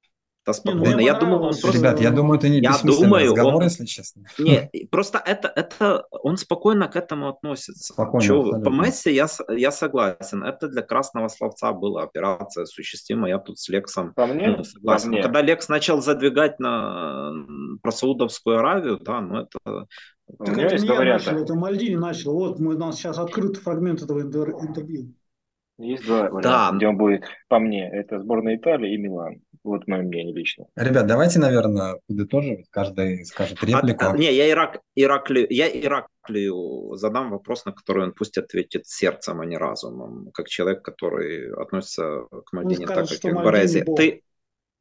Да Не, ну мне спокойно. Я думаю, он понравилось. просто... Ребят, я э, думаю, это не Я бессмысленный думаю, разговор, он если честно. не, просто это, это он спокойно к этому относится. Спокойно, Чё, по абсолютно. Месси я, с- я согласен. Это для красного словца была операция осуществима. Я тут с Лексом по ну, мне, по согласен. Но мне, когда Лекс начал задвигать на м, про Саудовскую Аравию, да, ну это у Так меня это есть не два я начал, варианта. это Мальдини начал. Вот мы, у нас сейчас открыт фрагмент этого интер- интервью. Есть два варианта, да. где он будет, по мне, это сборная Италии и Милан. Вот мое мнение лично. Ребят, давайте, наверное, подытожим. Каждый скажет А- а, реплику. не, я Ирак, Ираклию, я Ираклию задам вопрос, на который он пусть ответит сердцем, а не разумом, как человек, который относится к Он Мальдине так, скажет, как что и к Мальдини Борези. бог. Ты,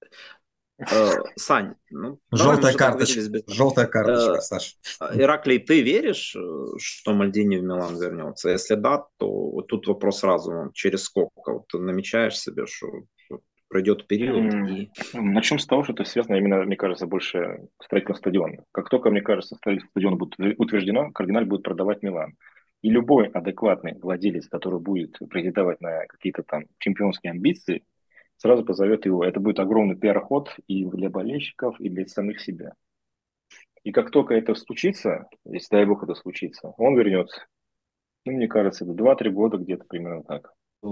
Э, Сань, ну давай мы Желтая же карточка. договорились без... Желтая карточка, Э, Саш. Ираклий, ты веришь, э, что Мальдини в Милан вернется? Если да, то вот тут вопрос сразу, через сколько? Вот ты намечаешь себе, что вот пройдет период М, и... Начнем с того, что это связано именно, мне кажется, больше с строительством стадиона. Как только, мне кажется, строительство стадиона будет утверждено, кардинал будет продавать Милан. И любой адекватный владелец, который будет претендовать на какие-то там чемпионские амбиции, сразу позовет его. Это будет огромный пиар-ход и для болельщиков, и для самих себя. И как только это случится, если дай бог это случится, он вернется. Ну, мне кажется, это два-три года где-то примерно так. э,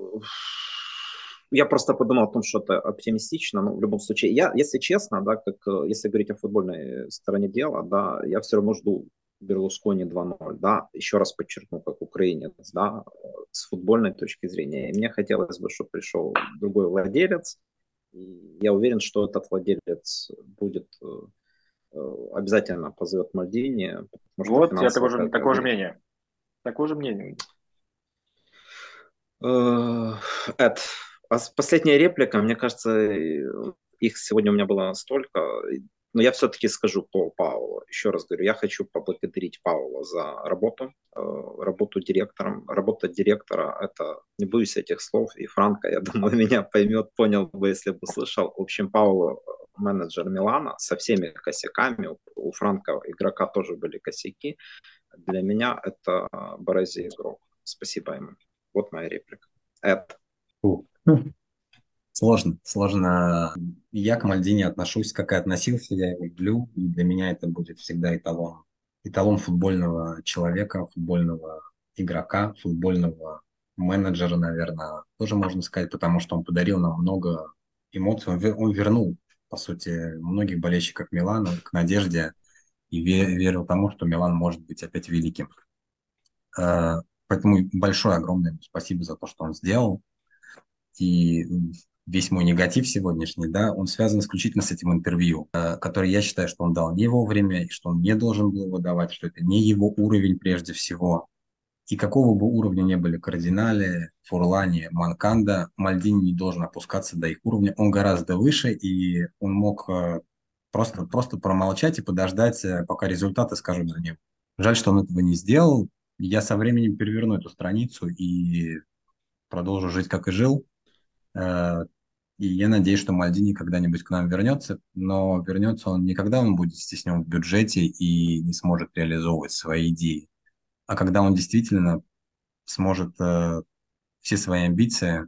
Я просто подумал о том, что это оптимистично, но в любом случае, я, если честно, да, как э, если говорить о футбольной стороне дела, да, я все равно жду Берлускони два ноль, да, еще раз подчеркну, как украинец, да, э, с футбольной точки зрения. И мне хотелось бы, чтобы пришел другой владелец, и я уверен, что этот владелец будет э, э, обязательно позовет Мальдини, потому что Вот, я такого финансово же, это такого же будет. мнения. Такого же мнения. Э, Эд, а с- последняя реплика, мне кажется, э, их сегодня у меня было столько, но я все-таки скажу по Паулу. Еще раз говорю, я хочу поблагодарить Паула за работу, э, работу директором. Работа директора, это, не боюсь этих слов, и Франко, я думаю, меня поймет, понял бы, если бы слышал. В общем, Пауло менеджер Милана со всеми косяками, у, у Франка игрока тоже были косяки. Для меня это Борези игрок. Спасибо ему. Вот моя реплика. Эд. Фу. Сложно, сложно. Я к Мальдине отношусь, как и относился, я его люблю, и для меня это будет всегда эталон. Эталон футбольного человека, футбольного игрока, футбольного менеджера, наверное, тоже можно сказать, потому что он подарил нам много эмоций, он, ве- он вернул, по сути, многих болельщиков Милана к надежде и ве- верил тому, что Милан может быть опять великим. Э, Поэтому большое, огромное ему спасибо за то, что он сделал. И весь мой негатив сегодняшний, да, он связан исключительно с этим интервью, э, которое я считаю, что он дал не вовремя, и что он не должен был его давать, что это не его уровень прежде всего. И какого бы уровня ни были Кардинале, Фурлани, Манканда, Мальдини не должен опускаться до их уровня. Он гораздо выше, и он мог э, просто, просто промолчать и подождать, э, пока результаты скажут за него. Жаль, что он этого не сделал. Я со временем переверну эту страницу и продолжу жить, как и жил. Э, И я надеюсь, что Мальдини когда-нибудь к нам вернется, но вернется он не когда он будет стеснен в бюджете и не сможет реализовывать свои идеи, а когда он действительно сможет э, все свои амбиции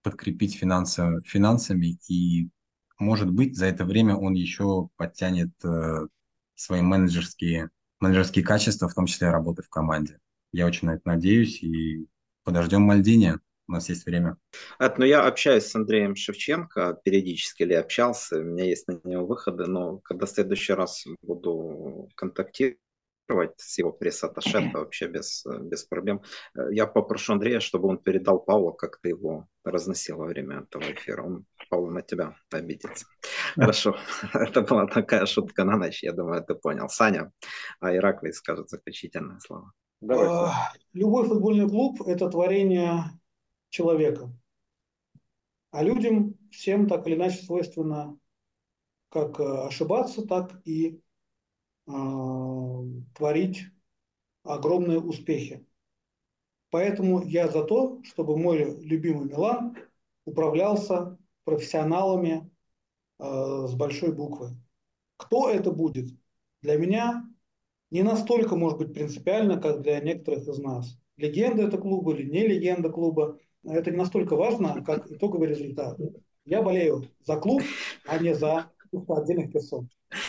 подкрепить финансы, финансами, и, может быть, за это время он еще подтянет э, свои менеджерские, менеджерские качества, в том числе работы в команде. Я очень на это надеюсь, и подождем Мальдини. У нас есть время. Это, ну, я общаюсь с Андреем Шевченко, периодически ли общался, у меня есть на него выходы, но когда в следующий раз буду контактировать с его пресс-атташе, это вообще без, без проблем. Я попрошу Андрея, чтобы он передал Павлу, как ты его разносил во время этого эфира. Он, Павел, на тебя обидится. Хорошо, это была такая шутка на ночь, я думаю, ты понял. Саня, а Ираклий скажет заключительное слово. Давай, Сань. Любой футбольный клуб – это творение человека. А людям всем так или иначе свойственно как ошибаться, так и э, творить огромные успехи. Поэтому я за то, чтобы мой любимый Милан управлялся профессионалами э, с большой буквы. Кто это будет? Для меня не настолько, может быть, принципиально, как для некоторых из нас. Легенда это клуба или не легенда клуба. Это не настолько важно, как итоговый результат. Я болею за клуб, а не за отдельных персон.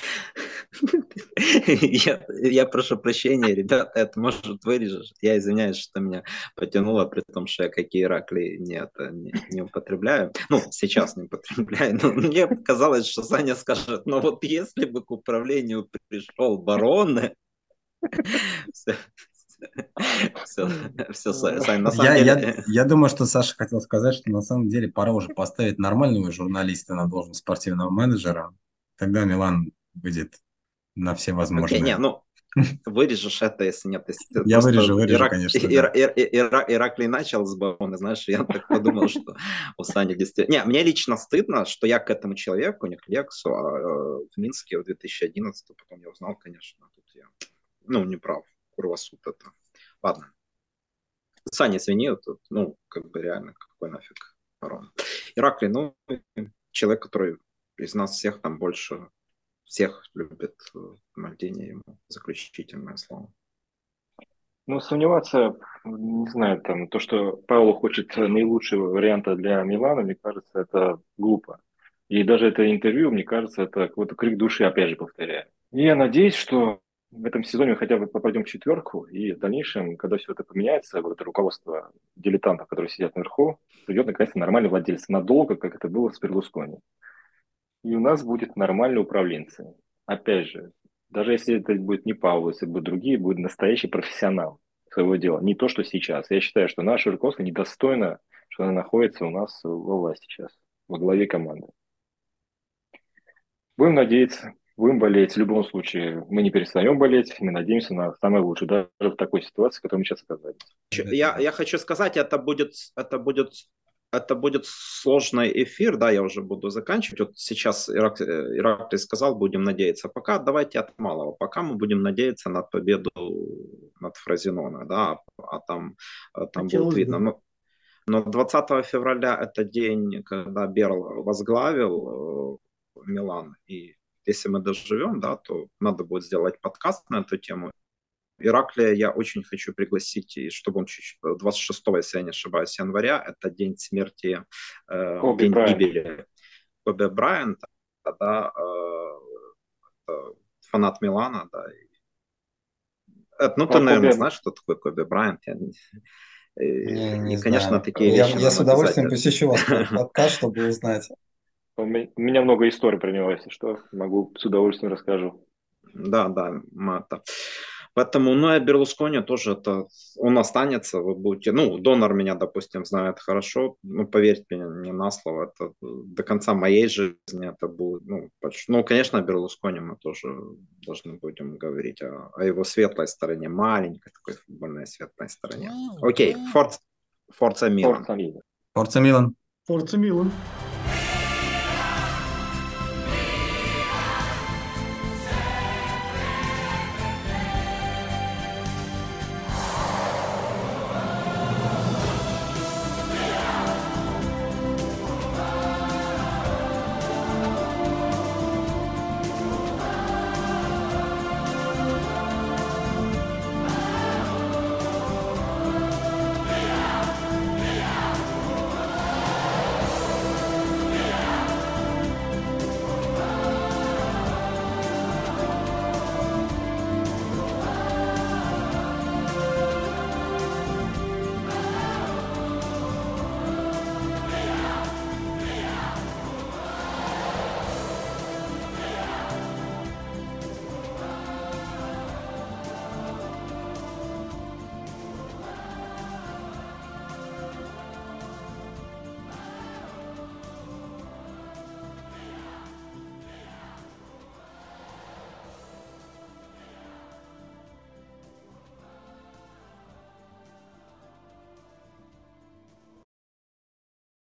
Я, я прошу прощения, ребят, это может вырежешь. Я извиняюсь, что меня потянуло, при том, что я какие Иракли не, это, не, не употребляю. Ну, сейчас не употребляю. Но мне показалось, что Саня скажет, ну вот если бы к управлению пришел барон, все, все, все, Саня, на самом Я, я, деле... я думаю, что Саша хотел сказать, что на самом деле пора уже поставить нормального журналиста на должность спортивного менеджера. Тогда Милан выйдет на все Окей, не, возможные. ну, вырежешь это, если нет. Если ты Я просто вырежу, вырежу, Ирак, конечно, Ира, да. Ира, Ира, Ираклий начал с барона, знаешь, я так подумал, что у Сани действительно... Не, мне лично стыдно, что я к этому человеку, не к Лексу, а э, в Минске в две тысячи одиннадцатом, потом я узнал, конечно, тут я, ну, не прав, курвасут это. Ладно. Саня, извини, тут, ну, как бы реально, какой нафиг барон. Ираклий, ну, человек, который из нас всех там больше всех любит Мальдини, ему заключительное слово. Ну, сомневаться, не знаю, там, то, что Пауло хочет наилучшего варианта для Милана, мне кажется, это глупо. И даже это интервью, мне кажется, это какой-то крик души, опять же повторяю. И я надеюсь, что в этом сезоне мы хотя бы попадем в четверку, и в дальнейшем, когда все это поменяется, вот это руководство дилетантов, которые сидят наверху, придет наконец-то нормальный владелец, надолго, как это было с Берлускони. И у нас будет нормальные управленцы. Опять же, даже если это будет не Пауло, если будут другие, будет настоящий профессионал своего дела. Не то, что сейчас. Я считаю, что наше руководство недостойно, что оно находится у нас во власти сейчас, во главе команды. Будем надеяться, будем болеть. В любом случае, мы не перестаем болеть, мы надеемся на самое лучшее, даже в такой ситуации, в которой мы сейчас оказались. Я, я хочу сказать, это будет, это будет, это будет сложный эфир, да, я уже буду заканчивать. Вот сейчас Ирак, Ираклий сказал, будем надеяться. Пока давайте от малого. Пока мы будем надеяться на победу над Фразеноне, да, а там, там будет видно. Но, но двадцатого февраля это день, когда Берл возглавил Милан, и если мы доживем, да, то надо будет сделать подкаст на эту тему. Ираклия я очень хочу пригласить, и чтобы он чуть-чуть двадцать шестого, если я не ошибаюсь, января, это день смерти, э, Коби день Брайант. гибели Коби Брайанта, да, э, фанат Милана, да. Это, ну, ты, А наверное, Коби... знаешь, что такое Коби Брайант. Я... Не, не И, конечно, знаю. такие Я, вещи я с нам удовольствием обязательно... посещу вас подкаст, чтобы узнать. У меня много историй про него, если что, могу с удовольствием расскажу. Да, да, это. Поэтому, ну, и Берлускони тоже это, он останется, вы будете, ну, донор меня, допустим, знает хорошо, ну, поверьте мне, не на слово, это до конца моей жизни это будет, ну, почти, ну, конечно, о Берлускони мы тоже должны будем говорить о, о его светлой стороне, маленькой такой футбольной светлой стороне. Окей, Форца Милан. Форца Милан. Форца Милан. Форца Милан.